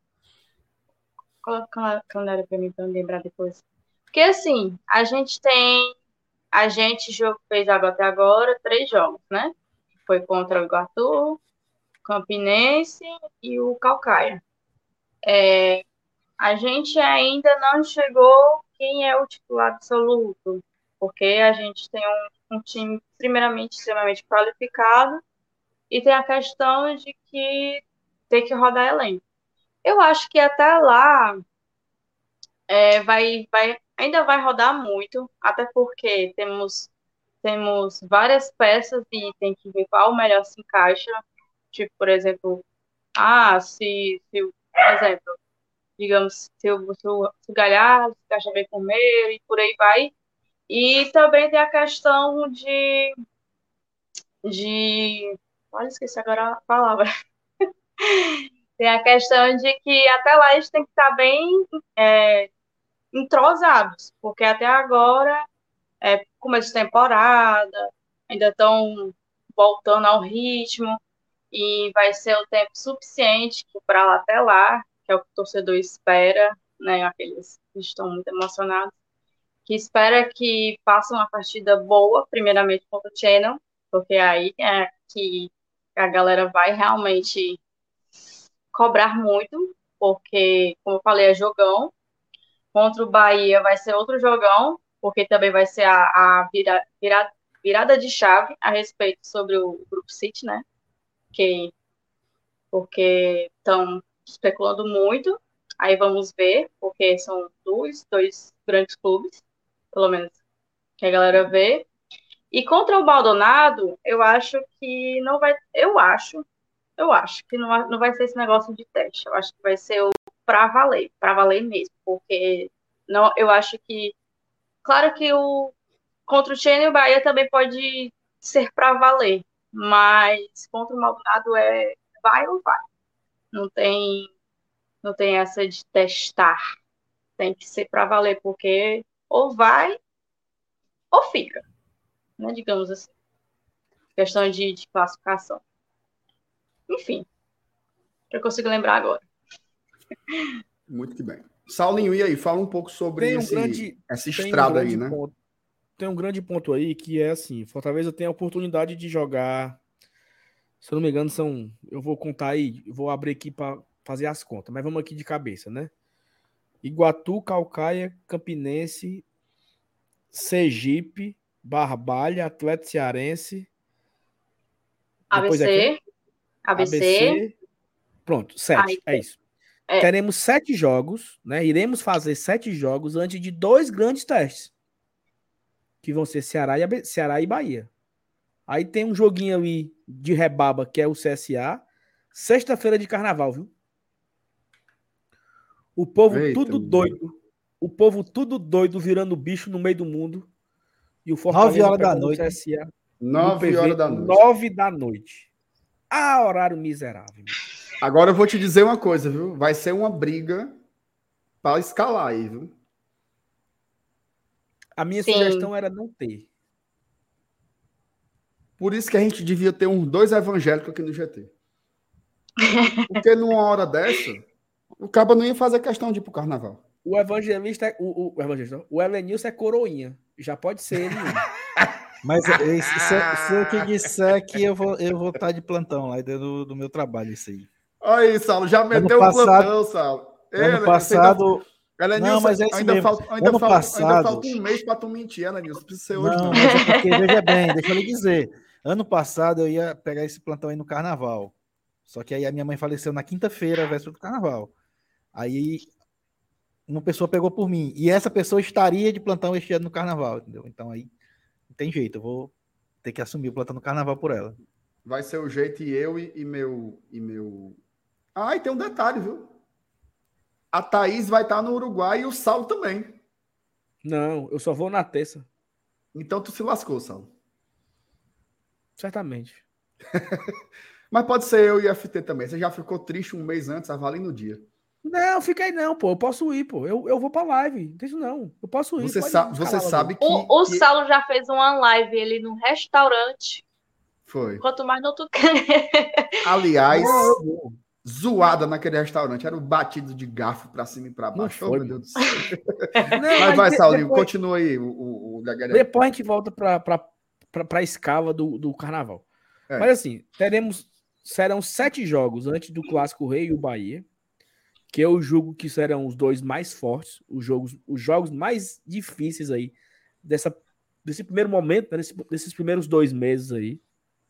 Speaker 5: Coloca o calendário para mim, para eu lembrar depois. Porque, assim, a gente tem... A gente fez até agora três jogos, né? Foi contra o Iguatu, Campinense e o Caucaia. É, a gente ainda não chegou quem é o titular absoluto, porque a gente tem um, um time, primeiramente, extremamente qualificado e tem a questão de que tem que rodar elenco. Eu acho que até lá é, vai, vai, ainda vai rodar muito, até porque temos... Temos várias peças e tem que ver qual melhor se encaixa. Tipo, por exemplo, ah, se, se por exemplo, digamos, se o, se o, se o Galhardo se encaixa bem com o meio e por aí vai. E também tem a questão de... de olha, esqueci agora a palavra. Tem a questão de que até lá eles têm que estar bem é, entrosados, porque até agora... É, começo de temporada, ainda estão voltando ao ritmo e vai ser o tempo suficiente para lá até lá, que é o que o torcedor espera, né? Aqueles que estão muito emocionados, que espera que façam uma partida boa, primeiramente contra o Channel, porque aí é que a galera vai realmente cobrar muito, porque, como eu falei, é jogão. Contra o Bahia vai ser outro jogão, porque também vai ser a, a vira, vira, virada de chave a respeito sobre o Grupo City, né? Que, porque estão especulando muito. Aí vamos ver, porque são dois, dois grandes clubes, pelo menos que a galera vê. E contra o Maldonado, eu acho que não vai. Eu acho, eu acho que não, não vai ser esse negócio de teste. Eu acho que vai ser o pra valer, pra valer mesmo, porque não, eu acho que claro que o contra o Channel e o Bahia também pode ser para valer, mas contra o Maldonado é vai ou vai. Não tem, não tem essa de testar. Tem que ser para valer, porque ou vai ou fica, né? Digamos assim. Questão de, de classificação. Enfim, eu consigo lembrar agora.
Speaker 3: Muito que bem. Saulinho, e aí? Fala um pouco sobre
Speaker 6: um
Speaker 3: esse,
Speaker 6: grande,
Speaker 3: essa estrada
Speaker 6: um
Speaker 3: aí, né?
Speaker 6: Ponto, tem um grande ponto aí que é assim, Fortaleza tem a oportunidade de jogar, se eu não me engano, são, eu vou contar aí, eu vou abrir aqui para fazer as contas, mas vamos aqui de cabeça, né? Iguatu, Caucaia, Campinense, Sergipe, Barbalha, Atlético Cearense,
Speaker 5: A B C, A B C,
Speaker 6: pronto, sete, é isso. É. Teremos sete jogos, né? Iremos fazer sete jogos antes de dois grandes testes, que vão ser Ceará e, Ceará e Bahia. Aí tem um joguinho ali de rebaba, que é o C S A, sexta-feira de carnaval, viu? O povo Eita, tudo doido, Deus. O povo tudo doido virando bicho no meio do mundo. E o Fortaleza
Speaker 4: nove horas da noite.
Speaker 6: C S A,
Speaker 3: nove horas da noite.
Speaker 6: nove da noite. Ah, horário miserável.
Speaker 3: Agora eu vou te dizer uma coisa, viu? Vai ser uma briga para escalar aí, viu?
Speaker 6: A minha
Speaker 5: Sim.
Speaker 6: sugestão era não ter.
Speaker 3: Por isso que a gente devia ter uns dois evangélicos aqui no G T. Porque numa hora dessa, o cabo não ia fazer questão de ir pro carnaval.
Speaker 6: O evangelista, é- o, o, o evangelista, o Elenilson é coroinha. Já pode ser ele. mesmo.
Speaker 4: Mas eh, se, se- se eu te disser que eu vou eu vou estar de plantão lá dentro do, do meu trabalho, isso aí.
Speaker 3: Aí, Saulo, já meteu o
Speaker 4: passado-
Speaker 3: plantão, Saulo. Ei,
Speaker 4: Ano
Speaker 3: Elenilson,
Speaker 4: passado.
Speaker 3: ainda, Elenilson,
Speaker 4: Não, mas é isso
Speaker 3: ainda,
Speaker 4: mesmo.
Speaker 3: falta, ainda,
Speaker 4: Ano
Speaker 3: falta, ainda
Speaker 4: passado-
Speaker 3: falta um mês para tu mentir, Elenilson. Não precisa ser hoje,
Speaker 4: Não,
Speaker 3: não.
Speaker 4: mas é porque, veja bem, deixa eu lhe dizer. Ano passado eu ia pegar esse plantão aí no carnaval. Só que aí a minha mãe faleceu na quinta-feira, véspera do carnaval. Aí uma pessoa pegou por mim. E essa pessoa estaria de plantão este ano no carnaval, entendeu? Então aí não tem jeito, eu vou ter que assumir o plantão no carnaval por ela.
Speaker 3: Vai ser o jeito e eu e, e meu, e meu. Ah, e tem um detalhe, viu? A Thaís vai estar no Uruguai e o Saulo também.
Speaker 6: Não, eu só vou na terça.
Speaker 3: Então tu se lascou, Saulo.
Speaker 6: Certamente.
Speaker 3: Mas pode ser eu e F T também. Você já ficou triste um mês antes, avali no dia.
Speaker 6: Não, fica aí não, pô. Eu posso ir, pô. Eu, eu vou pra live. Não tem isso não. Eu posso ir.
Speaker 3: Você,
Speaker 6: pode
Speaker 3: sa
Speaker 6: ir,
Speaker 3: você
Speaker 6: escalar logo.
Speaker 3: sabe que.
Speaker 5: O, o
Speaker 3: que-
Speaker 5: Saulo já fez uma live ele num restaurante.
Speaker 3: Foi.
Speaker 5: Quanto mais no outro
Speaker 3: Aliás,
Speaker 6: Não, eu vou.
Speaker 3: zoada naquele restaurante. Era o batido de garfo pra cima e pra
Speaker 6: Não
Speaker 3: baixo. Oh,
Speaker 6: foi,
Speaker 3: meu
Speaker 6: mano.
Speaker 3: Deus do céu.
Speaker 6: Não,
Speaker 3: Mas vai,
Speaker 6: de-
Speaker 3: Saulinho,
Speaker 6: depois,
Speaker 3: continua aí. O, o, o da galera.
Speaker 6: depois a gente volta pra, pra, pra, pra escala do, do carnaval.
Speaker 3: É.
Speaker 6: Mas assim, teremos. Serão sete jogos antes do Clássico Rei e o Bahia. Que eu julgo que serão os dois mais fortes, os jogos, os jogos mais difíceis aí dessa, desse primeiro momento, né, desse, desses primeiros dois meses aí.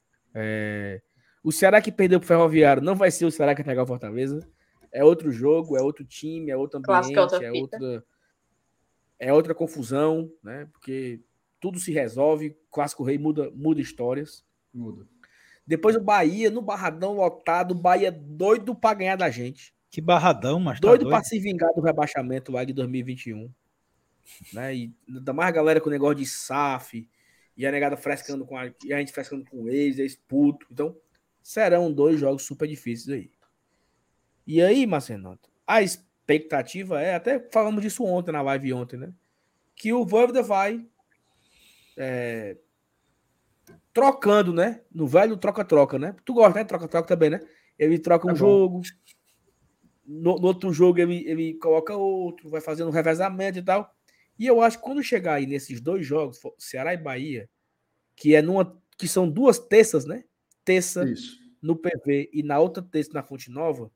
Speaker 6: É, o Ceará que perdeu pro Ferroviário não vai ser o Ceará que vai pegar o Fortaleza. É outro jogo, é outro time, é outro ambiente,
Speaker 5: Clássico é outra
Speaker 6: é
Speaker 5: fita.
Speaker 6: outra, é outra confusão, né? Porque tudo se resolve, Clássico Rei muda, muda histórias.
Speaker 3: Muda.
Speaker 6: Depois o Bahia, no Barradão lotado, o Bahia doido pra ganhar da gente.
Speaker 4: Que barradão, mas tá
Speaker 6: Doido
Speaker 4: doido.
Speaker 6: pra se vingar do rebaixamento lá de dois mil e vinte e um. Né? E ainda mais a galera com o negócio de S A F, e a negada frescando com a, e a gente frescando com eles, eles puto. Então, serão dois jogos super difíceis aí. E aí, Marcenoto, a expectativa é, até falamos disso ontem, na live ontem, né? Que o Voivoda vai é, trocando, né? No velho troca-troca, né? Tu gosta, né? Troca-troca também, né? Ele troca um
Speaker 3: É bom.
Speaker 6: jogo, no, no outro jogo ele, ele coloca outro, vai fazendo um revezamento e tal. E eu acho que quando chegar aí nesses dois jogos, Ceará e Bahia, que é numa que são duas terças, né? Terça
Speaker 3: Isso.
Speaker 6: no P V e na outra terça na Fonte Nova,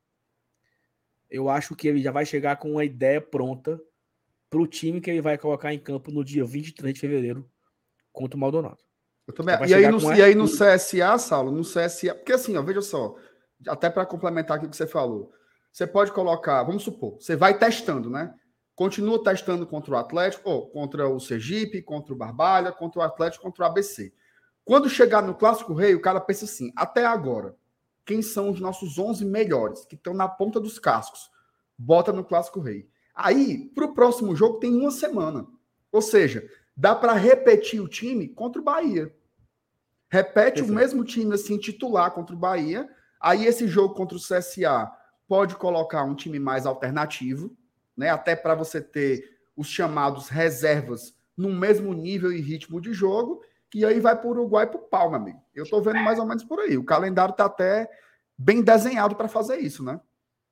Speaker 6: eu acho que ele já vai chegar com uma ideia pronta para o time que ele vai colocar em campo no dia vinte e três de fevereiro contra o Maldonado.
Speaker 3: Eu também.
Speaker 6: Vai
Speaker 3: E aí,
Speaker 6: chegar
Speaker 3: no,
Speaker 6: com
Speaker 3: e aí no
Speaker 6: essa-
Speaker 3: C S A, Saulo, no C S A, porque assim, ó, veja só, até para complementar aquilo que você falou, você pode colocar, vamos supor, você vai testando, né? Continua testando contra o Atlético, ou contra o Sergipe, contra o Barbalha, contra o Atlético, contra o A B C. Quando chegar no Clássico Rei, o cara pensa assim, até agora, quem são os nossos onze melhores, que estão na ponta dos cascos? Bota no Clássico Rei. Aí, para o próximo jogo, tem uma semana. Ou seja, dá para repetir o time contra o Bahia. Repete
Speaker 6: Perfeito.
Speaker 3: o mesmo time assim, titular contra o Bahia. Aí esse jogo contra o C S A pode colocar um time mais alternativo, né? Até para você ter os chamados reservas no mesmo nível e ritmo de jogo. E aí vai para o Uruguai e para o pau, meu amigo. Eu estou vendo mais ou menos por aí. O calendário está até bem desenhado para fazer isso, né?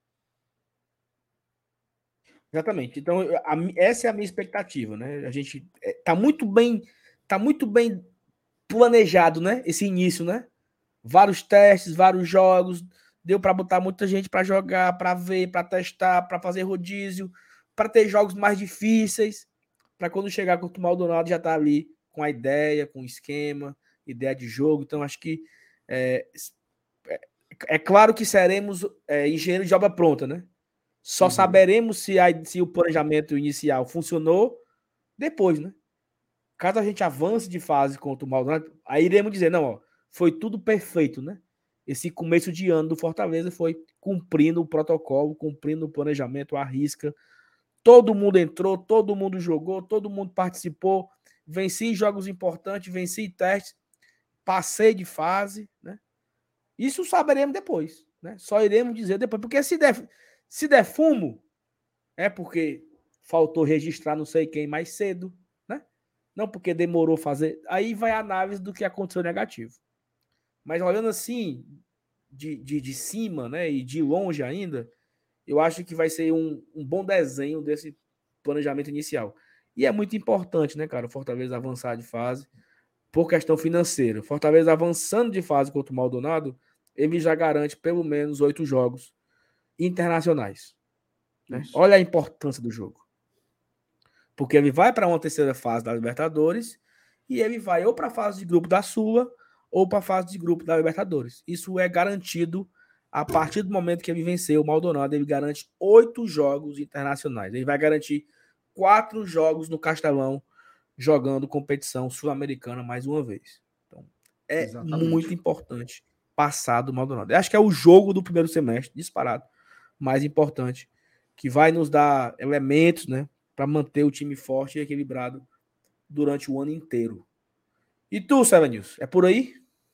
Speaker 6: Exatamente. Então, eu- a mi- essa é a minha expectativa, né? A gente é, tá muito bem, tá muito bem planejado, né? Esse início, né? Vários testes, vários jogos, deu para botar muita gente para jogar, para ver, para testar, para fazer rodízio, para ter jogos mais difíceis, para quando chegar contra o Maldonado já tá ali com a ideia, com o esquema, ideia de jogo. Então, acho que é, é, é claro que seremos é, engenheiros de obra pronta, né? Só
Speaker 3: Uhum.
Speaker 6: saberemos se, a, se o planejamento inicial funcionou depois, né? Caso a gente avance de fase contra o Maldonado, aí iremos dizer, não, ó, foi tudo perfeito, né? Esse começo de ano do Fortaleza foi cumprindo o protocolo, cumprindo o planejamento, a risca. Todo mundo entrou, todo mundo jogou, todo mundo participou, venci jogos importantes, venci testes, passei de fase, né? Isso saberemos depois. né? Só iremos dizer depois. Porque se der, se der fumo, é porque faltou registrar não sei quem mais cedo, né? Não porque demorou fazer. Aí vai a análise do que aconteceu negativo. Mas olhando assim, de, de, de cima, né? E de longe ainda, eu acho que vai ser um, um bom desenho desse planejamento inicial. E é muito importante, né, cara, o Fortaleza avançar de fase por questão financeira. Fortaleza avançando de fase contra o Maldonado, ele já garante pelo menos oito jogos internacionais. Né? Olha a importância do jogo. Porque ele vai para uma terceira fase da Libertadores e ele vai ou para a fase de grupo da Sula ou para a fase de grupo da Libertadores. Isso é garantido a partir do momento que ele venceu o Maldonado. Ele garante oito jogos internacionais. Ele vai garantir quatro jogos no Castelão, jogando competição sul-americana mais uma vez. Então, é Exatamente. muito importante passar do Maldonado. Eu acho que é o jogo do primeiro semestre, disparado, mais importante, que vai nos dar elementos, né, para manter o time forte e equilibrado durante o ano inteiro. E tu, Seven News, é por aí?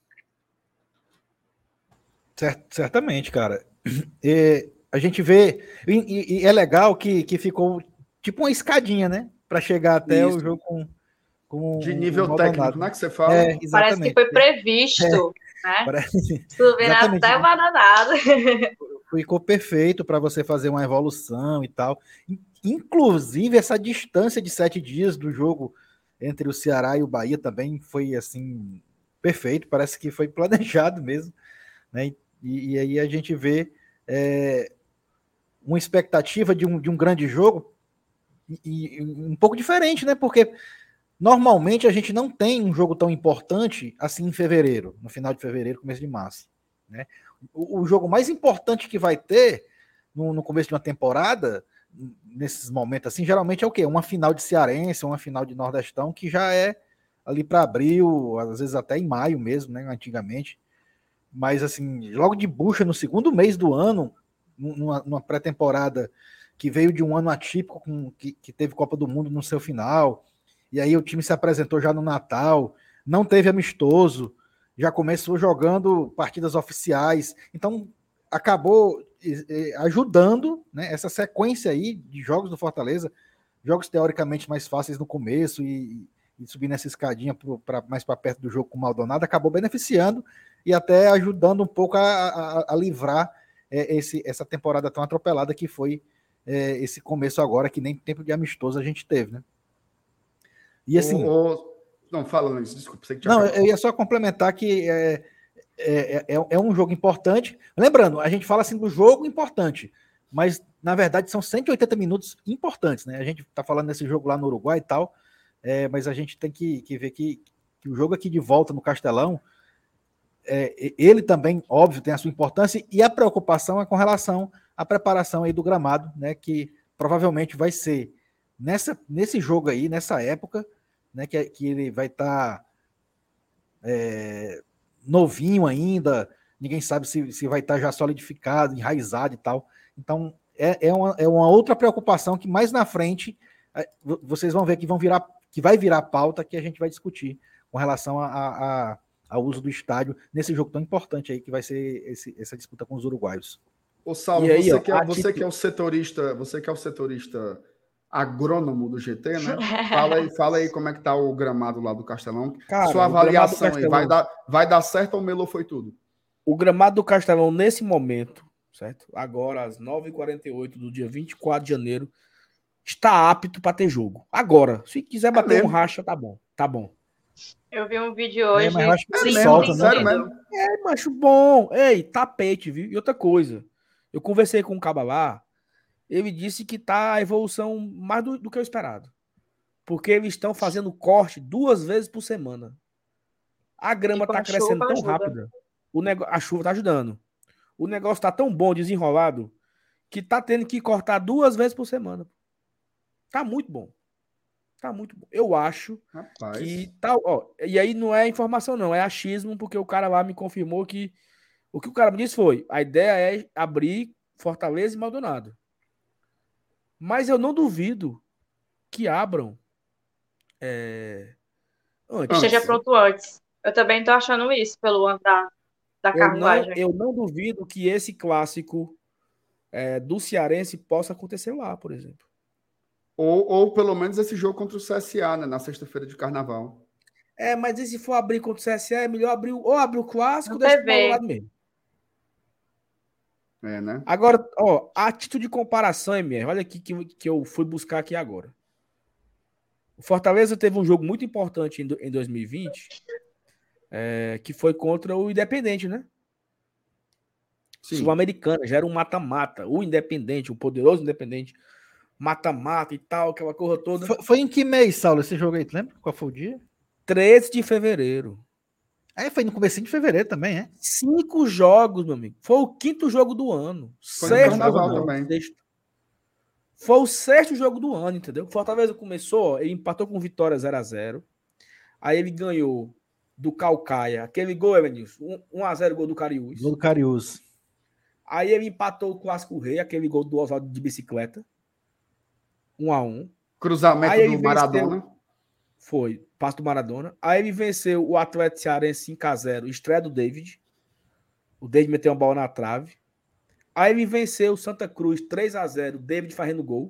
Speaker 4: Certamente, cara. E a gente vê, e, e é legal que, que ficou tipo uma escadinha, né, para chegar até Isso. o jogo com Com
Speaker 3: de nível técnico, não é que você fala?
Speaker 4: É,
Speaker 5: Parece que foi previsto, é. né?
Speaker 4: Parece...
Speaker 5: Tudo vendo até bananado.
Speaker 4: Ficou perfeito para você fazer uma evolução e tal. Inclusive, essa distância de sete dias do jogo entre o Ceará e o Bahia também foi, assim, perfeito. Parece que foi planejado mesmo, né? E, e aí a gente vê é, uma expectativa de um, de um grande jogo e, e um pouco diferente, né? Porque normalmente a gente não tem um jogo tão importante assim em fevereiro, no final de fevereiro, começo de março, né? O, o jogo mais importante que vai ter no, no começo de uma temporada, nesses momentos assim, geralmente é o quê? Uma final de Cearense, uma final de Nordestão, que já é ali para abril, às vezes até em maio mesmo, né? Antigamente. Mas assim, logo de bucha, no segundo mês do ano, numa, numa pré-temporada que veio de um ano atípico, com, que, que teve Copa do Mundo no seu final. E aí o time se apresentou já no Natal, não teve amistoso, já começou jogando partidas oficiais. Então, acabou ajudando, né, essa sequência aí de jogos do Fortaleza, jogos teoricamente mais fáceis no começo e, e subir nessa escadinha pro, pra, mais para perto do jogo com o Maldonado, acabou beneficiando e até ajudando um pouco a, a, a livrar é, esse, essa temporada tão atropelada que foi é, esse começo agora, que nem tempo de amistoso a gente teve, né? E assim.
Speaker 3: O, o... Não, fala, Luiz, desculpa. Você que tinha
Speaker 4: não,
Speaker 3: acabado.
Speaker 4: eu ia só complementar que é, é, é, é um jogo importante. Lembrando, a gente fala assim do jogo importante, mas na verdade são cento e oitenta minutos importantes, né? A gente tá falando desse jogo lá no Uruguai e tal, é, mas a gente tem que, que ver que, que o jogo aqui de volta no Castelão, é, ele também, óbvio, tem a sua importância e a preocupação é com relação à preparação aí do gramado, né? Que provavelmente vai ser nessa, nesse jogo aí, nessa época, né, que, que ele vai estar tá, é, novinho ainda, ninguém sabe se, se vai estar tá já solidificado, enraizado e tal. Então, é, é, uma, é uma outra preocupação que mais na frente é, vocês vão ver que, vão virar, que vai virar pauta que a gente vai discutir com relação a, a, a, ao uso do estádio nesse jogo tão importante aí que vai ser esse, essa disputa com os uruguaios.
Speaker 3: Ô, Saulo, aí, você, ó, que é, você que é o setorista, você que é o setorista agrônomo do G T, né? Fala aí, fala aí como é que tá o gramado lá do Castelão. Cara, sua avaliação aí, vai dar, vai dar certo ou o melô foi tudo?
Speaker 6: O gramado do Castelão, nesse momento, certo? Agora, às nove e quarenta e oito do dia vinte e quatro de janeiro, está apto para ter jogo. Agora, se quiser bater é um racha, tá bom. Tá bom.
Speaker 5: Eu vi um vídeo hoje.
Speaker 4: É, mas eu acho que
Speaker 5: sim,
Speaker 4: se solta, né?
Speaker 3: Sério mesmo?
Speaker 6: É, macho, bom. Ei, tapete, viu? E outra coisa, eu conversei com um caba lá, ele disse que tá a evolução mais do, do que eu esperado. Porque eles estão fazendo corte duas vezes por semana. A grama tá crescendo tão rápida. O negócio, a chuva tá ajudando. O negócio tá tão bom, desenrolado, que tá tendo que cortar duas vezes por semana. Tá muito bom. Tá muito bom. Eu acho
Speaker 3: Rapaz.
Speaker 6: que tal, ó, e aí não é informação não, é achismo, porque o cara lá me confirmou que o que o cara me disse foi, a ideia é abrir Fortaleza e Maldonado. Mas eu não duvido que abram é,
Speaker 5: antes. Esteja pronto antes. Eu também tô achando isso pelo andar da
Speaker 6: Eu não,
Speaker 5: carruagem.
Speaker 6: eu não duvido que esse clássico é, do Cearense possa acontecer lá, por exemplo.
Speaker 3: Ou, ou pelo menos esse jogo contra o C S A, né? Na sexta-feira de carnaval.
Speaker 6: É, mas e se for abrir contra o C S A, é melhor abrir o- ou abrir o clássico ou
Speaker 5: No
Speaker 6: deixar o
Speaker 5: T V.
Speaker 6: do lado mesmo.
Speaker 3: É, né?
Speaker 6: Agora, ó, a título de comparação, M R, olha aqui que, que eu fui buscar aqui agora. O Fortaleza teve um jogo muito importante em, do- em dois mil e vinte, é, que foi contra o Independente, né?
Speaker 3: Sim.
Speaker 6: Sul-Americana, já era um mata-mata. O Independente, o poderoso Independente, mata-mata e tal, aquela coisa toda.
Speaker 4: Foi, foi em que mês, Saulo, esse jogo aí? Tu lembra? Qual foi o dia?
Speaker 6: treze de fevereiro.
Speaker 4: Aí foi no comecinho de fevereiro também, é?
Speaker 6: Cinco jogos, meu amigo. Foi o quinto jogo do ano.
Speaker 3: Foi no
Speaker 6: Sexto
Speaker 3: carnaval
Speaker 6: jogo do ano,
Speaker 3: também.
Speaker 6: sexto. Foi o sexto jogo do ano, entendeu? Fortaleza começou, ó, ele empatou com Vitória zero a zero. Aí ele ganhou do Calcaia. Aquele gol, Evanilson, um a zero gol do Cariús.
Speaker 4: Gol do Cariús.
Speaker 6: Aí ele empatou o Clássico Rei, aquele gol do Oswaldo de bicicleta. um a um.
Speaker 3: Cruzamento
Speaker 6: Aí ele
Speaker 3: do
Speaker 6: venceu-
Speaker 3: Maradona.
Speaker 6: Foi, passo do Maradona. Aí ele venceu o Atlético Cearense cinco a zero, estreia do David. O David meteu uma bola na trave. Aí ele venceu o Santa Cruz três a zero, David fazendo gol.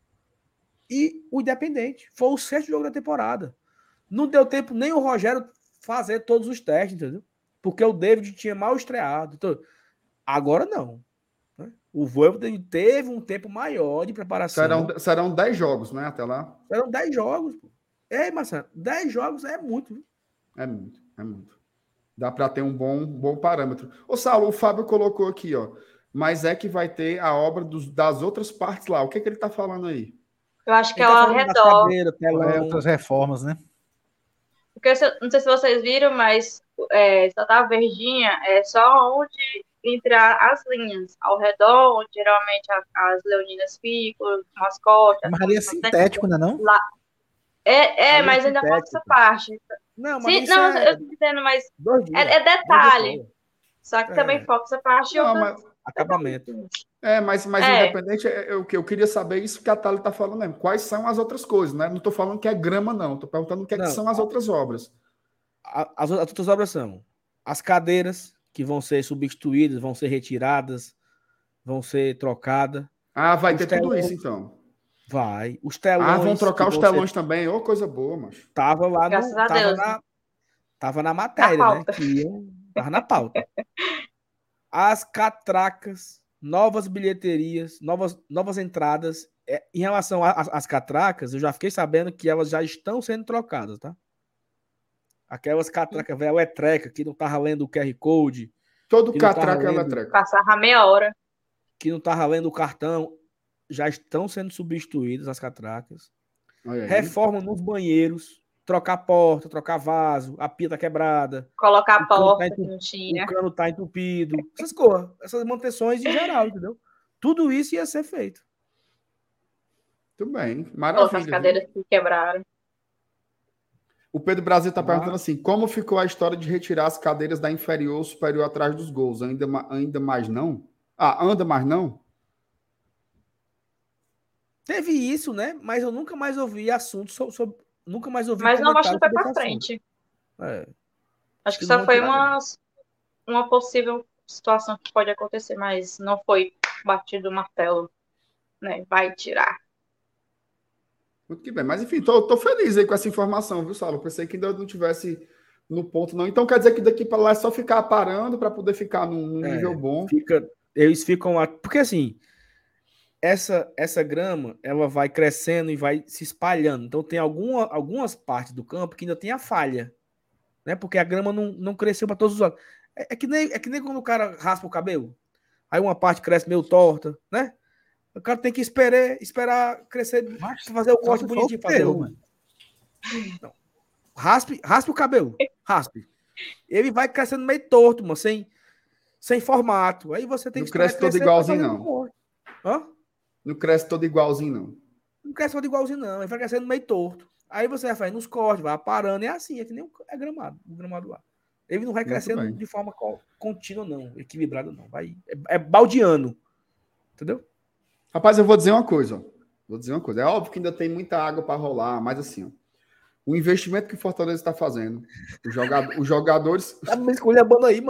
Speaker 6: E o Independente. Foi o sexto jogo da temporada. Não deu tempo nem o Rogério fazer todos os testes, entendeu? Porque o David tinha mal estreado. Então, agora não. Né? O Voivoda teve um tempo maior de preparação.
Speaker 3: Serão, serão dez jogos, né? Até lá.
Speaker 6: Eram dez jogos. Pô. Ei, Marcelo, dez jogos é muito. Viu?
Speaker 3: É muito, é muito. Dá para ter um bom, bom parâmetro. Ô, Saulo, o Fábio colocou aqui, ó. Mas é que vai ter a obra dos, das outras partes lá. O que, que ele tá falando aí?
Speaker 5: Eu acho que
Speaker 6: Ele
Speaker 5: é
Speaker 6: tá
Speaker 5: ao
Speaker 6: falando das
Speaker 5: redor.
Speaker 6: cadeiras, telão.
Speaker 4: É, outras reformas, né?
Speaker 5: Porque se- não sei se vocês viram, mas é, só tá verdinha, é só onde entre a- as linhas, ao redor, onde geralmente a- as leoninas ficam, os mascotes.
Speaker 4: Mas ali é
Speaker 5: as-
Speaker 4: sintético, né, não?
Speaker 5: Lá. É, é,
Speaker 6: Ali é
Speaker 5: mas ainda falta
Speaker 6: sintético.
Speaker 5: essa parte.
Speaker 6: Não, mas
Speaker 5: Sim,
Speaker 6: isso
Speaker 5: não,
Speaker 6: é
Speaker 5: eu tô dizendo, mas
Speaker 6: dois dias.
Speaker 5: é, é
Speaker 6: Dois dias
Speaker 5: detalhe.
Speaker 6: fora.
Speaker 5: Só que
Speaker 6: É.
Speaker 5: também falta essa parte. e
Speaker 3: Não,
Speaker 5: outras-
Speaker 3: mas,
Speaker 6: Acabamento.
Speaker 3: é, mas, mas
Speaker 5: É.
Speaker 3: independente, é, é o que eu queria saber isso que a Thalia tá falando mesmo. Quais são as outras coisas, né? Não tô falando que é grama, não. Tô perguntando o que, é que
Speaker 6: Não.
Speaker 3: são as outras obras.
Speaker 6: A- As, as outras obras são as cadeiras que vão ser substituídas, vão ser retiradas, vão ser trocadas.
Speaker 3: Ah, vai
Speaker 6: Os
Speaker 3: ter tudo
Speaker 6: telões.
Speaker 3: isso, então.
Speaker 6: Vai. Os telões.
Speaker 3: Ah, vão trocar
Speaker 6: que
Speaker 3: os
Speaker 6: vão ser-
Speaker 3: telões também. Ô, coisa boa, macho.
Speaker 6: Tava lá no.
Speaker 5: Graças a
Speaker 6: Tava
Speaker 5: Deus,
Speaker 6: na, tava na matéria,
Speaker 5: Na
Speaker 6: né?
Speaker 5: pauta.
Speaker 6: Que iam, tava na pauta. As catracas, novas bilheterias, novas, novas entradas. É, em relação a- às às catracas, eu já fiquei sabendo que elas já estão sendo trocadas, tá? Aquelas catracas velha eletreca que não tava lendo o Q R Code,
Speaker 3: Todo
Speaker 6: Que não tava
Speaker 3: catraca é
Speaker 6: lendo.
Speaker 3: eletrica.
Speaker 5: Passava meia hora.
Speaker 6: que não tava lendo o cartão, já estão sendo substituídas as catracas.
Speaker 3: Olha aí.
Speaker 6: Reforma nos banheiros, trocar porta, trocar vaso, a pia tá quebrada,
Speaker 5: Colocar a
Speaker 6: O cano
Speaker 5: porta
Speaker 6: tá
Speaker 5: que não tinha.
Speaker 6: o cano tá entupido, essas coisas, essas manutenções em geral, entendeu? Tudo isso ia ser feito.
Speaker 3: Muito bem.
Speaker 5: Outras
Speaker 3: Maravilha. viu?
Speaker 5: cadeiras que quebraram.
Speaker 3: O Pedro Brasil está
Speaker 6: Ah.
Speaker 3: perguntando assim: como ficou a história de retirar as cadeiras da inferior ou superior atrás dos gols? Ainda, ma- ainda mais não? Ah, anda mais não?
Speaker 6: Teve isso, né? Mas eu nunca mais ouvi assunto sobre. sobre nunca mais ouvi
Speaker 5: Mas não, acho que
Speaker 6: comentário
Speaker 5: foi
Speaker 6: sobre
Speaker 5: pra
Speaker 6: esse assunto.
Speaker 5: frente.
Speaker 6: É.
Speaker 5: Acho que
Speaker 6: que não
Speaker 5: só
Speaker 6: vão
Speaker 5: foi
Speaker 6: tirar,
Speaker 5: uma, uma possível situação que pode acontecer, mas não foi batido o martelo, né? Vai tirar.
Speaker 3: Muito que bem. Mas enfim, tô, tô feliz aí com essa informação, viu, Saulo? Pensei que ainda não tivesse no ponto, não. Então quer dizer que daqui para lá é só ficar parando para poder ficar num, num
Speaker 6: É.
Speaker 3: nível bom.
Speaker 6: Fica, eles ficam lá. Porque assim, essa, essa grama ela vai crescendo e vai se espalhando. Então tem alguma, algumas partes do campo que ainda tem a falha, né? Porque a grama não, não cresceu para todos os lados. É, é, que nem, é que nem quando o cara raspa o cabelo. Aí uma parte cresce meio torta, né? O cara tem que esperar, esperar crescer,
Speaker 4: Mas
Speaker 6: fazer o
Speaker 4: só
Speaker 6: corte
Speaker 4: se for
Speaker 6: bonitinho.
Speaker 4: o
Speaker 6: Fazer
Speaker 4: teu,
Speaker 6: o...
Speaker 4: mano.
Speaker 6: Não. Raspe, raspe o cabelo. Raspe. Ele vai crescendo meio torto, mano, sem, sem formato. Aí você tem
Speaker 3: Não
Speaker 6: que esperar
Speaker 3: cresce todo
Speaker 6: crescer
Speaker 3: igualzinho,
Speaker 6: pra fazer
Speaker 3: não.
Speaker 6: o corte. Hã?
Speaker 3: Não cresce todo igualzinho, não.
Speaker 6: Não cresce todo igualzinho, não. Ele vai crescendo meio torto. Aí você vai fazendo os cortes, vai parando. É assim, é que nem o é gramado, o gramado lá. Ele não vai
Speaker 3: Muito
Speaker 6: crescendo
Speaker 3: bem.
Speaker 6: de forma co- contínua, não. Equilibrada, não. Vai, é, é baldeano. Entendeu?
Speaker 3: Rapaz, eu vou dizer uma coisa, ó. Vou dizer uma coisa. É óbvio que ainda tem muita água para rolar, mas assim, ó, o investimento que o Fortaleza está fazendo, os, joga- os jogadores.
Speaker 6: Tá me escolhendo aí, mano.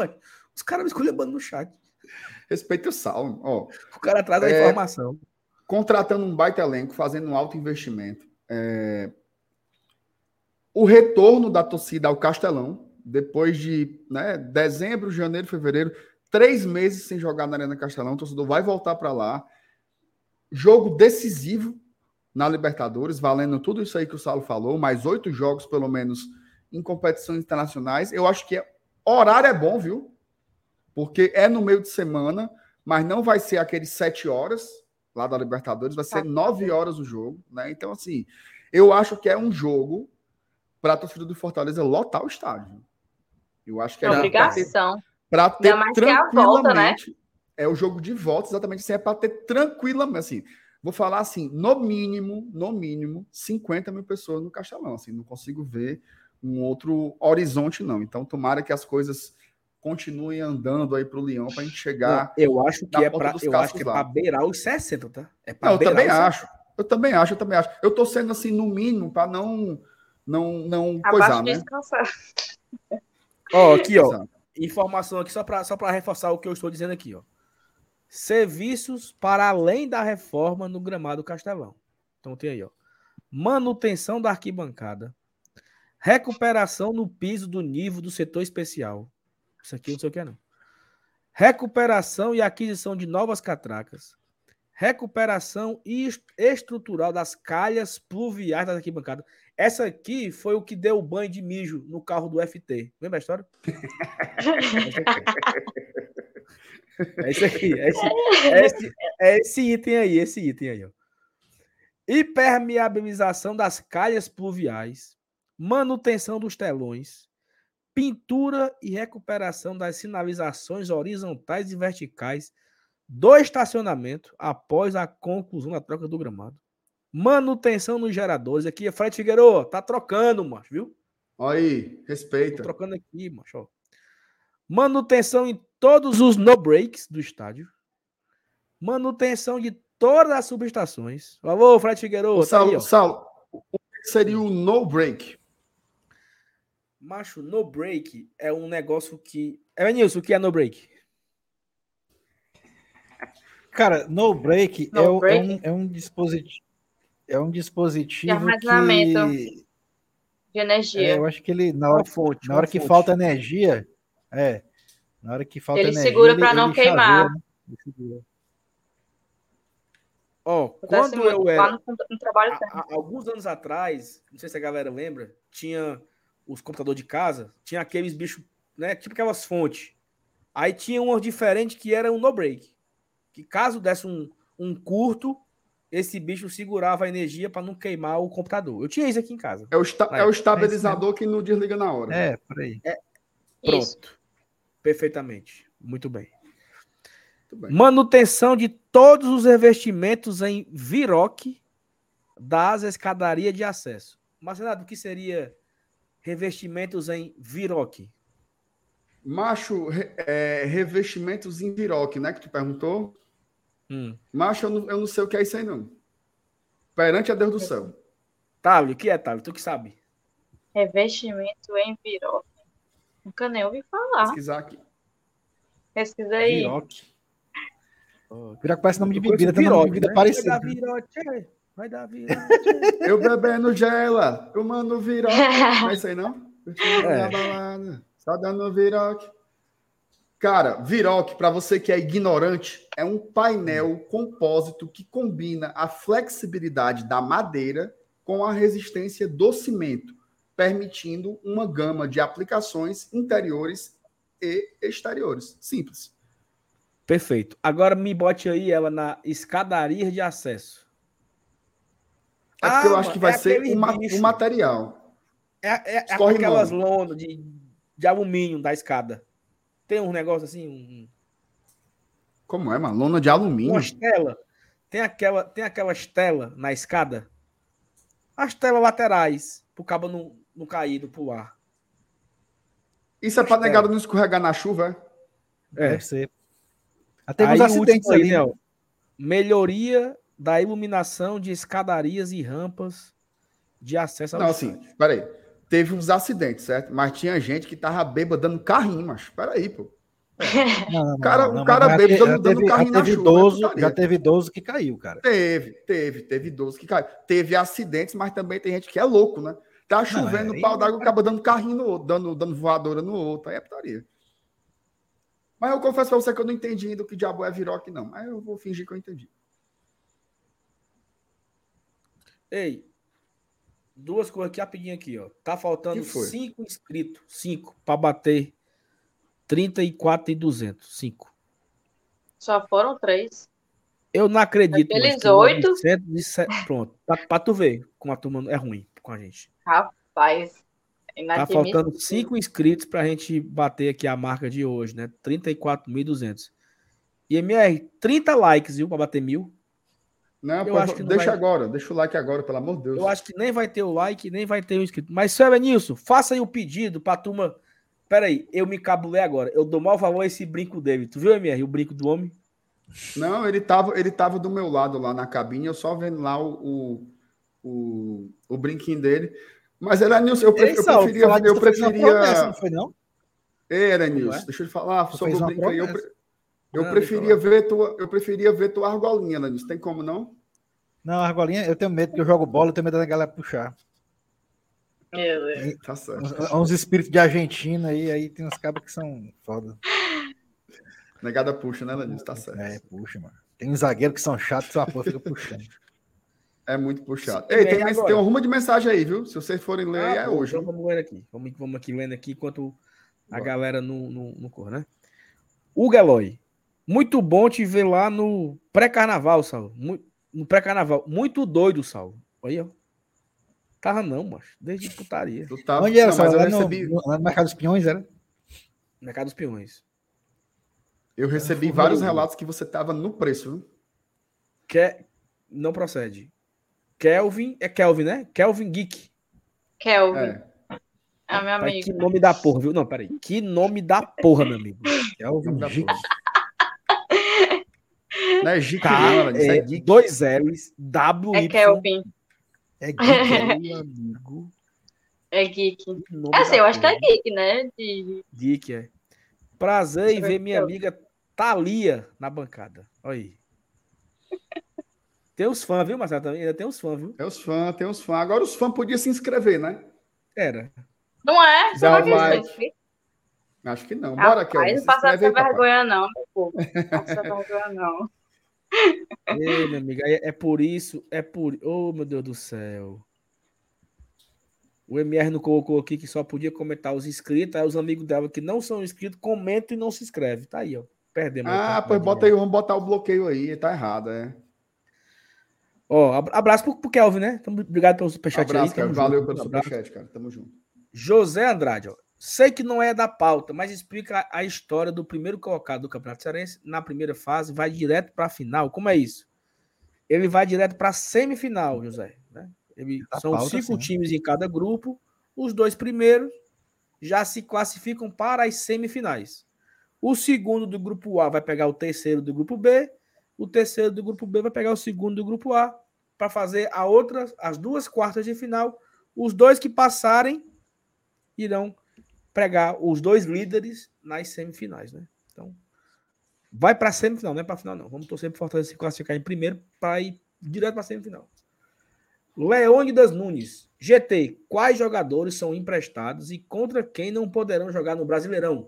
Speaker 6: Os caras me esculhambando no chat.
Speaker 3: Respeita o Saulo. Ó,
Speaker 6: O cara traz a
Speaker 3: É,
Speaker 6: informação.
Speaker 3: contratando um baita elenco, fazendo um alto investimento. É, O retorno da torcida ao Castelão, depois de né, dezembro, janeiro, fevereiro, três meses sem jogar na Arena Castelão, o torcedor vai voltar para lá. Jogo decisivo na Libertadores, valendo tudo isso aí que o Saulo falou, mais oito jogos, pelo menos, em competições internacionais. Eu acho que é, horário é bom, viu? Porque é no meio de semana, mas não vai ser aqueles sete horas lá da Libertadores, vai ser nove horas o jogo, né? Então, assim, eu acho que é um jogo para a torcida do Fortaleza lotar o estádio. Eu acho que é
Speaker 5: É obrigação.
Speaker 3: para ter,
Speaker 5: Ainda mais que é a volta, né?
Speaker 3: tranquilamente. É o jogo de volta, exatamente assim, é para ter tranquilamente, assim, vou falar assim, no mínimo, no mínimo, cinquenta mil pessoas no Castelão, assim, não consigo ver um outro horizonte, não. Então, tomara que as coisas continuem andando aí para o Leão, para a gente chegar...
Speaker 6: Não, eu acho que
Speaker 3: na
Speaker 6: é
Speaker 3: ponta
Speaker 6: para
Speaker 3: dos
Speaker 6: eu acho
Speaker 3: cascos
Speaker 6: que é
Speaker 3: lá.
Speaker 6: para beirar os sessenta, tá? É pra
Speaker 3: Não, eu
Speaker 6: beirar
Speaker 3: também
Speaker 6: os
Speaker 3: acho. Eu também acho, eu também acho. Eu tô sendo assim, no mínimo, para não, não, não coisar,
Speaker 5: Abaixo de
Speaker 3: né?
Speaker 5: descansar.
Speaker 6: Ó, aqui, ó.
Speaker 3: Exato.
Speaker 6: Informação aqui só para só para reforçar o que eu estou dizendo aqui, ó. Serviços para além da reforma no gramado Castelão. Então tem aí, ó. Manutenção da arquibancada. Recuperação no piso do nível do setor especial. Isso aqui eu não sei o que é, não. Recuperação e aquisição de novas catracas. Recuperação e est- estrutural das calhas pluviais das arquibancadas. Essa aqui foi o que deu o banho de mijo no carro do F T. Lembra a história? É isso aqui. É esse, é esse, é esse item aí, esse item aí, ó. Impermeabilização das calhas pluviais, manutenção dos telões, pintura e recuperação das sinalizações horizontais e verticais do estacionamento após a conclusão da troca do gramado. Manutenção nos geradores. Aqui é Fred Figueiredo, tá trocando, macho, viu?
Speaker 3: Olha aí,
Speaker 6: Tô
Speaker 3: respeita.
Speaker 6: trocando aqui, macho, ó. Manutenção em todos os no-breaks do estádio. Manutenção de todas as subestações. Por favor, Fred Figueiredo,
Speaker 3: Ô,
Speaker 6: tá
Speaker 3: Saulo,
Speaker 6: aí, ó.
Speaker 3: Saulo, o que seria o no break?
Speaker 6: Macho, no break é um negócio que... É, Nilson, o que é no break?
Speaker 4: Cara, no break,
Speaker 5: No
Speaker 4: é, o- é
Speaker 5: break?
Speaker 4: um, é um dispositivo. É um
Speaker 5: De
Speaker 4: dispositivo
Speaker 5: armazenamento
Speaker 4: que.
Speaker 5: de
Speaker 4: É,
Speaker 5: energia.
Speaker 4: eu acho que ele, na
Speaker 6: Uma
Speaker 4: hora,
Speaker 6: fonte,
Speaker 4: na
Speaker 6: uma
Speaker 4: hora que
Speaker 6: fonte.
Speaker 4: falta energia, é. Na hora que falta
Speaker 5: Ele
Speaker 4: energia,
Speaker 5: segura
Speaker 4: ele,
Speaker 5: pra não
Speaker 4: ele
Speaker 5: queimar.
Speaker 4: chaveia, né? Ele segura.
Speaker 6: Ó,
Speaker 5: Acontece
Speaker 6: quando
Speaker 5: muito
Speaker 6: eu
Speaker 5: lá
Speaker 6: era...
Speaker 5: no, no trabalho
Speaker 6: há-
Speaker 5: técnico.
Speaker 6: há alguns anos atrás, não sei se a galera lembra, tinha os computadores de casa, tinha aqueles bichos, né? Tipo aquelas fontes. Aí tinha uma diferente que era um no-break. Que caso desse um, um curto, esse bicho segurava a energia para não queimar o computador. Eu tinha isso aqui em casa.
Speaker 3: É o, esta-
Speaker 6: Na
Speaker 3: é o
Speaker 6: época.
Speaker 3: estabilizador que não desliga na hora.
Speaker 4: É, por aí.
Speaker 5: Isso.
Speaker 6: Pronto. Perfeitamente. Muito bem.
Speaker 3: Muito bem.
Speaker 6: Manutenção de todos os revestimentos em Viroc das escadarias de acesso. Marcelo, o que seria revestimentos em Viroc?
Speaker 3: Macho, re- é, revestimentos em Viroc, né? Que tu perguntou.
Speaker 6: Hum.
Speaker 3: Macho, eu não, eu não sei o que é isso aí, não. Perante a Deus do céu.
Speaker 6: Tálio, o que é, Tálio? Tu que sabe.
Speaker 5: Revestimento em Viroc. Nunca nem ouvi falar.
Speaker 3: Pesquisar aqui.
Speaker 5: Pesquisa aí.
Speaker 4: Viroc. Viroc parece nome de
Speaker 6: Eu conheço
Speaker 4: bebida, tem nome de
Speaker 6: Viroc,
Speaker 4: bebida
Speaker 6: né?
Speaker 4: parecido.
Speaker 6: Vai dar Viroc, vai dar Viroc.
Speaker 3: Eu bebendo gela, eu mando Viroc. Não é isso aí, não? Curtindo
Speaker 6: É.
Speaker 3: na balada, só dando Viroc. Cara, Viroc, para você que é ignorante, é um painel compósito que combina a flexibilidade da madeira com a resistência do cimento, permitindo uma gama de aplicações interiores e exteriores. Simples.
Speaker 6: Perfeito. Agora me bote aí ela na escadaria de acesso.
Speaker 3: É porque eu
Speaker 6: Ah,
Speaker 3: acho que
Speaker 6: mano,
Speaker 3: vai
Speaker 6: é
Speaker 3: ser
Speaker 6: aquele
Speaker 3: o, ma-
Speaker 6: bicho.
Speaker 3: o material.
Speaker 6: É, é, é
Speaker 3: Escorre
Speaker 6: aquelas
Speaker 3: mão.
Speaker 6: lonas de, de alumínio da escada. Tem um negócio assim, um,
Speaker 3: Como é, mano? Lona de
Speaker 6: uma
Speaker 3: alumínio.
Speaker 6: estela. Tem aquela, tem aquela estela na escada. As telas laterais, pro cabo não, não cair, não pular.
Speaker 3: Isso é para
Speaker 6: Costela.
Speaker 3: negado não escorregar na chuva, é?
Speaker 6: É.
Speaker 4: Deve ser. Até
Speaker 6: Aí
Speaker 4: uns
Speaker 6: o
Speaker 4: acidentes
Speaker 6: último aí,
Speaker 4: ali.
Speaker 6: né,
Speaker 4: né?
Speaker 6: ó. Melhoria da iluminação de escadarias e rampas de acesso ao
Speaker 3: Não,
Speaker 6: estádio.
Speaker 3: assim, peraí. Teve uns acidentes, certo? Mas tinha gente que tava bêbada dando carrinho, macho. Peraí, pô.
Speaker 4: Não, não,
Speaker 3: O cara,
Speaker 4: não, não,
Speaker 3: o cara
Speaker 4: mas
Speaker 3: bebe
Speaker 4: já
Speaker 3: dando,
Speaker 4: teve,
Speaker 3: dando
Speaker 4: já
Speaker 3: carrinho na
Speaker 4: teve
Speaker 3: chuva. é
Speaker 4: idoso,
Speaker 3: putaria.
Speaker 4: já teve idoso que caiu, cara.
Speaker 3: Teve, teve, teve idoso que caiu. Teve acidentes, mas também tem gente que é louco, né? Tá
Speaker 4: Não,
Speaker 3: chovendo,
Speaker 4: é,
Speaker 3: o pau
Speaker 4: aí-
Speaker 3: d'água acaba dando carrinho no outro, dando, dando voadora no outro. Aí é putaria. Mas eu confesso pra você que eu não entendi ainda o que diabo é Viroc, não. Mas eu vou fingir que eu entendi.
Speaker 6: Ei, duas coisas aqui rapidinho aqui, ó. Tá faltando
Speaker 3: Que foi?
Speaker 6: cinco inscritos. Cinco para bater trinta e quatro e duzentos. Cinco.
Speaker 5: Só foram três.
Speaker 6: Eu não acredito, mas
Speaker 5: Aqueles
Speaker 6: que
Speaker 5: oito.
Speaker 6: novecentos e sete Pronto. Pra, pra tu ver como a turma é ruim com a gente.
Speaker 5: Rapaz,
Speaker 6: Tá
Speaker 5: inadmissível.
Speaker 6: faltando cinco inscritos pra gente bater aqui a marca de hoje, né? trinta e quatro mil e duzentos. E M R, trinta likes, viu? Pra bater mil.
Speaker 3: Não,
Speaker 6: Eu
Speaker 3: pô,
Speaker 6: acho que não
Speaker 3: deixa
Speaker 6: vai-
Speaker 3: agora, deixa o like agora, pelo amor de Deus.
Speaker 6: Eu acho que nem vai ter o like, nem vai ter o inscrito. Mas, Sérgio Nilson, faça aí o pedido pra turma. Pera aí, eu me cabulei agora. Eu dou mal favor a esse brinco dele. Tu viu, M R, o brinco do homem?
Speaker 3: Não, ele tava, ele tava do meu lado lá na cabine, eu só vendo lá o, o, o, o brinquinho dele. Mas era Nilson, eu, pref,
Speaker 4: Ei,
Speaker 3: eu
Speaker 4: Saulo,
Speaker 3: preferia.
Speaker 4: falar nisso,
Speaker 3: Eu
Speaker 4: tu fez uma promessa, não
Speaker 3: preferia.
Speaker 4: foi, não?
Speaker 3: Era
Speaker 6: Como
Speaker 3: Nilson,
Speaker 6: é?
Speaker 3: deixa eu te falar
Speaker 4: Tu
Speaker 3: sobre
Speaker 4: fez
Speaker 3: o
Speaker 4: uma
Speaker 3: brinco aí. Eu,
Speaker 4: promessa.
Speaker 3: pre- eu
Speaker 6: Não,
Speaker 3: preferia
Speaker 6: deixa
Speaker 3: ver tua, eu preferia ver tua argolinha, Nilson. Tem como não?
Speaker 4: Não, argolinha, eu tenho medo, porque eu jogo bola, eu tenho medo da galera puxar.
Speaker 5: Meu Deus.
Speaker 4: Tem
Speaker 3: Tá certo.
Speaker 4: uns, uns espíritos de Argentina aí, aí tem uns cabos que são foda.
Speaker 3: Negada puxa, né, Nilson? Tá certo.
Speaker 4: É, puxa, mano. Tem uns zagueiros que são chatos, que sua porra fica puxando.
Speaker 3: É muito puxado.
Speaker 6: Sim,
Speaker 3: Ei,
Speaker 6: e
Speaker 3: tem,
Speaker 6: agora?
Speaker 3: tem uma ruma de mensagem aí, viu? Se vocês forem ler, aí
Speaker 6: Ah,
Speaker 3: é
Speaker 6: bom,
Speaker 3: hoje.
Speaker 6: então
Speaker 3: viu?
Speaker 6: vamos lendo aqui. Vamos, vamos aqui lendo aqui enquanto a
Speaker 3: Bora.
Speaker 6: galera não no, no cor, né? Hugo Eloy. Muito bom te ver lá no pré-carnaval, Saulo. Mu- No pré-carnaval. Muito doido, Saulo. Olha, ó. Tava não, macho. Desde putaria.
Speaker 3: Tu tava...
Speaker 4: Onde era,
Speaker 3: Não, mas
Speaker 4: Saulo?
Speaker 3: eu
Speaker 4: Lá no,
Speaker 3: recebi,
Speaker 4: no, lá no Mercado dos Pinhões, era?
Speaker 6: Mercado dos Peões.
Speaker 3: eu recebi
Speaker 4: Forrou.
Speaker 3: vários relatos que você tava no preço, viu?
Speaker 6: Que... Não procede. Kelvin. É Kelvin, né? Kelvin Geek.
Speaker 5: Kelvin.
Speaker 3: É.
Speaker 5: É meu
Speaker 6: Pai,
Speaker 5: amigo.
Speaker 6: que nome da porra, viu? Não, peraí. Que nome da porra, meu amigo.
Speaker 4: Que é o
Speaker 3: Nome da
Speaker 4: Gic.
Speaker 3: porra. Não é Gic,
Speaker 6: K,
Speaker 3: não, ela disse. É
Speaker 6: é,
Speaker 3: Geek.
Speaker 6: dois L's, W,
Speaker 5: É
Speaker 6: Y.
Speaker 5: Kelvin.
Speaker 4: É Geek.
Speaker 6: Meu amigo.
Speaker 5: É geek.
Speaker 6: Que nome
Speaker 5: É assim,
Speaker 6: da
Speaker 5: eu acho que
Speaker 6: porra.
Speaker 5: é geek, né? De...
Speaker 6: Geek, é. Prazer em ver minha
Speaker 5: Eu.
Speaker 6: amiga Thalia na bancada. Olha aí. Tem os fãs, viu, Marcelo? Também ainda tem os fãs, viu?
Speaker 3: Tem os fãs, tem os fãs. Agora os fãs podiam se inscrever, né?
Speaker 6: Era.
Speaker 5: Não é? Você
Speaker 3: Dá
Speaker 5: não
Speaker 3: um
Speaker 5: quer
Speaker 3: like.
Speaker 5: ser?
Speaker 3: Acho que não. Bora, Kelvin.
Speaker 5: Rapaz,
Speaker 3: Se
Speaker 5: não passa
Speaker 3: inscreve
Speaker 5: essa
Speaker 3: aí, papai.
Speaker 5: vergonha não, meu povo. Não passa essa vergonha não.
Speaker 6: Ei, minha amiga, é, é por isso, é por... Oh, meu Deus do céu. O M R não colocou aqui que só podia comentar os inscritos, aí os amigos dela que não são inscritos comentam e não se inscrevem. Tá aí, ó. Perdemos. a
Speaker 3: Ah,
Speaker 6: oportunidade
Speaker 3: pois
Speaker 6: de
Speaker 3: bota
Speaker 6: ganhar.
Speaker 3: aí, vamos botar o bloqueio aí. Tá errado, é.
Speaker 6: Ó, ab- abraço pro, pro Kelvin, né? Tamo, obrigado pelo superchat aí.
Speaker 3: Abraço,
Speaker 6: tamo
Speaker 3: cara.
Speaker 6: junto.
Speaker 3: Valeu pelo
Speaker 6: Um abraço.
Speaker 3: superchat, cara. Tamo junto.
Speaker 6: José Andrade, ó. Sei que não é da pauta, mas explica a história do primeiro colocado do Campeonato Cearense na primeira fase, vai direto para a final. Como é isso? Ele vai direto para a semifinal, José. Né? Ele,
Speaker 4: Da
Speaker 6: são
Speaker 4: pauta,
Speaker 6: cinco
Speaker 4: sim.
Speaker 6: times em cada grupo. Os dois primeiros já se classificam para as semifinais. O segundo do grupo A vai pegar o terceiro do grupo B. O terceiro do grupo B vai pegar o segundo do grupo A para fazer a outra, as duas quartas de final. Os dois que passarem irão pregar os dois líderes nas semifinais, né? Então, vai para a semifinal, não é para a final, não. Vamos torcer para o Fortaleza se classificar em primeiro para ir direto para a semifinal. Leônidas Nunes. G T, quais jogadores são emprestados e contra quem não poderão jogar no Brasileirão?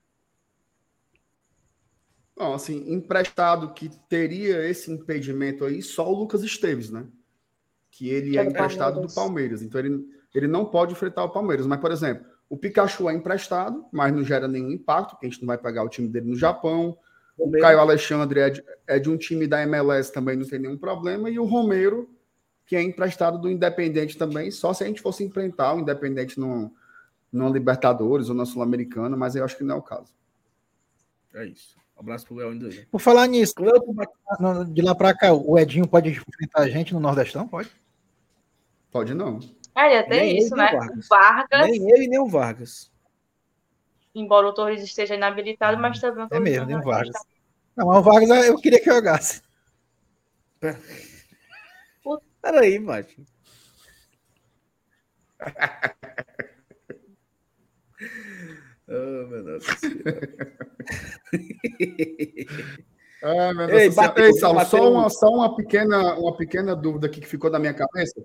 Speaker 3: Não, assim, emprestado que teria esse impedimento aí, só o Lucas Esteves, né? Que ele
Speaker 5: Que
Speaker 3: é
Speaker 5: é do
Speaker 3: emprestado
Speaker 5: Palmeiras.
Speaker 3: do Palmeiras. Então ele, ele não pode enfrentar o Palmeiras. Mas, por exemplo, o Pikachu é emprestado, mas não gera nenhum impacto, porque a gente não vai pegar o time dele no Japão. O
Speaker 6: Romero.
Speaker 3: Caio Alexandre é de, é de um time da M L S também, não tem nenhum problema. E o Romero, que é emprestado do Independente também, só se a gente fosse enfrentar o Independente no, no Libertadores ou na Sul-Americana, mas eu acho que não é o caso.
Speaker 6: É isso. Um abraço pro Leônidas.
Speaker 4: Por falar nisso,
Speaker 6: Cleuton Bat-
Speaker 4: no- de lá pra cá, o Edinho pode enfrentar a gente no Nordestão? Pode?
Speaker 3: Pode não.
Speaker 5: Ah, já tem
Speaker 6: Nem
Speaker 5: isso,
Speaker 6: ele, nem
Speaker 5: né?
Speaker 6: o Vargas.
Speaker 5: O Vargas,
Speaker 6: Nem ele, nem o Vargas.
Speaker 5: embora o Torres esteja inabilitado, mas também o
Speaker 4: É
Speaker 5: Torres
Speaker 4: mesmo,
Speaker 5: não
Speaker 4: tem o
Speaker 5: vai
Speaker 4: Vargas.
Speaker 5: estar.
Speaker 4: Não, mas o Vargas eu queria que jogasse.
Speaker 6: Peraí, macho. Oh, meu Deus do céu.
Speaker 3: Ah, meu
Speaker 6: Ei,
Speaker 3: Deus do céu.
Speaker 6: bateu,
Speaker 3: Ei, Saulo,
Speaker 6: bateu.
Speaker 3: só, uma, só uma, pequena, uma pequena dúvida aqui que ficou na minha cabeça.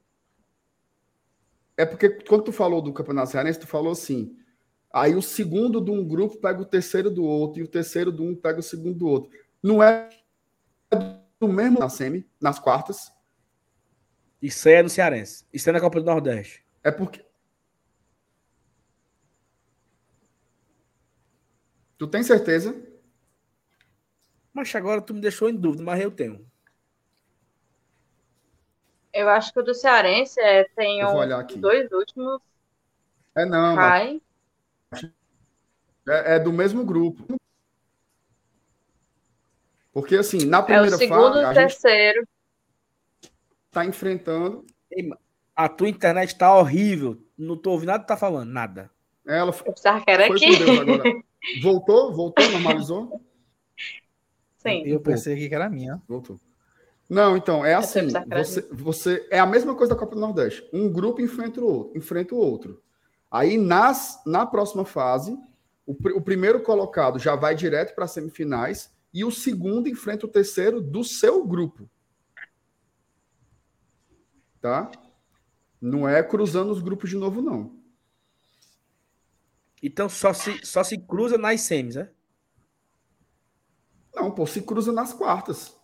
Speaker 3: É porque quando tu falou do Campeonato Cearense, tu falou assim, aí o segundo de um grupo pega o terceiro do outro, e o terceiro do um pega o segundo do outro. Não é do mesmo na semi, nas quartas?
Speaker 6: Isso aí é no Cearense. Isso é na Copa do Nordeste.
Speaker 3: É porque... Tu tem certeza?
Speaker 6: Mas agora tu me deixou em dúvida, mas eu tenho.
Speaker 5: Eu acho que o do Cearense é, tem
Speaker 3: Eu vou
Speaker 5: um,
Speaker 3: olhar
Speaker 5: os
Speaker 3: aqui.
Speaker 5: dois últimos
Speaker 3: É não,
Speaker 5: cai.
Speaker 3: é, é do mesmo grupo. Porque assim, na
Speaker 5: É o
Speaker 3: primeira
Speaker 5: segundo
Speaker 3: fase,
Speaker 5: e
Speaker 3: a
Speaker 5: o
Speaker 3: gente
Speaker 5: terceiro.
Speaker 3: tá enfrentando...
Speaker 6: Ei, a tua internet tá horrível. Não tô ouvindo nada que tu tá falando. Nada.
Speaker 3: Ela
Speaker 5: Eu pensava que era
Speaker 3: foi
Speaker 5: aqui.
Speaker 3: com Deus agora. Voltou? Voltou? Normalizou?
Speaker 5: Sim.
Speaker 4: Eu pensei aqui que era minha.
Speaker 3: Voltou. Não, então, é
Speaker 5: Eu
Speaker 3: assim,
Speaker 5: sempre sacanagem.
Speaker 3: você, você é a mesma coisa da Copa do Nordeste. Um grupo enfrenta o outro, enfrenta o outro. Aí, nas, na próxima fase, o, pr- o primeiro colocado já vai direto para as semifinais e o segundo enfrenta o terceiro do seu grupo. Tá? Não é cruzando os grupos de novo, não.
Speaker 6: Então só se, só se cruza nas semis, né?
Speaker 3: Não, pô, se cruza nas quartas.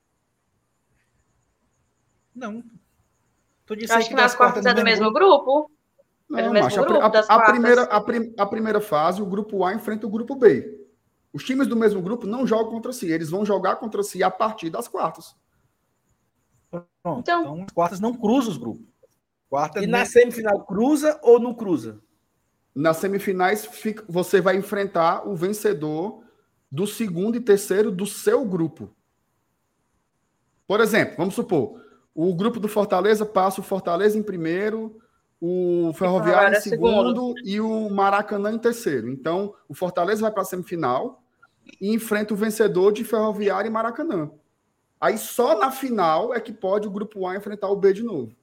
Speaker 4: Não. Tu disse
Speaker 5: Eu
Speaker 4: aí
Speaker 5: acho que
Speaker 4: das
Speaker 5: nas quartas é do mesmo grupo. É do
Speaker 3: Não,
Speaker 5: mesmo
Speaker 3: macho, a, pri-
Speaker 5: grupo
Speaker 3: a-
Speaker 5: das
Speaker 3: a
Speaker 5: quartas.
Speaker 3: primeira, a, prim- a primeira fase, o grupo A enfrenta o grupo B. Os times do mesmo grupo não jogam contra si, eles vão jogar contra si a partir das quartas.
Speaker 4: Pronto.
Speaker 5: Então-
Speaker 4: Então, as quartas não cruzam os grupos. Quarta
Speaker 6: E
Speaker 4: é
Speaker 6: na
Speaker 4: ne-
Speaker 6: semifinal cruza ou não cruza?
Speaker 3: Nas semifinais, fica- você vai enfrentar o vencedor do segundo e terceiro do seu grupo. Por exemplo, vamos supor, o grupo do Fortaleza passa o Fortaleza em primeiro, o Ferroviário
Speaker 5: Ferroviário
Speaker 3: em
Speaker 5: é segundo.
Speaker 3: segundo e o Maracanã em terceiro. Então, o Fortaleza vai para a semifinal e enfrenta o vencedor de Ferroviário e Maracanã. Aí só na final é que pode o grupo A enfrentar o B de novo.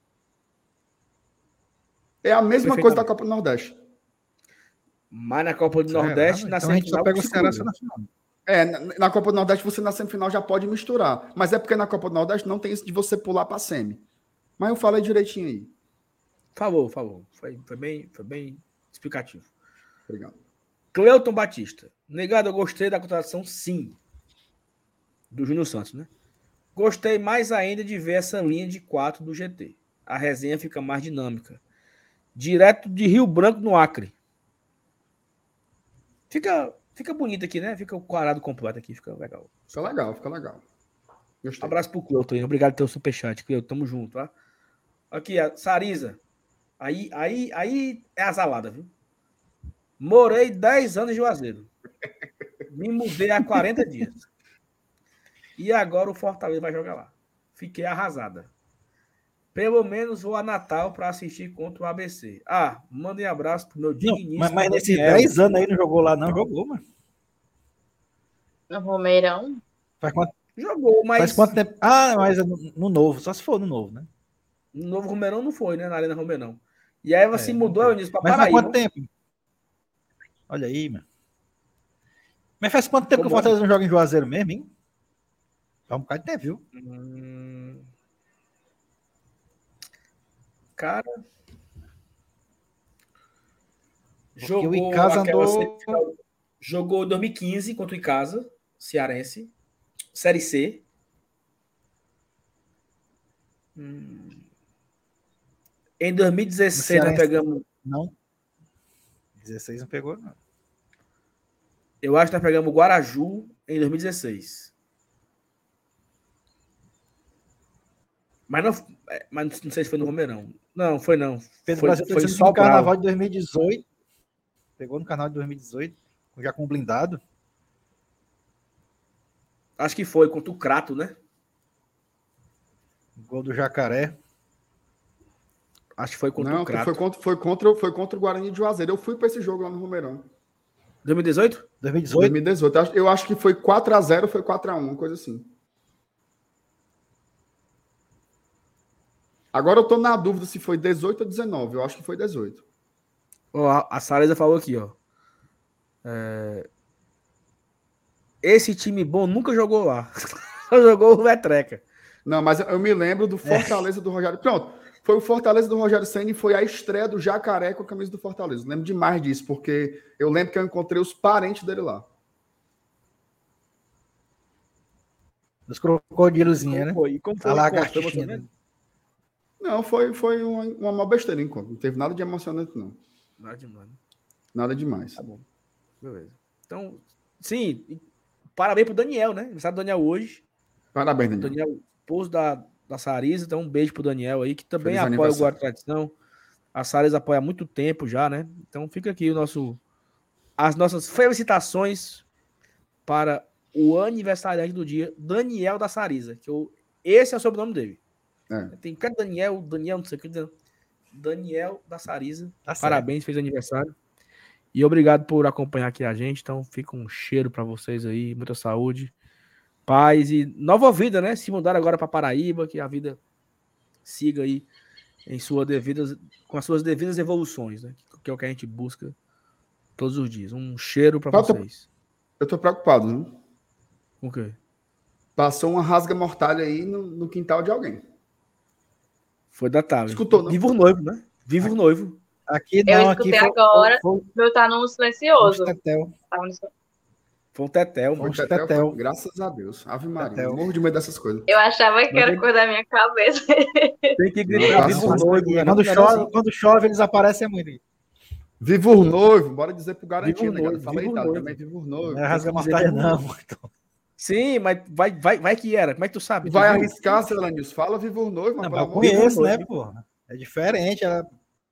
Speaker 3: É a mesma coisa da Copa do Nordeste.
Speaker 6: Mas na Copa do
Speaker 4: Será,
Speaker 6: Nordeste,
Speaker 4: velho?
Speaker 6: na
Speaker 4: Então a gente só
Speaker 6: semifinal
Speaker 4: pega o
Speaker 6: se
Speaker 4: Ceará
Speaker 6: cruza.
Speaker 4: só na final.
Speaker 3: É, na, na Copa do Nordeste você na semifinal já pode misturar. Mas é porque na Copa do Nordeste não tem isso de você pular para semi. Mas eu falei direitinho aí.
Speaker 6: Por favor, por favor. Foi, foi, bem, foi bem explicativo.
Speaker 3: Obrigado.
Speaker 6: Cleuton Batista. Negado, eu gostei da contratação, sim. Do Júnior Santos, né? Gostei mais ainda de ver essa linha de quatro do G T. A resenha fica mais dinâmica. Direto de Rio Branco, no Acre. Fica, fica bonito aqui, né? Fica o quadrado completo aqui, fica legal.
Speaker 3: Fica legal, fica legal. Gostei.
Speaker 6: Abraço pro Cleuton aí. Obrigado pelo superchat, Cleuton. Tamo junto, tá? Aqui, a Sarisa. Aí, aí, aí é azalada, viu? Morei dez anos em Juazeiro. Me mudei há quarenta dias. E agora o Fortaleza vai jogar lá. Fiquei arrasada. Pelo menos vou a Natal para assistir contra o A B C. Ah, mandem abraço pro meu
Speaker 4: Não,
Speaker 6: digníssimo
Speaker 4: mas, mas nesses
Speaker 6: Daniel.
Speaker 4: dez anos aí não jogou lá, não? Jogou, mano.
Speaker 5: No Romeirão.
Speaker 4: Faz quanto,
Speaker 6: Jogou, mas
Speaker 4: faz quanto tempo? Ah, mas é no, no novo, só se for no novo, né?
Speaker 6: no Novo Romeirão não foi, né? Na Arena Romeirão. E aí ela se
Speaker 4: É,
Speaker 6: mudou,
Speaker 4: não
Speaker 6: eu disse, para
Speaker 4: Mas faz
Speaker 6: Paraíba.
Speaker 4: quanto tempo? Olha aí, mano. Mas faz quanto tempo
Speaker 6: Como
Speaker 4: que o Fortaleza não joga em Juazeiro mesmo, hein? Faz um bocado de tempo, viu?
Speaker 6: Hum... Cara.
Speaker 4: Porque
Speaker 6: Jogou
Speaker 4: o Icasa
Speaker 6: aquela
Speaker 4: andou-
Speaker 6: semifinal- Jogou em dois mil e quinze contra o Icasa, cearense. Série C. Hum. Em dois mil e dezesseis nós
Speaker 4: Cearense.
Speaker 6: pegamos.
Speaker 4: Não. dezesseis não pegou, não.
Speaker 6: Eu acho que nós pegamos o Guaraju em dois mil e dezesseis. Mas não, é, mas não sei se foi no Romeirão. Não, foi não.
Speaker 4: Pedro
Speaker 6: Foi,
Speaker 4: Brasil
Speaker 6: foi
Speaker 4: foi
Speaker 6: só
Speaker 4: no Carnaval
Speaker 6: Brau.
Speaker 4: de dois mil e dezoito. Pegou no Carnaval de dois mil e dezoito, já com blindado.
Speaker 6: Acho que foi contra o Crato, né?
Speaker 4: Gol do Jacaré.
Speaker 6: Acho que foi contra
Speaker 3: Não,
Speaker 6: o Crato.
Speaker 3: foi contra, foi, contra, foi contra o Guarani de Juazeiro. Eu fui para esse jogo lá no Romeirão.
Speaker 6: dois mil e dezoito?
Speaker 4: dois mil e dezoito.
Speaker 3: dois mil e dezoito. Eu acho- Eu acho que foi quatro a zero, foi quatro a um, uma coisa assim. Agora eu tô na dúvida se foi dezoito ou dezenove. Eu acho que foi dezoito.
Speaker 6: Ó, a- a Sareza falou aqui, ó. É, esse time bom nunca jogou lá. Só jogou o Vetreca.
Speaker 3: Não, mas eu, eu me lembro do Fortaleza do Rogério. Pronto, foi o Fortaleza do Rogério Ceni e foi a estreia do Jacaré com a camisa do Fortaleza. Lembro demais disso, porque eu lembro que eu encontrei os parentes dele lá.
Speaker 4: Os crocodilozinhos, né?
Speaker 6: Foi. E como foi
Speaker 4: A
Speaker 6: o encontro? Foi
Speaker 4: lagartixinha.
Speaker 6: emocionante?
Speaker 3: Não, foi, foi uma, uma mó besteira encontro. Não teve nada de emocionante, não.
Speaker 6: Nada demais, né?
Speaker 3: Nada demais.
Speaker 6: Tá bom. Beleza. Então, sim, e parabéns pro Daniel, né? Aniversário do Daniel hoje.
Speaker 3: Parabéns, Daniel.
Speaker 6: Daniel, esposo da, da Sarisa. Então, um beijo pro Daniel aí, que também
Speaker 3: Feliz
Speaker 6: apoia o
Speaker 3: aniversário.
Speaker 6: Guarda Tradição. A Sarisa apoia há muito tempo já, né? Então, fica aqui o nosso, as nossas felicitações para o aniversariante do dia, Daniel da Sarisa. Que eu, esse é o sobrenome dele.
Speaker 3: É.
Speaker 6: Tem cada Daniel, Daniel, não sei o que. Daniel da Sarisa.
Speaker 4: Tá certo.
Speaker 6: Parabéns, fez aniversário. E obrigado por acompanhar aqui a gente. Então, fica um cheiro para vocês aí. Muita saúde, paz e nova vida, né? Se mudaram agora para Paraíba, que a vida siga aí em suas devidas, com as suas devidas evoluções, né? Que é o que a gente busca todos os dias. Um cheiro para
Speaker 3: Falta-
Speaker 6: vocês.
Speaker 3: Eu tô preocupado, viu?
Speaker 6: O quê?
Speaker 3: Passou uma rasga-mortalha aí no, no quintal de alguém.
Speaker 6: Foi da tarde.
Speaker 3: Escutou, não?
Speaker 6: Viva o noivo, né? Viva o noivo.
Speaker 4: Aqui
Speaker 5: Eu
Speaker 4: não, aqui
Speaker 5: escutei
Speaker 4: foi,
Speaker 5: agora.
Speaker 4: foi,
Speaker 5: Meu tá no
Speaker 4: foi,
Speaker 5: silencioso.
Speaker 4: foi Tetel.
Speaker 5: Tava no sil-
Speaker 6: Foi um tetel,
Speaker 3: Foi
Speaker 6: mano.
Speaker 4: Foi
Speaker 3: Tetel,
Speaker 4: Tetel.
Speaker 3: foi- Graças a Deus. Ave Maria.
Speaker 4: Tetel.
Speaker 3: Eu morro de medo dessas coisas.
Speaker 5: Eu achava que
Speaker 6: Mas
Speaker 5: era
Speaker 6: tem-
Speaker 5: coisa da minha cabeça.
Speaker 6: Tem que
Speaker 3: Não,
Speaker 6: gritar
Speaker 3: tá
Speaker 6: viva o
Speaker 3: assim.
Speaker 6: noivo. né?
Speaker 4: Quando
Speaker 6: Não é
Speaker 4: chove,
Speaker 6: assim.
Speaker 4: quando chove, eles aparecem muito.
Speaker 3: Viva o noivo. Bora dizer pro garantido,
Speaker 6: Viva o
Speaker 3: né, cara?
Speaker 6: noivo,
Speaker 3: Fala aí,
Speaker 6: viva o
Speaker 3: tá?
Speaker 6: noivo.
Speaker 3: Também viva o noivo.
Speaker 4: Não é rasga
Speaker 6: dizer
Speaker 4: mortalha,
Speaker 6: que-
Speaker 4: não.
Speaker 6: Sim, mas vai, vai, vai que era. Como é que tu sabe?
Speaker 3: Vai
Speaker 6: Tu viu?
Speaker 3: arriscar, seu Lanils? Fala viva o noivo, mas
Speaker 4: Não,
Speaker 3: pelo
Speaker 4: mas eu
Speaker 3: amor de Deus.
Speaker 4: conheço, né,
Speaker 6: noivo.
Speaker 4: pô? É diferente. Ela...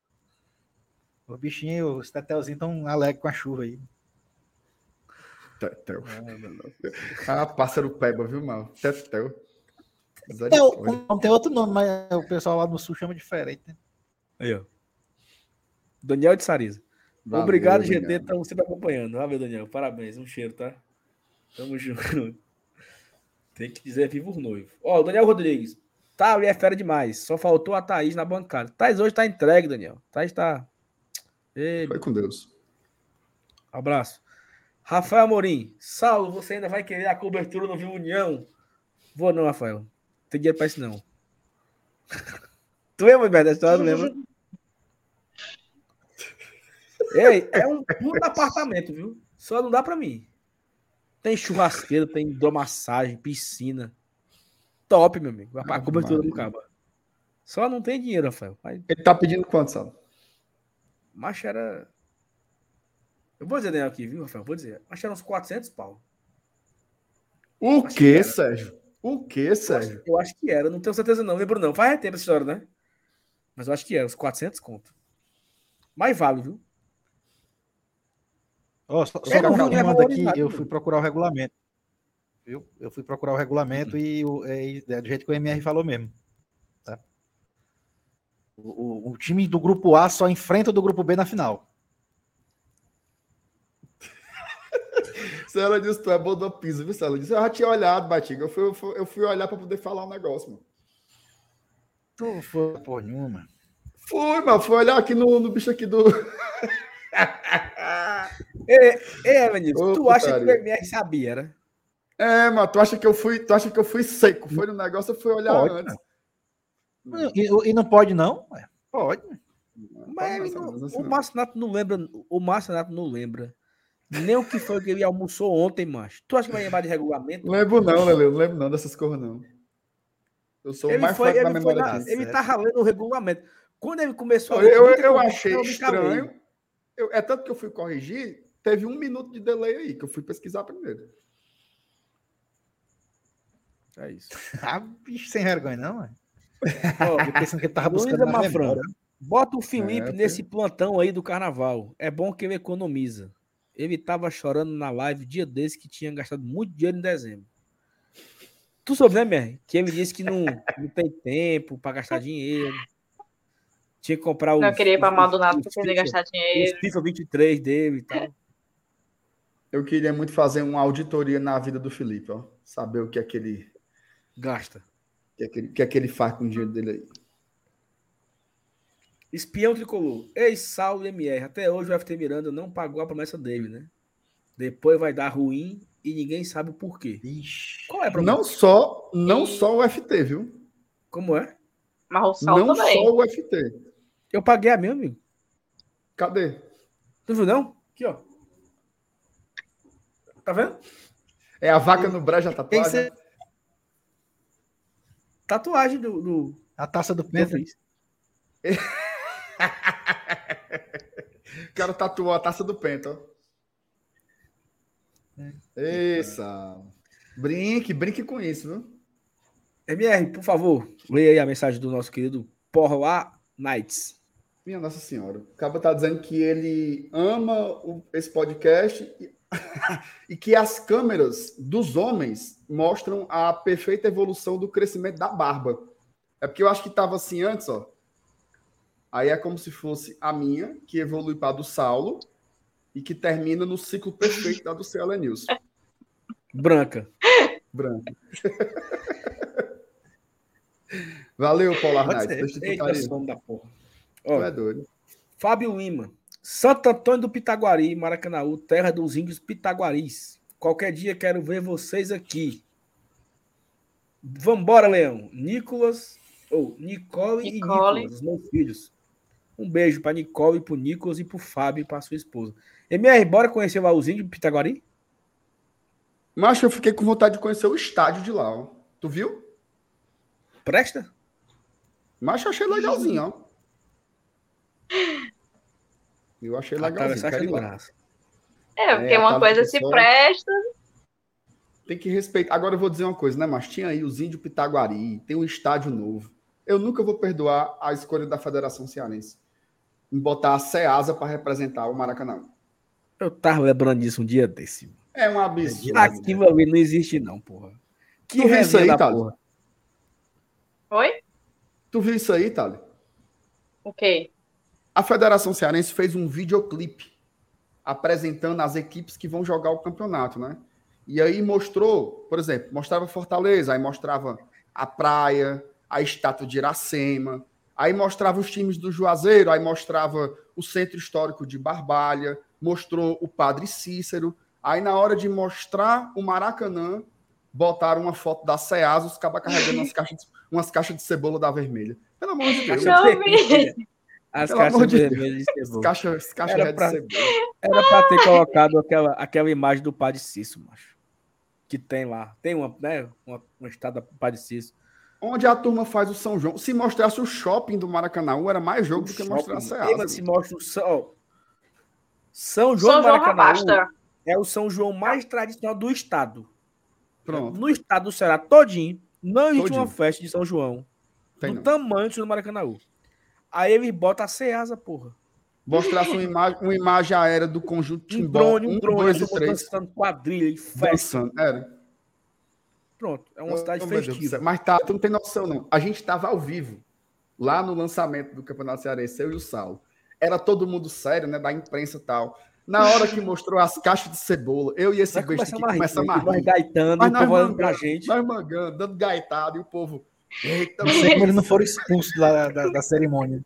Speaker 4: O bichinho, os tetelzinhos estão alegres com a chuva aí.
Speaker 3: Tetel. Ah, pássaro peba, viu, mal? Tetel.
Speaker 4: Tetel, não tem outro nome, mas o pessoal lá no sul chama diferente, né?
Speaker 6: Aí, ó. Daniel de Sarisa.
Speaker 3: Valeu,
Speaker 6: Obrigado, G T.
Speaker 3: obrigado.
Speaker 6: Estamos sempre acompanhando. Valeu, Daniel. Parabéns. Um cheiro, tá? Tamo junto. Tem que dizer viva o noivo. Ó, o Daniel Rodrigues. Tá, ele é fera demais. Só faltou a Thaís na bancada. Thaís hoje tá entregue, Daniel. Thaís tá... Ei,
Speaker 3: Foi com Deus.
Speaker 6: abraço. Rafael Amorim. Saulo, você ainda vai querer a cobertura no Viva União? Vou não, Rafael. Não tem dinheiro pra isso, não. Tu lembra, Beto, da história? Não lembra? Ei, é um puto apartamento, viu? Só não dá pra mim. Tem churrasqueira, tem hidromassagem, piscina. Top, meu amigo. A
Speaker 3: Ave
Speaker 6: cobertura do
Speaker 3: Maria.
Speaker 6: cabo. Só não tem dinheiro, Rafael. Mas,
Speaker 3: Ele tá pedindo quanto, Sal?
Speaker 6: mas era... Eu vou dizer Daniel aqui, viu, Rafael? Vou dizer. Acho que era uns quatrocentos pau.
Speaker 3: O
Speaker 6: Acho que
Speaker 3: quê,
Speaker 6: era.
Speaker 3: Sérgio? O quê,
Speaker 6: Eu acho,
Speaker 3: Sérgio?
Speaker 6: eu acho que era. Não tenho certeza não. Lembro não. Faz tempo essa história, né? Mas eu acho que era. Uns quatrocentos conto. Mais vale, viu?
Speaker 4: Ó, só
Speaker 3: Eu
Speaker 4: só
Speaker 3: quero
Speaker 4: confirmando
Speaker 6: levar o
Speaker 4: aqui,
Speaker 6: original,
Speaker 4: eu
Speaker 6: viu?
Speaker 4: fui procurar o regulamento. Viu? Eu fui procurar o regulamento e o- é, é do jeito que o M R falou mesmo. Tá? O, o- o time do grupo A só enfrenta o do grupo B na final.
Speaker 3: Ela disse, tu é bom do piso, viu, Ela disse, eu já tinha olhado, Batiga. Eu fui, eu fui, eu fui olhar pra poder falar um negócio, mano.
Speaker 4: Tu foi por nenhuma.
Speaker 3: Fui, mano. Fui olhar aqui no, no bicho aqui do...
Speaker 6: É, é, Vinícius,
Speaker 3: Ô,
Speaker 6: tu acha que o
Speaker 3: putaria.
Speaker 6: M R sabia, né?
Speaker 3: É, mano, tu acha que eu fui, tu acha que eu fui seco? Foi no negócio, eu fui olhar
Speaker 4: Pode,
Speaker 3: antes.
Speaker 4: E, e não pode, não? Ué, pode.
Speaker 6: Mas ele
Speaker 3: Não,
Speaker 6: não-
Speaker 3: não, não,
Speaker 6: o
Speaker 3: não.
Speaker 6: Márcio Nato não lembra, o Márcio Nato não lembra nem o que foi que ele almoçou ontem, macho. Tu acha que vai lembrar de regulamento?
Speaker 3: Não lembro não, Lele. Não lembro não dessas coisas, não. Eu sou o
Speaker 6: Ele
Speaker 3: mais
Speaker 6: foi,
Speaker 3: fraco da
Speaker 6: ele, foi
Speaker 3: memória
Speaker 6: na-
Speaker 3: aqui.
Speaker 6: ele
Speaker 4: certo.
Speaker 6: tá ralando o regulamento. Quando ele começou
Speaker 3: Eu, eu,
Speaker 6: muita
Speaker 3: eu
Speaker 6: coisa,
Speaker 3: achei
Speaker 6: eu me calei.
Speaker 3: estranho. Eu- é tanto que eu fui corrigir, teve um minuto de delay aí, que eu fui pesquisar primeiro.
Speaker 6: É isso.
Speaker 4: Ah, bicho sem vergonha, não, ué.
Speaker 6: Ó,
Speaker 4: Eu pensando que ele tava
Speaker 6: Luísa
Speaker 4: buscando na
Speaker 6: Mafran,
Speaker 4: memória.
Speaker 6: bota o Felipe
Speaker 3: É,
Speaker 6: nesse plantão aí do carnaval. É bom que ele economiza. Ele tava chorando na live dia desse que tinha gastado muito dinheiro em dezembro. Tu soube, né, Mer? Que ele disse que não, não tem tempo pra gastar dinheiro. Tinha que comprar os.
Speaker 5: Não queria ir pra
Speaker 6: os-
Speaker 5: Maldonado
Speaker 6: os
Speaker 5: pra poder
Speaker 6: FIFA-
Speaker 5: gastar
Speaker 6: os
Speaker 5: dinheiro.
Speaker 6: FIFA vinte e três dele e tal.
Speaker 3: Eu queria muito fazer uma auditoria na vida do Felipe, ó. Saber o que é que ele,
Speaker 6: Gasta.
Speaker 3: o que é que ele, o que é que ele faz com o dinheiro dele aí.
Speaker 6: Espião tricolor. Ei, Saulo e M R. Até hoje o F T Miranda não pagou a promessa dele, né? Depois vai dar ruim e ninguém sabe o porquê.
Speaker 4: Ixi.
Speaker 6: Qual é o problema?
Speaker 3: Não só, não
Speaker 5: E-
Speaker 3: só o F T, viu?
Speaker 6: Como é?
Speaker 5: Mas o Sal
Speaker 3: Não
Speaker 5: também.
Speaker 3: só o F T.
Speaker 6: Eu paguei a minha, amigo.
Speaker 3: Cadê?
Speaker 6: Tu viu, não? Aqui, ó. Tá vendo?
Speaker 3: É a vaca no brejo, a
Speaker 6: Tem que
Speaker 3: tatuagem?
Speaker 6: ser tatuagem do, do
Speaker 4: A taça do
Speaker 6: que eu
Speaker 4: Penta.
Speaker 6: fiz.
Speaker 3: O cara tatuou a taça do Penta, ó. Isso. Brinque, brinque com isso, viu?
Speaker 6: M R, por favor, leia aí a mensagem do nosso querido Porra Nights.
Speaker 3: Minha Nossa Senhora. O Cabo tá dizendo que ele ama o- esse podcast e, e que as câmeras dos homens mostram a perfeita evolução do crescimento da barba. É porque eu acho que tava assim antes, ó. Aí é como se fosse a minha, que evolui para a do Saulo e que termina no ciclo perfeito da do C L News.
Speaker 6: Branca.
Speaker 3: Branco. Valeu, Polar
Speaker 4: Pode
Speaker 3: Knight.
Speaker 4: ser.
Speaker 3: Deixa eu
Speaker 6: Eita,
Speaker 3: tutar aí.
Speaker 6: som da porra.
Speaker 3: Tu
Speaker 6: Ó,
Speaker 3: é doido.
Speaker 6: Fábio Lima. Santo Antônio do Pitaguari, Maracanaú, terra dos índios pitaguaris. Qualquer dia quero ver vocês aqui. Vambora, Leão. Nicolas, ou Nicole,
Speaker 5: Nicole.
Speaker 6: e Nicolas, os meus filhos. Um beijo para Nicole, pro Nicolas e pro Fábio e pra sua esposa. M R, bora conhecer lá os índios Pitaguari?
Speaker 3: Mas eu fiquei com vontade de conhecer o estádio de lá, ó. Tu viu?
Speaker 6: Presta?
Speaker 3: Mas eu achei legalzinho, ó. Eu achei legalzinho.
Speaker 6: Atravessar
Speaker 3: Quero ir
Speaker 6: de
Speaker 3: lá.
Speaker 6: graça.
Speaker 5: É, porque
Speaker 3: É,
Speaker 5: uma
Speaker 3: tá
Speaker 5: coisa
Speaker 3: no
Speaker 5: se
Speaker 3: pessoal.
Speaker 5: presta.
Speaker 3: Tem que respeitar. Agora eu vou dizer uma coisa, né, mas tinha aí os índios Pitaguari, tem um estádio novo. Eu nunca vou perdoar a escolha da Federação Cearense em botar a Ceasa para representar o Maracanã.
Speaker 6: Eu tava lembrando disso um dia desse.
Speaker 3: É um absurdo.
Speaker 6: Aquilo ali não existe, não, porra. Que
Speaker 3: Tu viu isso aí,
Speaker 6: resenha da
Speaker 3: Thales?
Speaker 6: porra.
Speaker 5: Oi?
Speaker 3: Tu viu isso aí, Thales?
Speaker 5: O quê?
Speaker 3: A Federação Cearense fez um videoclipe apresentando as equipes que vão jogar o campeonato, né? E aí mostrou, por exemplo, mostrava Fortaleza, aí mostrava a Praia, a estátua de Iracema, aí mostrava os times do Juazeiro, aí mostrava o Centro Histórico de Barbalha, mostrou o Padre Cícero, aí na hora de mostrar o Maracanã, botaram uma foto da Ceasa, os cabas carregando umas caixas, de, umas caixas de cebola da vermelha. Pelo amor de Deus.
Speaker 5: Não vi.
Speaker 6: As
Speaker 3: Pelo amor
Speaker 6: caixas
Speaker 3: de
Speaker 6: vermelhas de
Speaker 3: As
Speaker 6: cebola.
Speaker 3: caixas, caixas
Speaker 6: Era
Speaker 3: de
Speaker 6: pra-
Speaker 3: cebola.
Speaker 6: Era pra ter colocado aquela, aquela imagem do Padre Cício, macho. Que tem lá. Tem uma, né? Uma, uma estátua do Padre Cício.
Speaker 3: Onde a turma faz o São João. Se mostrasse o shopping do Maracanã, era mais jogo do que mostrar a
Speaker 6: Ela
Speaker 3: Ceasa.
Speaker 6: se mostra o São, São João
Speaker 5: São
Speaker 6: do
Speaker 5: João
Speaker 6: Maracanã.
Speaker 5: Rabasta.
Speaker 6: É o São João mais tradicional do estado.
Speaker 3: Pronto.
Speaker 6: No estado do Ceará todinho, não existe
Speaker 3: Todinho.
Speaker 6: uma festa de São João
Speaker 3: Tem
Speaker 6: do
Speaker 3: não.
Speaker 6: tamanho do Maracanã. Aí ele bota a Ceasa, porra.
Speaker 3: Mostrasse uma imagem, uma imagem aérea do conjunto
Speaker 6: Um
Speaker 3: Timbó,
Speaker 6: drone, um
Speaker 3: um,
Speaker 6: drone,
Speaker 3: dois
Speaker 6: a
Speaker 3: e
Speaker 6: turma
Speaker 3: três.
Speaker 6: dançando quadrilha e festa.
Speaker 3: Dançando. Era.
Speaker 6: Pronto, é uma cidade
Speaker 3: Oh, meu Deus do
Speaker 6: festiva.
Speaker 3: céu. Mas tá, tu não tem noção, não. A gente tava ao vivo, lá no lançamento do Campeonato Cearense, eu e o Saulo. Era todo mundo sério, né? Da imprensa e tal. Na hora que mostrou as caixas de cebola, eu e esse
Speaker 6: Vai
Speaker 3: besta
Speaker 6: começar
Speaker 3: aqui
Speaker 6: a rir,
Speaker 3: começamos a
Speaker 6: nós
Speaker 3: rir.
Speaker 6: gaitando,
Speaker 3: Mas
Speaker 6: o
Speaker 3: nós
Speaker 6: povo olhando pra
Speaker 3: mangando,
Speaker 6: gente.
Speaker 3: nós mangando, dando gaitado, e o povo... Eita,
Speaker 4: Não sei como eles não foram expulsos da, da, da cerimônia.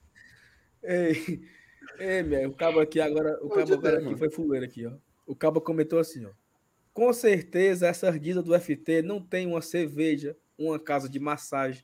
Speaker 6: Ei, ei, meu, o cabo aqui agora, o
Speaker 3: Pode
Speaker 6: cabo agora
Speaker 3: ter,
Speaker 6: aqui
Speaker 3: mano.
Speaker 6: foi fuleiro aqui, ó. O cabo comentou assim, ó. Com certeza essa ardida do F T não tem uma cerveja, uma casa de massagem.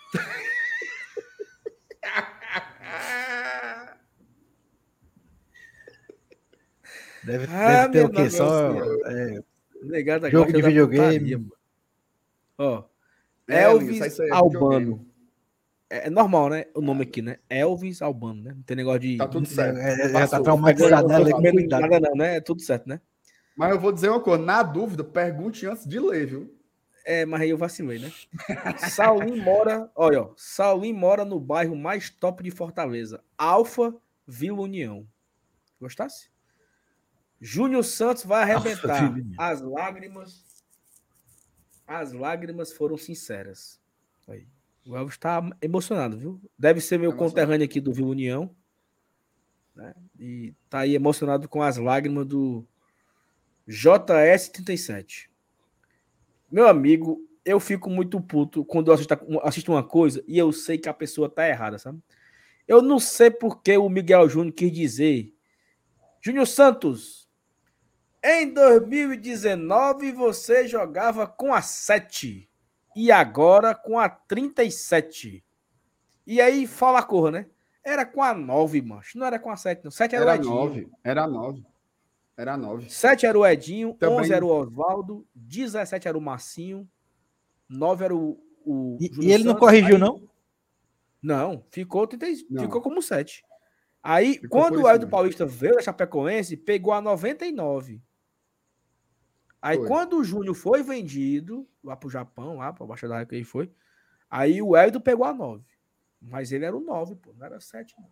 Speaker 4: Deve,
Speaker 6: Ah,
Speaker 4: deve ter o
Speaker 6: meu
Speaker 4: quê? Só
Speaker 6: Deus.
Speaker 4: é,
Speaker 6: Negada
Speaker 4: jogo
Speaker 6: gosta
Speaker 4: de
Speaker 6: da
Speaker 4: videogame.
Speaker 6: putaria, mano. Ó,
Speaker 3: É,
Speaker 6: Elvis
Speaker 3: Luiz, isso aí é
Speaker 6: Albano. É, é normal, né? O nome aqui, né? Elvis Albano, né? Não tem negócio de...
Speaker 3: Tá tudo certo.
Speaker 4: é, já tá
Speaker 3: Passou.
Speaker 4: traumatizado, né?
Speaker 6: Não
Speaker 4: Lê
Speaker 6: tô
Speaker 4: com
Speaker 6: comendo
Speaker 4: cuidado.
Speaker 6: nada não, né? É tudo certo, né?
Speaker 3: Mas eu vou dizer uma coisa, na dúvida, pergunte antes de ler, viu?
Speaker 6: É, mas aí eu vacilei, né? Saulim mora, olha, ó, Saulim mora no bairro mais top de Fortaleza, Alfa Vila União. Gostasse? Júnior Santos vai arrebentar.
Speaker 4: Vila União.
Speaker 6: As lágrimas, as lágrimas foram sinceras. Aí. O Elvis está emocionado, viu? Deve ser meu
Speaker 3: Emocionado.
Speaker 6: conterrâneo aqui do Vila União, né? E tá aí emocionado com as lágrimas do J S trinta e sete. Meu amigo, eu fico muito puto quando eu assisto, assisto uma coisa e eu sei que a pessoa tá errada, sabe? Eu não sei porque o Miguel Júnior quis dizer Júnior Santos, Em dois mil e dezenove, você jogava com a sete. E agora com a trinta e sete. E aí, fala a cor, né? Era com a nove, macho. Não era com a sete, não. sete era,
Speaker 3: Era
Speaker 6: o Edinho.
Speaker 3: nove. Era nove. Era nove.
Speaker 6: sete era o Edinho.
Speaker 3: Também-
Speaker 6: onze era o Oswaldo. dezessete era o Marcinho. nove era o. o
Speaker 4: E,
Speaker 6: Júlio
Speaker 4: e ele não
Speaker 6: Santos.
Speaker 4: corrigiu,
Speaker 6: Aí-
Speaker 4: não?
Speaker 6: Não, ficou, trinta e-
Speaker 3: Não.
Speaker 6: ficou como sete. Aí,
Speaker 3: Ficou
Speaker 6: quando
Speaker 3: por
Speaker 6: o
Speaker 3: isso
Speaker 6: Hélio
Speaker 3: mesmo.
Speaker 6: Paulista veio da Chapecoense, pegou a noventa e nove. Aí,
Speaker 3: Foi.
Speaker 6: quando o Júnior foi vendido lá pro Japão, lá pra Baixa da Área que ele foi, aí o Hélio pegou a nove. Mas ele era o nove, pô, não era sete, não.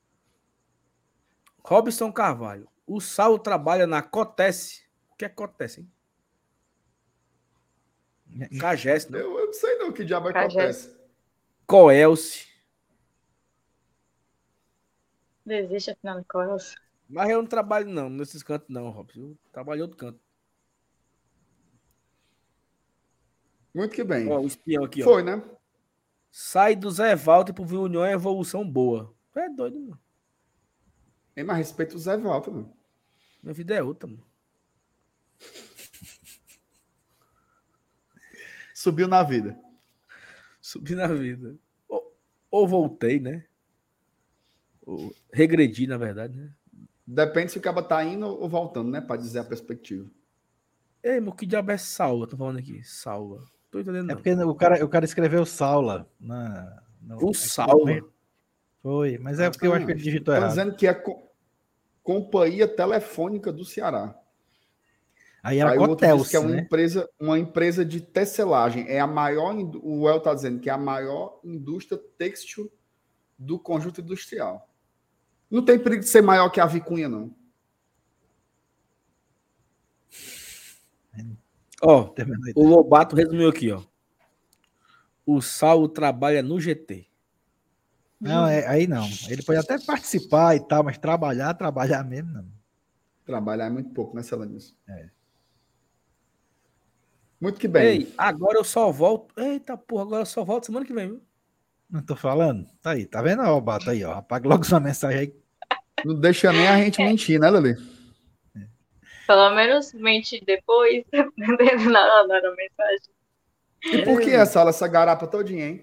Speaker 6: Robson Carvalho. O Saulo trabalha na Cotesse. O que é Cotesse, hein? Cagesse, não.
Speaker 3: Eu, eu não sei não que diabo
Speaker 5: Cagé.
Speaker 3: acontece.
Speaker 6: Coelce.
Speaker 5: Desiste, afinal de contas.
Speaker 6: Mas eu não trabalho, não, nesses cantos, não, Robson. Eu trabalho em outro canto.
Speaker 3: Muito que bem.
Speaker 6: Ó, o espião aqui, ó.
Speaker 3: Foi, né?
Speaker 6: Sai do Zé Walter pro União é evolução boa. Tu é doido, mano.
Speaker 3: Tem mais respeito o Zé Walter, mano.
Speaker 6: Minha vida é outra, mano.
Speaker 3: Subiu na vida.
Speaker 6: Subi na vida. Ou, ou voltei, né? Ou regredi, na verdade, né?
Speaker 3: Depende se o cara tá indo ou voltando, né? Pra dizer a perspectiva.
Speaker 6: Ei, meu, que diabo é salva? Tô falando aqui. Salva. Tô entendendo,
Speaker 4: É
Speaker 6: não.
Speaker 4: porque o cara, o cara escreveu Saula. Na, no-
Speaker 6: O
Speaker 4: é que
Speaker 6: Salva.
Speaker 4: Foi, mas é porque eu acho que ele digitou
Speaker 3: Tá
Speaker 4: errado.
Speaker 3: dizendo que é co- Companhia Telefônica do Ceará.
Speaker 4: Aí era
Speaker 3: Aí o outro diz
Speaker 4: Cotelce,
Speaker 3: que é uma
Speaker 4: né?
Speaker 3: empresa, uma empresa de tecelagem. É a maior, indú- o El tá dizendo que é a maior indústria têxtil do conjunto industrial. Não tem perigo de ser maior que a Vicunha, não.
Speaker 6: Ó,
Speaker 4: Terminou aí.
Speaker 6: o Lobato resumiu aqui, ó. O Saulo trabalha no G T.
Speaker 4: Não, é, aí não. Ele pode até participar e tal, mas trabalhar, trabalhar mesmo, não.
Speaker 3: Trabalhar é muito pouco, né, Celanius?
Speaker 4: É.
Speaker 3: Muito que bem.
Speaker 6: Ei, agora eu só volto. Eita porra, agora eu só volto semana que vem, viu?
Speaker 4: Não tô falando? Tá aí, tá vendo, ó, Bato aí, ó. Apaga logo sua mensagem aí.
Speaker 3: Não deixa nem a gente mentir, né, Lili?
Speaker 5: Pelo menos mente depois, dependendo na hora da mensagem.
Speaker 3: E por que essa, essa garapa todinha, hein?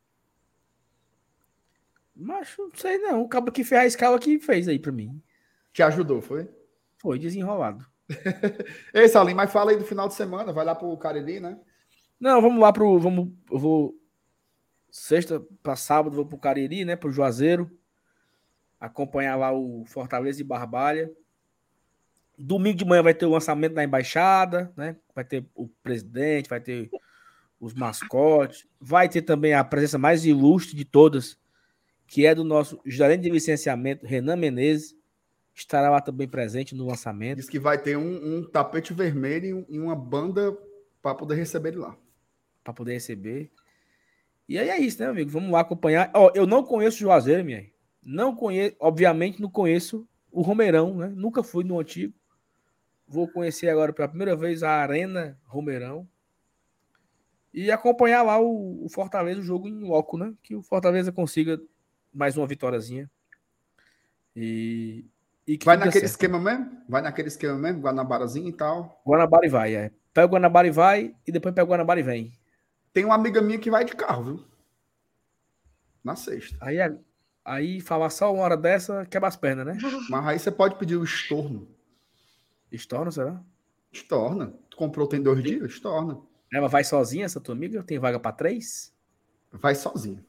Speaker 6: Macho, não sei não. O cabo que fez a escala que fez aí pra mim.
Speaker 3: Te ajudou, foi?
Speaker 6: Foi desenrolado.
Speaker 3: Ei, Salim, mas fala aí do final de semana. Vai lá pro Cariri, né?
Speaker 6: Não, vamos lá pro. Vamos, eu vou. Sexta pra sábado, vou pro Cariri, né? Pro Juazeiro. Acompanhar lá o Fortaleza e Barbalha. Domingo de manhã vai ter o lançamento da embaixada, né? Vai ter o presidente, vai ter os mascotes. Vai ter também a presença mais ilustre de todas, que é do nosso gerente de licenciamento, Renan Menezes. Estará lá também presente no lançamento.
Speaker 3: Diz que vai ter um, um tapete vermelho e, um- e uma banda para poder receber ele lá.
Speaker 6: Para poder receber. E aí é isso, né, amigo? Vamos lá acompanhar. Ó, eu não conheço o Juazeiro, minha. Não conheço, obviamente, não conheço o Romeirão, né? Nunca fui no antigo. Vou conhecer agora pela primeira vez a Arena Romeirão. E acompanhar lá o, o Fortaleza, o jogo em loco, né? Que o Fortaleza consiga mais uma vitóriazinha. E, e que
Speaker 3: Vai
Speaker 6: tudo dê
Speaker 3: naquele
Speaker 6: certo.
Speaker 3: esquema mesmo? Vai naquele esquema mesmo? Guanabarazinho e tal.
Speaker 6: Guanabara e vai, é. Pega o Guanabara e vai, e depois pega o Guanabara e vem.
Speaker 3: Tem uma amiga minha que vai de carro, viu? Na sexta.
Speaker 6: Aí, aí falar só uma hora dessa, quebra as pernas, né?
Speaker 3: Mas aí você pode pedir o estorno.
Speaker 6: Estorna, será?
Speaker 3: Estorna. Tu comprou tem dois dias? Estorna.
Speaker 6: Ela vai sozinha, essa tua amiga? Tem vaga pra três?
Speaker 3: Vai sozinho.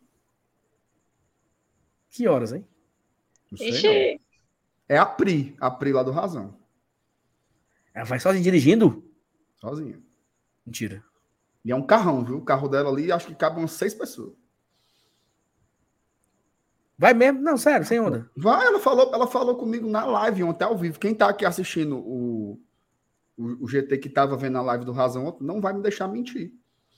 Speaker 6: Que horas, hein?
Speaker 3: Não sei
Speaker 5: Ixi,
Speaker 3: não. É a Pri. A Pri lá do Razão.
Speaker 6: Ela vai sozinha dirigindo?
Speaker 3: Sozinha.
Speaker 6: Mentira.
Speaker 3: E é um carrão, viu? O carro dela ali, acho que cabe umas seis pessoas.
Speaker 6: Vai mesmo? Não, sério, sem onda.
Speaker 3: Vai, ela falou, ela falou comigo na live ontem ao vivo. Quem tá aqui assistindo o, o, o G T que tava vendo a live do Razão ontem, não vai me deixar mentir.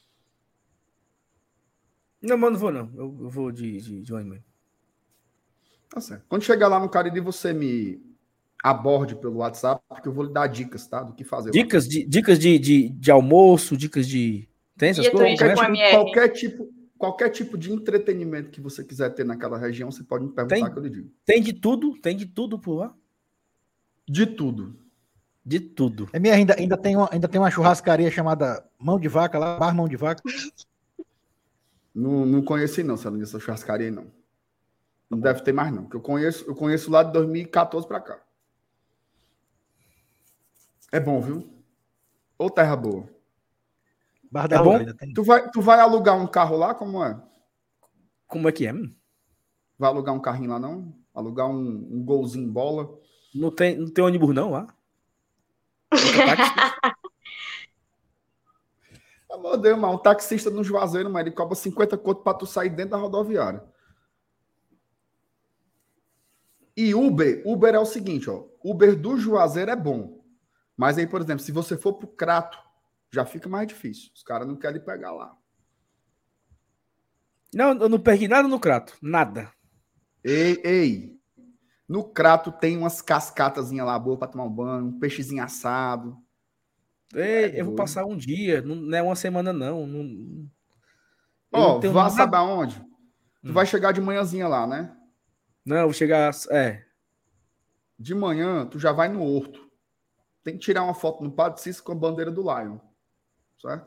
Speaker 6: Não, mas não vou, não. Eu, eu vou de, de, de ônibus.
Speaker 3: Tá certo. Quando chegar lá no Cariri, você me aborde pelo WhatsApp, porque eu vou lhe dar dicas, tá? Do que fazer. lá.
Speaker 6: Dicas de, dicas de, de, de almoço, dicas de. Tem essas
Speaker 5: E a
Speaker 6: coisas?
Speaker 5: Twitch
Speaker 6: Como é?
Speaker 5: com
Speaker 3: Qualquer
Speaker 5: M
Speaker 3: tipo,
Speaker 5: R?
Speaker 3: qualquer, tipo, qualquer tipo de entretenimento que você quiser ter naquela região, você pode me perguntar
Speaker 6: Tem?
Speaker 3: que eu lhe digo.
Speaker 6: Tem de tudo, tem de tudo por lá.
Speaker 3: De tudo.
Speaker 6: De tudo.
Speaker 4: É minha, ainda, ainda, tem uma, ainda tem uma churrascaria chamada Mão de Vaca lá, Bar Mão de Vaca.
Speaker 3: Não, não conheci, não, se ela dessa churrascaria aí, não. Não deve ter mais, não. Porque eu conheço, eu conheço lá de dois mil e quatorze pra cá. É bom, viu? Ô, terra boa.
Speaker 4: Bar da
Speaker 6: É bom?
Speaker 4: Hora, ainda tem.
Speaker 3: Tu vai, tu vai alugar um carro lá? Como é?
Speaker 6: Como é que é?
Speaker 3: Vai alugar um carrinho lá, não? Alugar um, um golzinho bola?
Speaker 6: Não tem, não tem ônibus não lá? Mototáxi?
Speaker 3: Amor de Deus, mano, um taxista no Juazeiro, mas ele cobra cinquenta conto pra tu sair dentro da rodoviária. E Uber, Uber é o seguinte, ó. Uber do Juazeiro é bom. Mas aí, por exemplo, se você for pro Crato, já fica mais difícil. Os caras não querem pegar lá.
Speaker 6: Não, eu não perdi nada no Crato. Nada.
Speaker 3: Ei, ei. No Crato tem umas cascatazinhas lá boas pra tomar um banho, um peixezinho assado.
Speaker 6: Ei,
Speaker 3: É
Speaker 6: eu vou
Speaker 3: doido.
Speaker 6: passar um dia. Não, não é uma semana, não. não eu
Speaker 3: Ó,
Speaker 6: não tenho
Speaker 3: vá
Speaker 6: nada-
Speaker 3: saber aonde? Tu
Speaker 6: Hum.
Speaker 3: vai chegar de manhãzinha lá, né?
Speaker 6: Não, eu vou chegar... É.
Speaker 3: De manhã, tu já vai no Horto. Tem que tirar uma foto no Padre Cícero com a bandeira do Lion. Certo?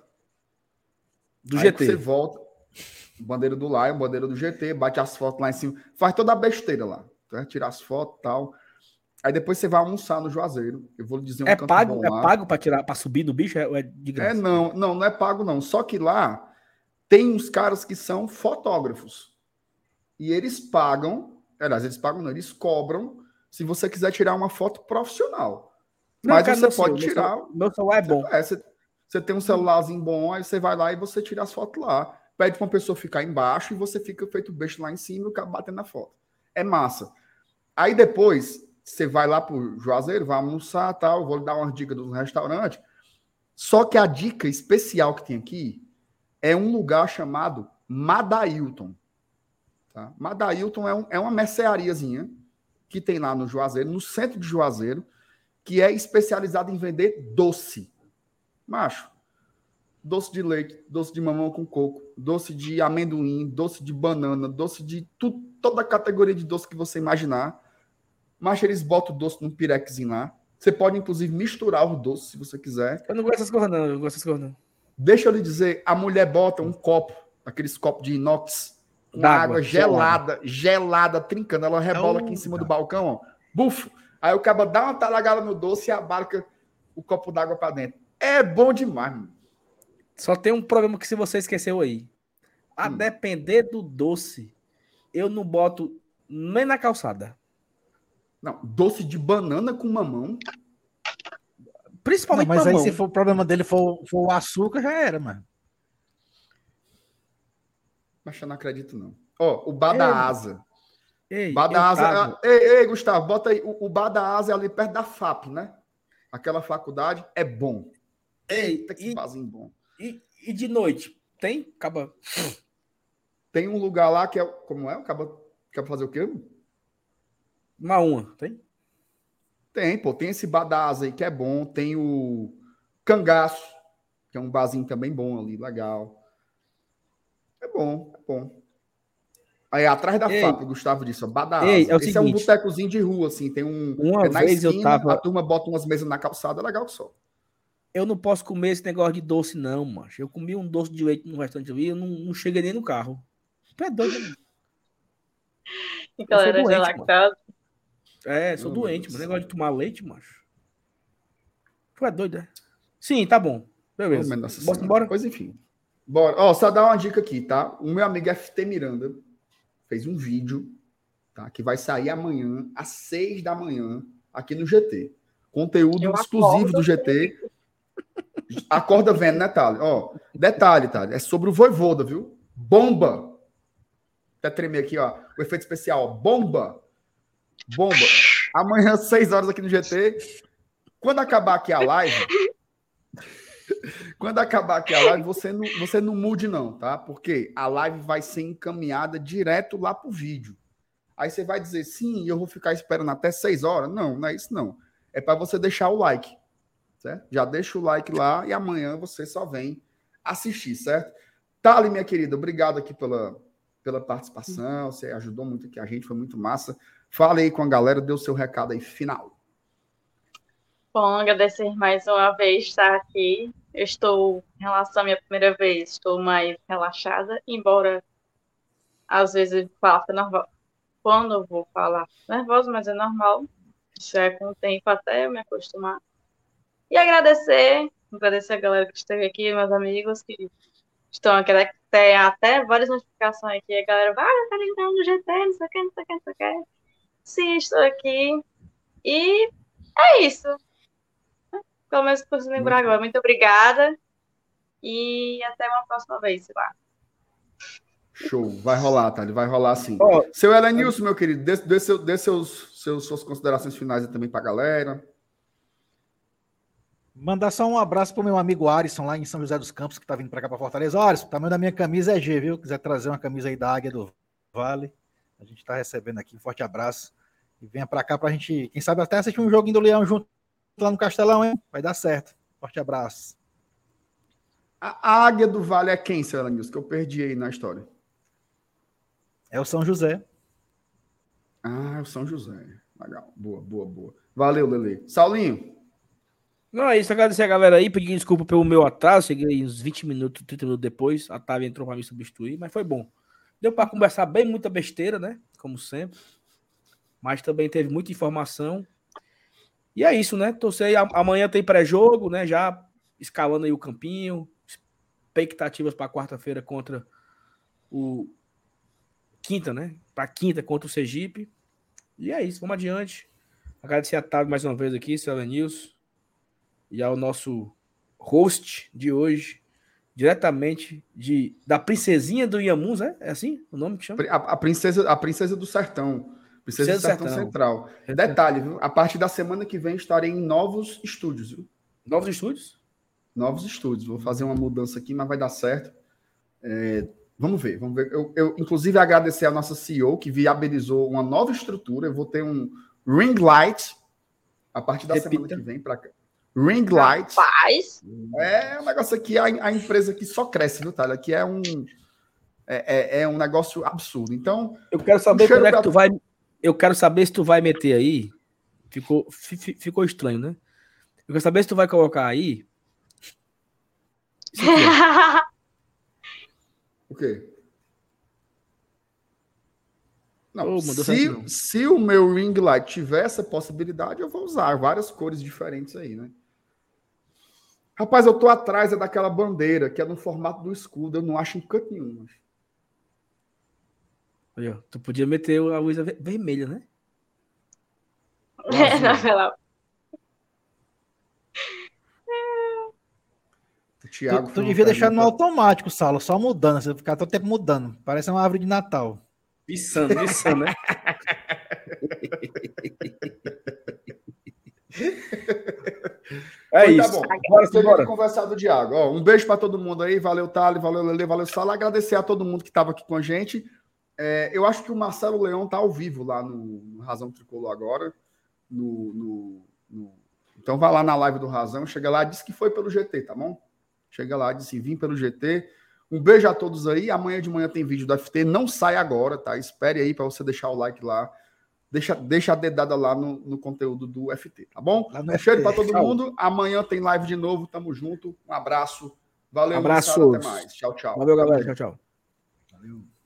Speaker 6: Do
Speaker 3: Aí
Speaker 6: G T.
Speaker 3: você volta, bandeira do Lion, bandeira do G T, bate as fotos lá em cima, faz toda a besteira lá, certo? Tira as fotos e tal. Aí depois você vai almoçar no Juazeiro. Eu vou lhe dizer um
Speaker 6: É
Speaker 3: canto
Speaker 6: pago,
Speaker 3: bom
Speaker 6: é
Speaker 3: lá.
Speaker 6: pago pra tirar, para subir no bicho? É, ou é de
Speaker 3: É,
Speaker 6: graça?
Speaker 3: não, não, não é pago não. Só que lá tem uns caras que são fotógrafos. E eles pagam, aliás, eles pagam não, eles cobram se você quiser tirar uma foto profissional.
Speaker 6: Não,
Speaker 3: Mas
Speaker 6: cara,
Speaker 3: você
Speaker 6: meu
Speaker 3: pode
Speaker 6: celular-
Speaker 3: tirar...
Speaker 6: Meu, meu celular é bom.
Speaker 3: É, você, você tem um celularzinho bom, aí você vai lá e você tira as fotos lá. Pede pra uma pessoa ficar embaixo e você fica feito beijo lá em cima e o cara batendo na foto. É massa. Aí depois, você vai lá pro Juazeiro, vai almoçar e tal, vou lhe dar uma dica do restaurante. Só que a dica especial que tem aqui é um lugar chamado Madailton. Tá? Madailton é, um, é uma merceariazinha que tem lá no Juazeiro, no centro de Juazeiro, que é especializado em vender doce. Macho, doce de leite, doce de mamão com coco, doce de amendoim, doce de banana, doce de tu, toda a categoria de doce que você imaginar. Macho, eles botam o doce num pirequezinho lá. Você pode, inclusive, misturar o doce, se você quiser.
Speaker 6: Eu não gosto dessas coisas, não. Eu gosto dessas coisas, não.
Speaker 3: Deixa eu lhe dizer, a mulher bota um copo, aqueles copos de inox, com
Speaker 6: D'água,
Speaker 3: água gelada, gelada, trincando. Ela rebola aqui em cima do balcão, ó. Bufo. Aí o cara dá uma talagada no doce e abarca o copo d'água pra dentro. É bom demais, mano.
Speaker 6: Só tem um problema que se você esqueceu aí. A
Speaker 3: Hum.
Speaker 6: depender do doce, eu não boto nem na calçada.
Speaker 3: Não, doce de banana com mamão.
Speaker 4: Não,
Speaker 6: Principalmente
Speaker 4: mas aí
Speaker 6: mamão.
Speaker 4: se for, o problema dele for, for o açúcar, já era, mano.
Speaker 3: Mas eu não acredito, não. Ó, o bar da
Speaker 6: Ei,
Speaker 3: asa.
Speaker 6: Ei,
Speaker 3: Bar da
Speaker 6: eu
Speaker 3: asa.
Speaker 6: tava-
Speaker 3: Ei, ei, Gustavo, bota aí. O, o bar da asa é ali perto da F A P, né? Aquela faculdade é bom.
Speaker 6: Ei,
Speaker 3: Eita, que
Speaker 6: e,
Speaker 3: barzinho bom.
Speaker 6: e, e de noite? Tem? Acaba.
Speaker 3: Tem um lugar lá que é. Como é? Acaba. Quer fazer o quê?
Speaker 6: Uma uma, tem?
Speaker 3: Tem, pô. Tem esse bar da asa aí que é bom. Tem o Cangaço, que é um barzinho também bom ali, legal. É bom, é bom. Aí atrás da
Speaker 6: Ei.
Speaker 3: F A P, o Gustavo disse, ó, bar da
Speaker 6: Ei,
Speaker 3: asa.
Speaker 6: é o
Speaker 3: Esse é um
Speaker 6: seguinte.
Speaker 3: botecozinho de rua, assim. Tem um.
Speaker 6: Uma
Speaker 3: é na
Speaker 6: vez eu
Speaker 3: esquina,
Speaker 6: tava-
Speaker 3: a turma bota umas mesas na calçada, é legal que só.
Speaker 6: Eu não posso comer esse negócio de doce, não, macho. Eu comi um doce de leite no restaurante ali, eu não, não cheguei nem no carro. Tu é doido, né?
Speaker 5: Galera de
Speaker 6: doente,
Speaker 5: lactose.
Speaker 6: É, sou
Speaker 3: Oh, meu
Speaker 6: doente,
Speaker 3: Deus
Speaker 6: mano.
Speaker 3: do
Speaker 6: Negócio de tomar leite, macho. Tu é doido, é? Sim, tá bom.
Speaker 3: Oh,
Speaker 6: Beleza.
Speaker 3: minha Nossa
Speaker 6: Bora
Speaker 3: Senhora.
Speaker 6: embora?
Speaker 3: Pois enfim. Bora. Ó, só dar uma dica aqui, tá? O meu amigo F T Miranda fez um vídeo, tá? Que vai sair amanhã, às seis da manhã, aqui no G T. Conteúdo
Speaker 5: Eu
Speaker 3: exclusivo
Speaker 5: acordo.
Speaker 3: do G T. Acorda vendo, né, Thali? Ó, detalhe, Thali. É sobre o Voivoda, viu? Bomba. Até tremer aqui, ó. O efeito especial, ó. Bomba. Bomba. Amanhã, às seis horas aqui no G T. Quando acabar aqui a live... Quando acabar aqui a live, você não, você não mude não, tá? Porque a live vai ser encaminhada direto lá pro vídeo. Aí você vai dizer, sim, eu vou ficar esperando até seis horas. Não, não é isso não. É para você deixar o like, certo? Já deixa o like lá e amanhã você só vem assistir, certo? Thali, minha querida, obrigado aqui pela, pela participação. Você ajudou muito aqui a gente, foi muito massa. Fala aí com a galera, dê o seu recado aí final.
Speaker 5: Bom, agradecer mais uma vez estar aqui. Eu estou, em relação à minha primeira vez, estou mais relaxada, embora às vezes eu falo nervosa. Quando eu vou falar nervosa, mas é normal. Isso é com o tempo até eu me acostumar. E agradecer, agradecer a galera que esteve aqui, meus amigos que estão aqui, tem até várias notificações aqui. A galera vai, ah, tá ligado no G T, não sei o que, não sei o que, não sei o que. Sim, estou aqui. E é isso. Pelo menos por se lembrar agora. Muito obrigada. E até uma próxima vez, sei lá.
Speaker 3: Show. Vai rolar, tá? Ele vai rolar sim.
Speaker 6: Ó,
Speaker 3: Seu Elenilson, meu querido, dê, dê, seu, dê seus, seus, suas considerações finais aí também pra galera.
Speaker 4: Mandar só um abraço pro meu amigo Arisson, lá em São José dos Campos, que tá vindo pra cá pra Fortaleza. Arisson, o tamanho da minha camisa é G, viu? Quiser trazer uma camisa aí da Águia do Vale, a gente tá recebendo aqui. Um forte abraço. E venha pra cá pra gente, quem sabe até assistir um joguinho do Leão junto lá no Castelão, hein? Vai dar certo. Forte abraço.
Speaker 3: A Águia do Vale é quem, seu Elenilson? Que eu perdi aí na história.
Speaker 4: É o São José.
Speaker 3: Ah, é o São José. Legal. Boa, boa, boa. Valeu, Lele. Saulinho.
Speaker 6: Não, é isso. Agradecer a galera aí, pedir desculpa pelo meu atraso. Cheguei uns vinte minutos, trinta minutos depois. A Távia entrou para me substituir, mas foi bom. Deu para conversar bem, muita besteira, né? Como sempre. Mas também teve muita informação. E é isso, né? Torcer. Amanhã tem pré-jogo, né? Já escalando aí o campinho. Expectativas para quarta-feira contra o. Quinta, né? Para quinta contra o Sergipe. E é isso, vamos adiante. Agradecer a Távia mais uma vez aqui, seu Elenilson. E ao nosso host de hoje, diretamente de, da princesinha do Iamuns, né? É assim o nome que chama?
Speaker 3: A, a, princesa, a princesa do Sertão. Princesa, princesa do Sertão, Sertão Central.
Speaker 6: É.
Speaker 3: Detalhe, viu? A partir da semana que vem estarei em novos estúdios, viu?
Speaker 6: Novos estúdios?
Speaker 3: Novos estúdios. Vou fazer uma mudança aqui, mas vai dar certo. É, vamos ver, vamos ver. Eu, eu, inclusive, agradecer a nossa C E O, que viabilizou uma nova estrutura. Eu vou ter um ring light a partir da Repita. semana que vem para cá. Ring light.
Speaker 5: Rapaz.
Speaker 3: É um negócio aqui, a, a empresa aqui só cresce, viu, Thalia? Aqui é um, é, é, é um negócio absurdo. Então.
Speaker 6: Eu quero saber quando é que tu vai. Eu quero saber se tu vai meter aí. Ficou, fi, ficou estranho, né? Eu quero saber se tu vai colocar aí. Isso aqui,
Speaker 3: o quê? Não,
Speaker 6: oh,
Speaker 3: se, não. se o meu ring light tiver essa possibilidade, eu vou usar várias cores diferentes aí, né? Rapaz, eu tô atrás é daquela bandeira, que é no formato do escudo. Eu não acho em canto nenhum.
Speaker 6: Olha, tu podia meter a luz vermelha, né?
Speaker 5: É, não,
Speaker 3: o Thiago
Speaker 4: tu tu devia deixar no automático, Saulo, só mudando. Você ficar todo tempo mudando. Parece uma árvore de Natal.
Speaker 6: Pisando, pisando, né? É isso.
Speaker 3: Tá bom. Bora, bora. Conversar do Diago. Ó, um beijo para todo mundo aí. Valeu, Thali. Valeu, Lele. Valeu, Sala. Agradecer a todo mundo que estava aqui com a gente. É, eu acho que o Marcelo Leão tá ao vivo lá no, no Razão Tricolor agora. No, no, no... Então vai lá na live do Razão. Chega lá, diz que foi pelo G T, tá bom? Chega lá, disse vim pelo G T. Um beijo a todos aí. Amanhã de manhã tem vídeo do F T. Não sai agora, tá? Espere aí para você deixar o like lá. Deixa, deixa a dedada lá no, no conteúdo do F T, tá bom? Um cheiro para todo mundo. Amanhã tem live de novo. Tamo junto. Um abraço. Valeu,
Speaker 6: abraço.
Speaker 3: Moçada, até mais. Tchau, tchau.
Speaker 6: Valeu, galera. Tchau, tchau.
Speaker 3: Valeu.